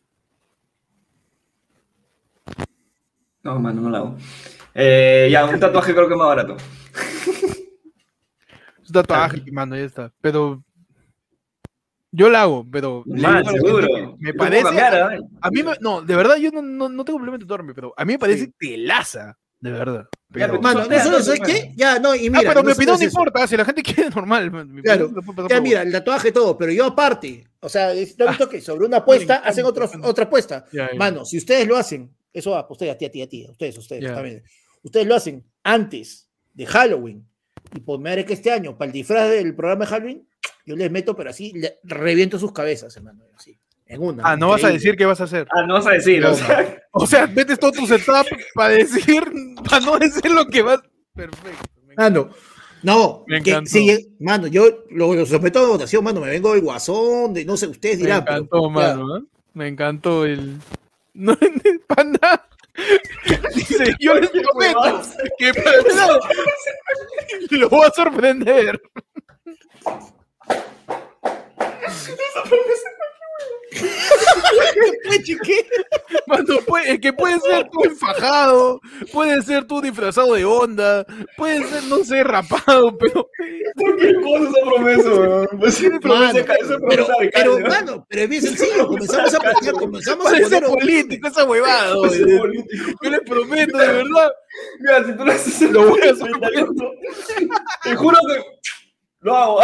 No, mano, no lo hago. Eh, ya, un tatuaje creo que es más barato. Es un tatuaje, mano, ya está. Pero yo la hago, pero le Man, digo a la seguro. gente que me Yo puedo parece. cambiar, ¿eh? A mí, me- no, de verdad, yo no, no, no tengo problema en tatuarme, pero a mí me parece telaza, de verdad. Ya, Pero, pero Mano, no Soltera, solo, no, ¿sabes no, qué? no. Ya, no, y ah, mira. pero mi no opinión solo no es eso. importa, si la gente quiere, normal. mi Claro. opinión la puede pasar Ya, por- mira, el tatuaje todo, pero yo aparte, o sea, es- ¿no has visto que sobre una apuesta encanta, hacen otro- encanta. otra apuesta? Ya, ya. Mano, si ustedes lo hacen, eso va, pues ustedes, a ti, a ti, a ti, a ustedes, ustedes, Ya. también. Ustedes lo hacen antes de Halloween y por madre que este año, para el disfraz del programa de Halloween, yo les meto, pero así, le reviento sus cabezas, hermano, así, en una. Ah, no vas a increíble. decir qué vas a hacer. Ah, no vas a decir, No, o sea. O sea, metes todo tu setup para decir, para no decir lo que vas. Perfecto. me Mano, no, Me que encantó. si- mano, yo lo, lo someto a votación, mano, me vengo del guasón, de, no sé, ustedes Me dirán. pero, encantó, ya. mano. ¿eh? Me encantó el. No, panda. Dice, yo les prometo que para lo voy a sorprender. ¿Qué? Mano, puede, que puede ser tú enfajado, puede ser tú disfrazado de onda, puede ser, no sé, rapado, pero. ¿Por qué cosa esa promesa, weón? Pues sí, promesa, Mano, esa pero, promesa de pero, calle, ¿no? mano, pero es bien sencillo, comenzamos a plantear, comenzamos a Puede ser poner político, esa huevada. Pues oye. es político. Yo les prometo, de verdad. Mira, si tú lo haces, Lo voy a hacer. treinta y uno, te juro que lo hago.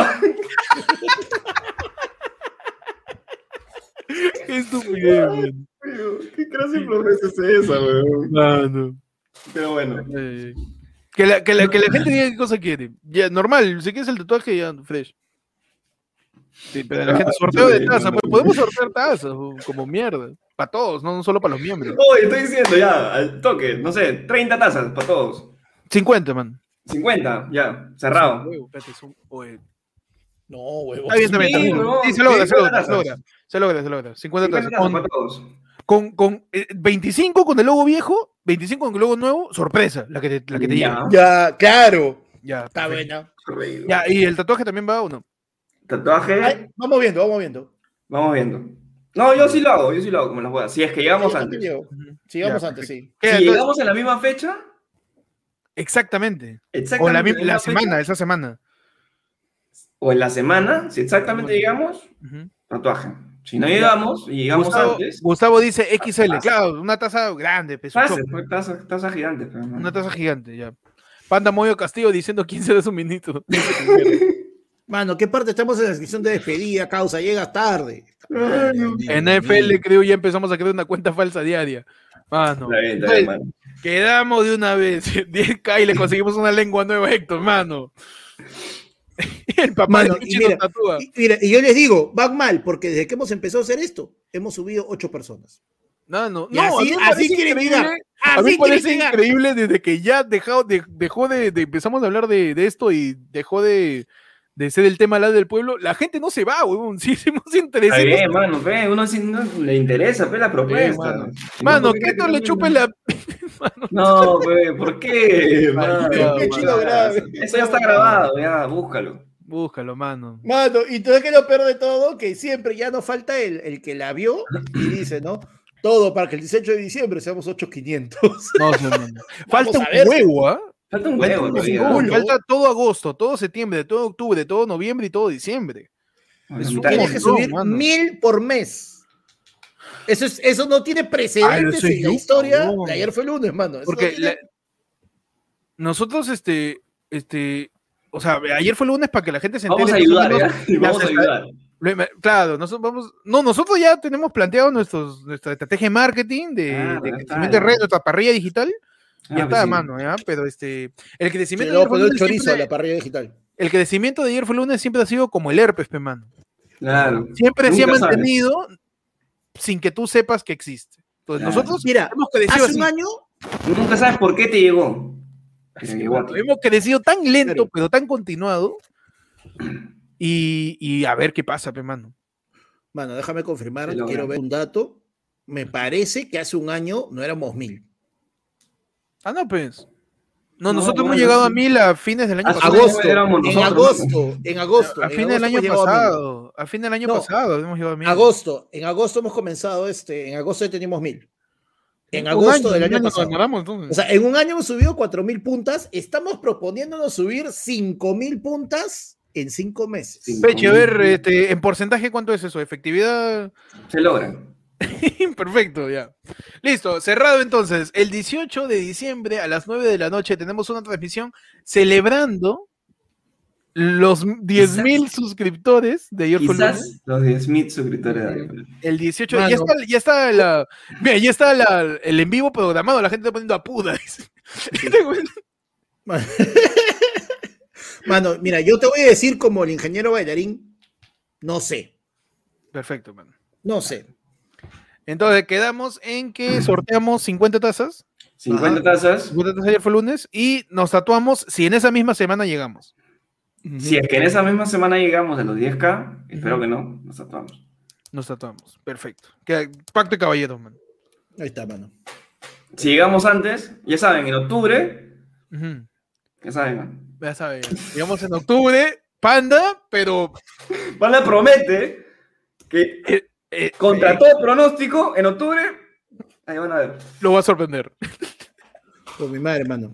Qué estupidez, man. ¿Qué clase de promesa es esa, weón? Mano. Pero bueno. Eh, que, la, que, la, que la gente diga qué cosa quiere. Ya, normal, si quieres el tatuaje, ya, fresh. Sí, pero la gente, sorteo de taza, pues podemos sortear tazas, o- como mierda. Para todos, no, no solo para los miembros. Oye, estoy diciendo ya, al toque, no sé, treinta tazas para todos. cincuenta, man. cincuenta, ya, cerrado. Huevo, espérate, son- oye. No, huevo. Está bien, también, Sí, también. huevón, Sí, se logra, se cincuenta logra, se tazas. logra. Se logra, se logra. cincuenta cincuenta tazas. tazas Con, para todos. con, con eh, veinticinco con el logo viejo, veinticinco con el logo nuevo, sorpresa, la que te, la que te Ya. llega. Ya, claro. Ya, Está perfecto. buena. Correcto. Ya, ¿y el tatuaje también va o no? Tatuaje, Ay, vamos viendo, vamos viendo. vamos viendo. No, yo sí lo hago, yo sí lo hago como las bodas. Si es que llegamos Sí, antes. Diego. Ujú. Sigamos Ya, antes, sí. ¿Qué, Si entonces? llegamos en la misma fecha, Exactamente. O exactamente. la, en mi- la la misma semana, fecha, esa semana. o en la semana, si exactamente llegamos, Ujú. tatuaje. Si no llegamos y llegamos Gustavo, antes, Gustavo dice X L, taza. claro, una taza grande, peso taza, choco, taza, taza gigante. Pero, no. una taza gigante, ya. Panda Moyo Castillo diciendo quién será su ministro. Mano, ¿qué parte estamos en la descripción de despedida, causa? Llegas tarde. Ay, no. En N F L creo ya empezamos a crear una cuenta falsa diaria. Mano, Está bien, está bien, mano. quedamos de una vez. diez K y le conseguimos una lengua nueva a Héctor, mano. El papá Mano, de y Luchi mira, nos tatúa. Y, mira, y yo les digo, van mal, porque desde que hemos empezado a hacer esto, hemos subido ocho personas. No, no, Y no, así- a mí me así parece quieren increíble. llegar. A mí Así me parece quieren llegar. increíble desde que ya dejado de, dejó de, de- empezamos a hablar de, de esto y dejó de, de ser el tema al lado del pueblo, la gente no se va, huevón. Sí, sí, nos interesa. Está bien, mano, ve, uno sí no le interesa, ve la propuesta. mano. Si Mano, no, ¿por que qué esto le no? chupe la. No, ve, ¿por qué? Mano, Mano? qué chido grave. Eso ya está grabado, ya, búscalo. Búscalo, mano. Mano, y todo es que lo peor de todo, que siempre ya nos falta el, el que la vio y dice, ¿no? Todo para que el dieciocho de diciembre seamos ocho mil quinientos. No, sí, mano. Falta a un ver. huevo, ¿ah? Falta un Falta, huevo un todavía. huevo. Falta todo agosto, todo septiembre, todo octubre, todo noviembre y todo diciembre. Bueno, Es la un mitad- Tienes que montón, subir mano. mil por mes. Eso, es, eso no tiene precedentes Ah, lo sé en la yo, historia cabrón. de ayer fue lunes, mano. Eso Porque no tiene- la- nosotros, este, este, o sea, ayer fue lunes para que la gente se entere. Vamos a más o ayudar, menos ¿ya? Y las Vamos a esta- ayudar. Lo- Claro, nosotros vamos, no, nosotros ya tenemos planteado nuestros, nuestra estrategia de marketing, de, Claro, de ya crecimiento está, de red, ya. nuestra parrilla digital, Ah, ya pues está, sí. mano, ¿ya? Pero este, el Se crecimiento le de va a ayer fue poner el lunes chorizo a siempre- la parrilla digital. el crecimiento de ayer fue lunes siempre ha sido como el herpes, pe, mano. Claro. Siempre se ha Nunca sabes. mantenido sin que tú sepas que existe. Entonces, Claro. nosotros Mira, hemos crecido hace así. un año, Tú nunca sabes por qué te llegó. Pero Sí, llegó a mano, ti. hemos crecido tan lento, Claro. pero tan continuado. Y, y a ver qué pasa, pe, mano. mano, déjame confirmar, Se logra. quiero ver un dato. Me parece que hace un año no éramos mil. Ah, no, pues. No, No, nosotros hemos bueno, llegado a sí. mil a fines del año Hace pasado. un año Agosto, éramos en nosotros, agosto, en agosto. A en fin del agosto año hemos llegado a mil. pasado. A fin del año No. pasado hemos llegado a mil. Agosto, en agosto hemos comenzado este, en agosto ya teníamos mil. En Un agosto año, del un año año nos pasado. demoramos, entonces. O sea, en un año hemos subido cuatro mil puntas. Estamos proponiéndonos subir cinco mil puntas en cinco meses. Sí. Peche, a ver, este, en porcentaje, ¿cuánto es eso? Efectividad. Se logra. Perfecto, ya. Listo, cerrado entonces. El dieciocho de diciembre a las nueve de la noche tenemos una transmisión celebrando los diez mil suscriptores de ayer fue lunes. Quizás los diez mil suscriptores de ayer. El dieciocho, Mano. ya está, ya está la, mira, ya está la- el en vivo programado, la gente está poniendo a puda. dice. Mano, mira, yo te voy a decir como el ingeniero bailarín, no sé, Perfecto, man. no sé. Entonces quedamos en que sorteamos cincuenta tazas, cincuenta Ajá. tazas. cincuenta tazas ayer fue lunes, y nos tatuamos si en esa misma semana llegamos. Si es que en esa misma semana llegamos a los diez K, espero que no, nos tatuamos. Nos tatuamos, perfecto. Queda- pacto de caballeros, man. Ahí está, mano. Si llegamos antes, ya saben, en octubre, Ujú. ya saben, ¿no? Ya saben, llegamos en octubre, panda, pero Panda promete que eh, eh, contra eh, todo pronóstico, en octubre, ahí van a ver. lo va a sorprender. Con mi madre, mano.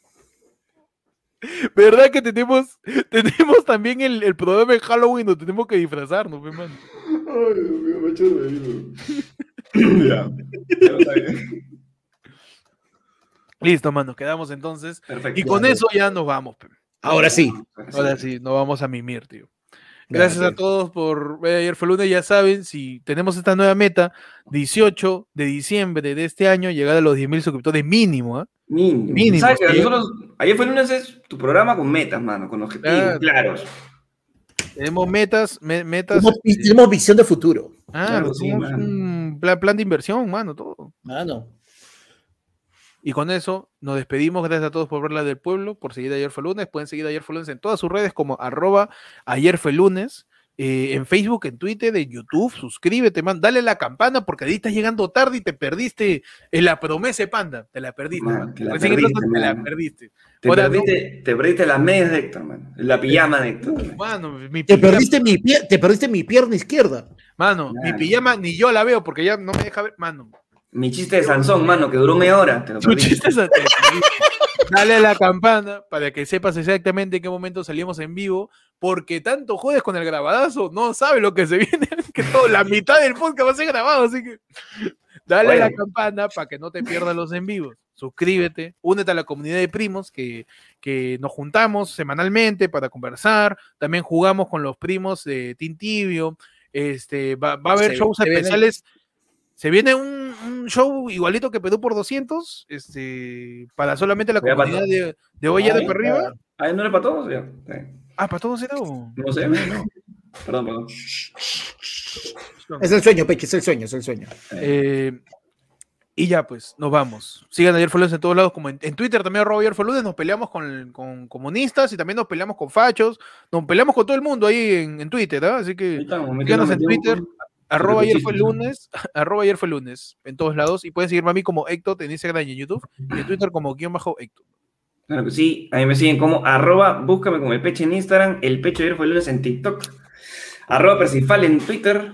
¿Verdad que tenemos, tenemos también el, el programa de Halloween donde tenemos que disfrazarnos, pe, man? Ay, Dios mío, me he hecho reír. Ya, ya está bien. Listo, mano, quedamos entonces. Perfecto. Y con Ya, eso ya nos vamos, pe. Ahora sí. Ahora sí, nos vamos a mimir, tío. Gracias Ya, a todos por ver ayer fue lunes. Ya saben, si tenemos esta nueva meta, dieciocho de diciembre de este año, llegar a los diez mil suscriptores mínimo, ¿ah? Mínimo. Mínimo, ¿Sabes que sí. nosotros, ayer fue el lunes, es tu programa con metas, mano, con objetivos Claro. claros. Tenemos metas, me- metas. Tenemos, este, tenemos visión de futuro. ah, Claro, sí, tenemos mano. un plan, plan de inversión, mano, todo. Mano. Y con eso nos despedimos. Gracias a todos por ver la del pueblo, por seguir Ayer fue lunes. Pueden seguir Ayer fue lunes en todas sus redes como arroba ayer fue lunes. eh, en Facebook, en Twitter, en YouTube. Suscríbete, man. Dale a la campana porque ahí estás llegando tarde y te perdiste en la promesa de Panda. Te la perdiste. Man, man. te la Recién perdiste, entonces te la man. perdiste. Te Ahora, perdiste, te perdiste las medias de Héctor, mano. La pijama de Héctor. no, mano, mi Te pijama, perdiste, mi pie- te perdiste mi pierna izquierda. mano, mi Claro. pijama ni yo la veo porque ya no me deja ver. Mano, Mi chiste de Sansón, mano, que duró media hora. Te lo tu perdiste. chiste es a- Dale a la campana para que sepas exactamente en qué momento salimos en vivo, porque tanto jodes con el grabadazo, no sabes lo que se viene, que todo, la mitad del podcast va a ser grabado, así que dale a la Bueno. campana para que no te pierdas los en vivos. Suscríbete, únete a la comunidad de primos que, que nos juntamos semanalmente para conversar. También jugamos con los primos de Team Tibio. Este, va, va a haber Se- shows se viene- especiales. Se viene un, un show igualito que Perú por doscientos, este, para solamente la Ya, para comunidad de, de Olla de Ay, para arriba. Ah, ¿no era para todos? Ya. Está bien. Ah, para todos era. o- No sé. Perdón, perdón. Es el sueño, Peche, es el sueño, es el sueño. Eh, Y ya, pues, nos vamos. Sigan Ayer fue lunes en todos lados, como en, en Twitter también, arroba Ayer fue lunes, nos peleamos con, con comunistas y también nos peleamos con fachos, nos peleamos con todo el mundo ahí en, en Twitter, ¿ah? Así que Estamos síganos en metiendo Twitter, un- arroba Ayer fue chistes, ¿no? lunes, arroba Ayer fue lunes, en todos lados, y pueden seguirme a mí como Héctor en Instagram y en YouTube, y en Twitter como guión bajo Héctor. Claro que sí, a mí me siguen como arroba, búscame como el Peche en Instagram, el Peche ayer fue el lunes en TikTok, arroba Percifal en Twitter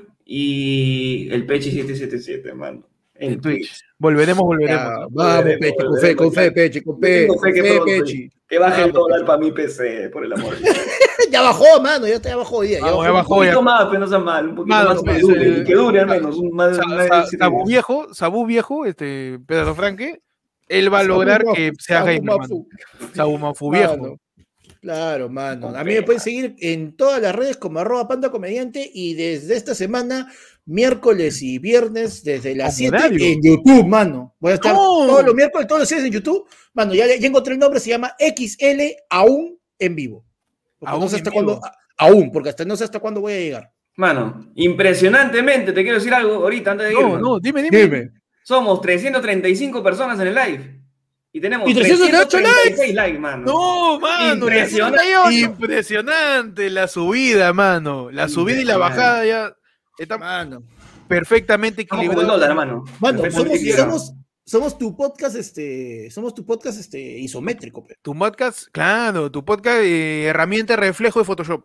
y el Peche siete siete siete, mano. En En Twitch. Twitch. Volveremos, volveremos. Ya, ¿no? vamos, Pechi, con fe, con fe, Pechi, con Yo fe, tengo con fe que fe, pronto, Pechi. que baje el Vamos, dólar Pechi. para mi P C, por el amor de Dios. Ya bajó, mano, ya está bajó hoy día. Ya Vamos, bajó. ya Un bajó. poquito ya. más, pero no sea mal, un poquito Mano, más, que pues, dure, eh, y que dure al menos, un más, Sa- más de Sa- siete Sabú días. viejo, Sabú viejo, este, Pedro Franque, él va a lograr Sabu que Mafu, sea Sabu gamer, mano. Mafu. Sabú Mafu viejo. Mano, claro, mano. Con A mí me fe, pueden seguir en todas las redes como arroba panda comediante y desde esta semana, miércoles y viernes, desde las Con siete horario. en YouTube, mano. Voy a estar ¡No! todos los miércoles, todos los días en YouTube. Mano, ya, ya encontré el nombre, se llama X L Aún en vivo. Porque Aún no sé en hasta vivo. cuándo, aún, porque hasta no sé hasta cuándo voy a llegar. Mano, impresionantemente, te quiero decir algo ahorita antes de No, irme. no, dime, dime. Dime. Somos trescientas treinta y cinco personas en el live. Y tenemos Y trescientos ocho trescientos treinta y seis likes, mano. No, mano. Impresionante. la- Impresionante la subida, mano. La subida y la bajada ya está Mano. perfectamente Estamos como el equilibrada. dólar, hermano. Mano, Perfectamente somos, equilibrado. somos, somos tu podcast, este, somos tu podcast este, isométrico, pe. Tu podcast, claro, tu podcast, eh, herramienta reflejo de Photoshop.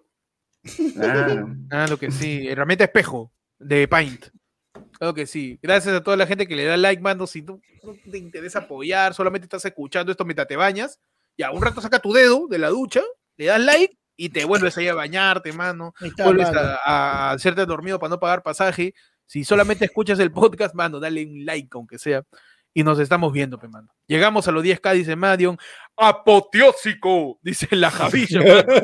Claro. Ah, lo que sí, herramienta espejo de Paint. Claro que sí. Gracias a toda la gente que le da like, mano. Si tú no te interesa apoyar, solamente estás escuchando esto mientras te bañas, ya un rato saca tu dedo de la ducha, le das like y te vuelves ahí a bañarte, mano. Ahí está, Vuelves mano. a, a hacerte dormido para no pagar pasaje. Si solamente escuchas el podcast, mano, dale un like, aunque sea. Y nos estamos viendo, pe, mano. Llegamos a los diez K, dice Madion. Apoteósico, dice la Javilla, mano.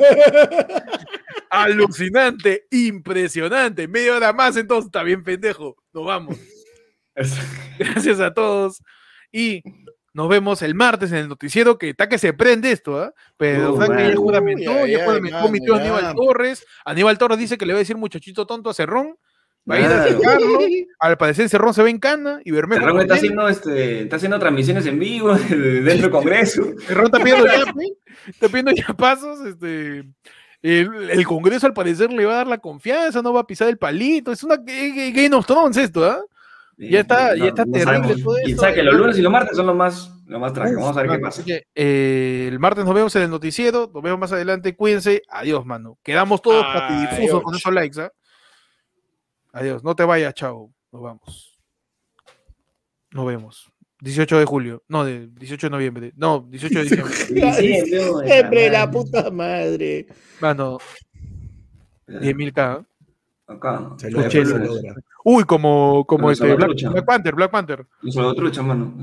Alucinante, impresionante. Media hora más, entonces está bien, pendejo. Nos vamos. Gracias a todos. Y nos vemos el martes en el noticiero, que está que se prende esto, ¿ah? Pero Uh, Frank ya mano. juramentó, Uy, ay, ya ay, juramentó mano, mi tío ya. Aníbal Torres. Aníbal Torres dice que le va a decir muchachito tonto a Cerrón. Va a ir a Claro. sacarlo. Al parecer Cerrón se ve en cana y Bermejo Cerrón con está él. haciendo, este, está haciendo transmisiones en vivo dentro del Congreso. Cerrón está pidiendo ya, pe, está pidiendo ya pasos, este... El, el Congreso al parecer le va a dar la confianza, no va a pisar el palito. Es una G- G- Game of Thrones esto, ¿ah? Ya está- ya está terrible sabemos. todo Y esto. sabe que los lunes y los martes son los más, los más trágicos. Vamos a ver qué Mano, pasa. así que, eh, el martes nos vemos en el noticiero, nos vemos más adelante, cuídense, adiós, mano. Quedamos todos patidifusos Adiós. con esos likes, ¿ah? Adiós, no te vayas, chao, nos vamos. Nos vemos. dieciocho de julio, no, de dieciocho de noviembre, no, dieciocho de diciembre. Siempre, ¿no? Siempre la puta madre. Mano, diez mil K. Acá. Se lo logra, Chuchelo. se logra. Uy, como, como Pero este, solo Black, trucha. Black Panther, Black Panther. Un solo trucha, mano.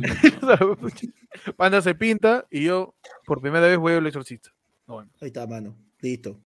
Panda se pinta y yo por primera vez voy al exorcista. Nos vemos. Ahí está, mano. Listo.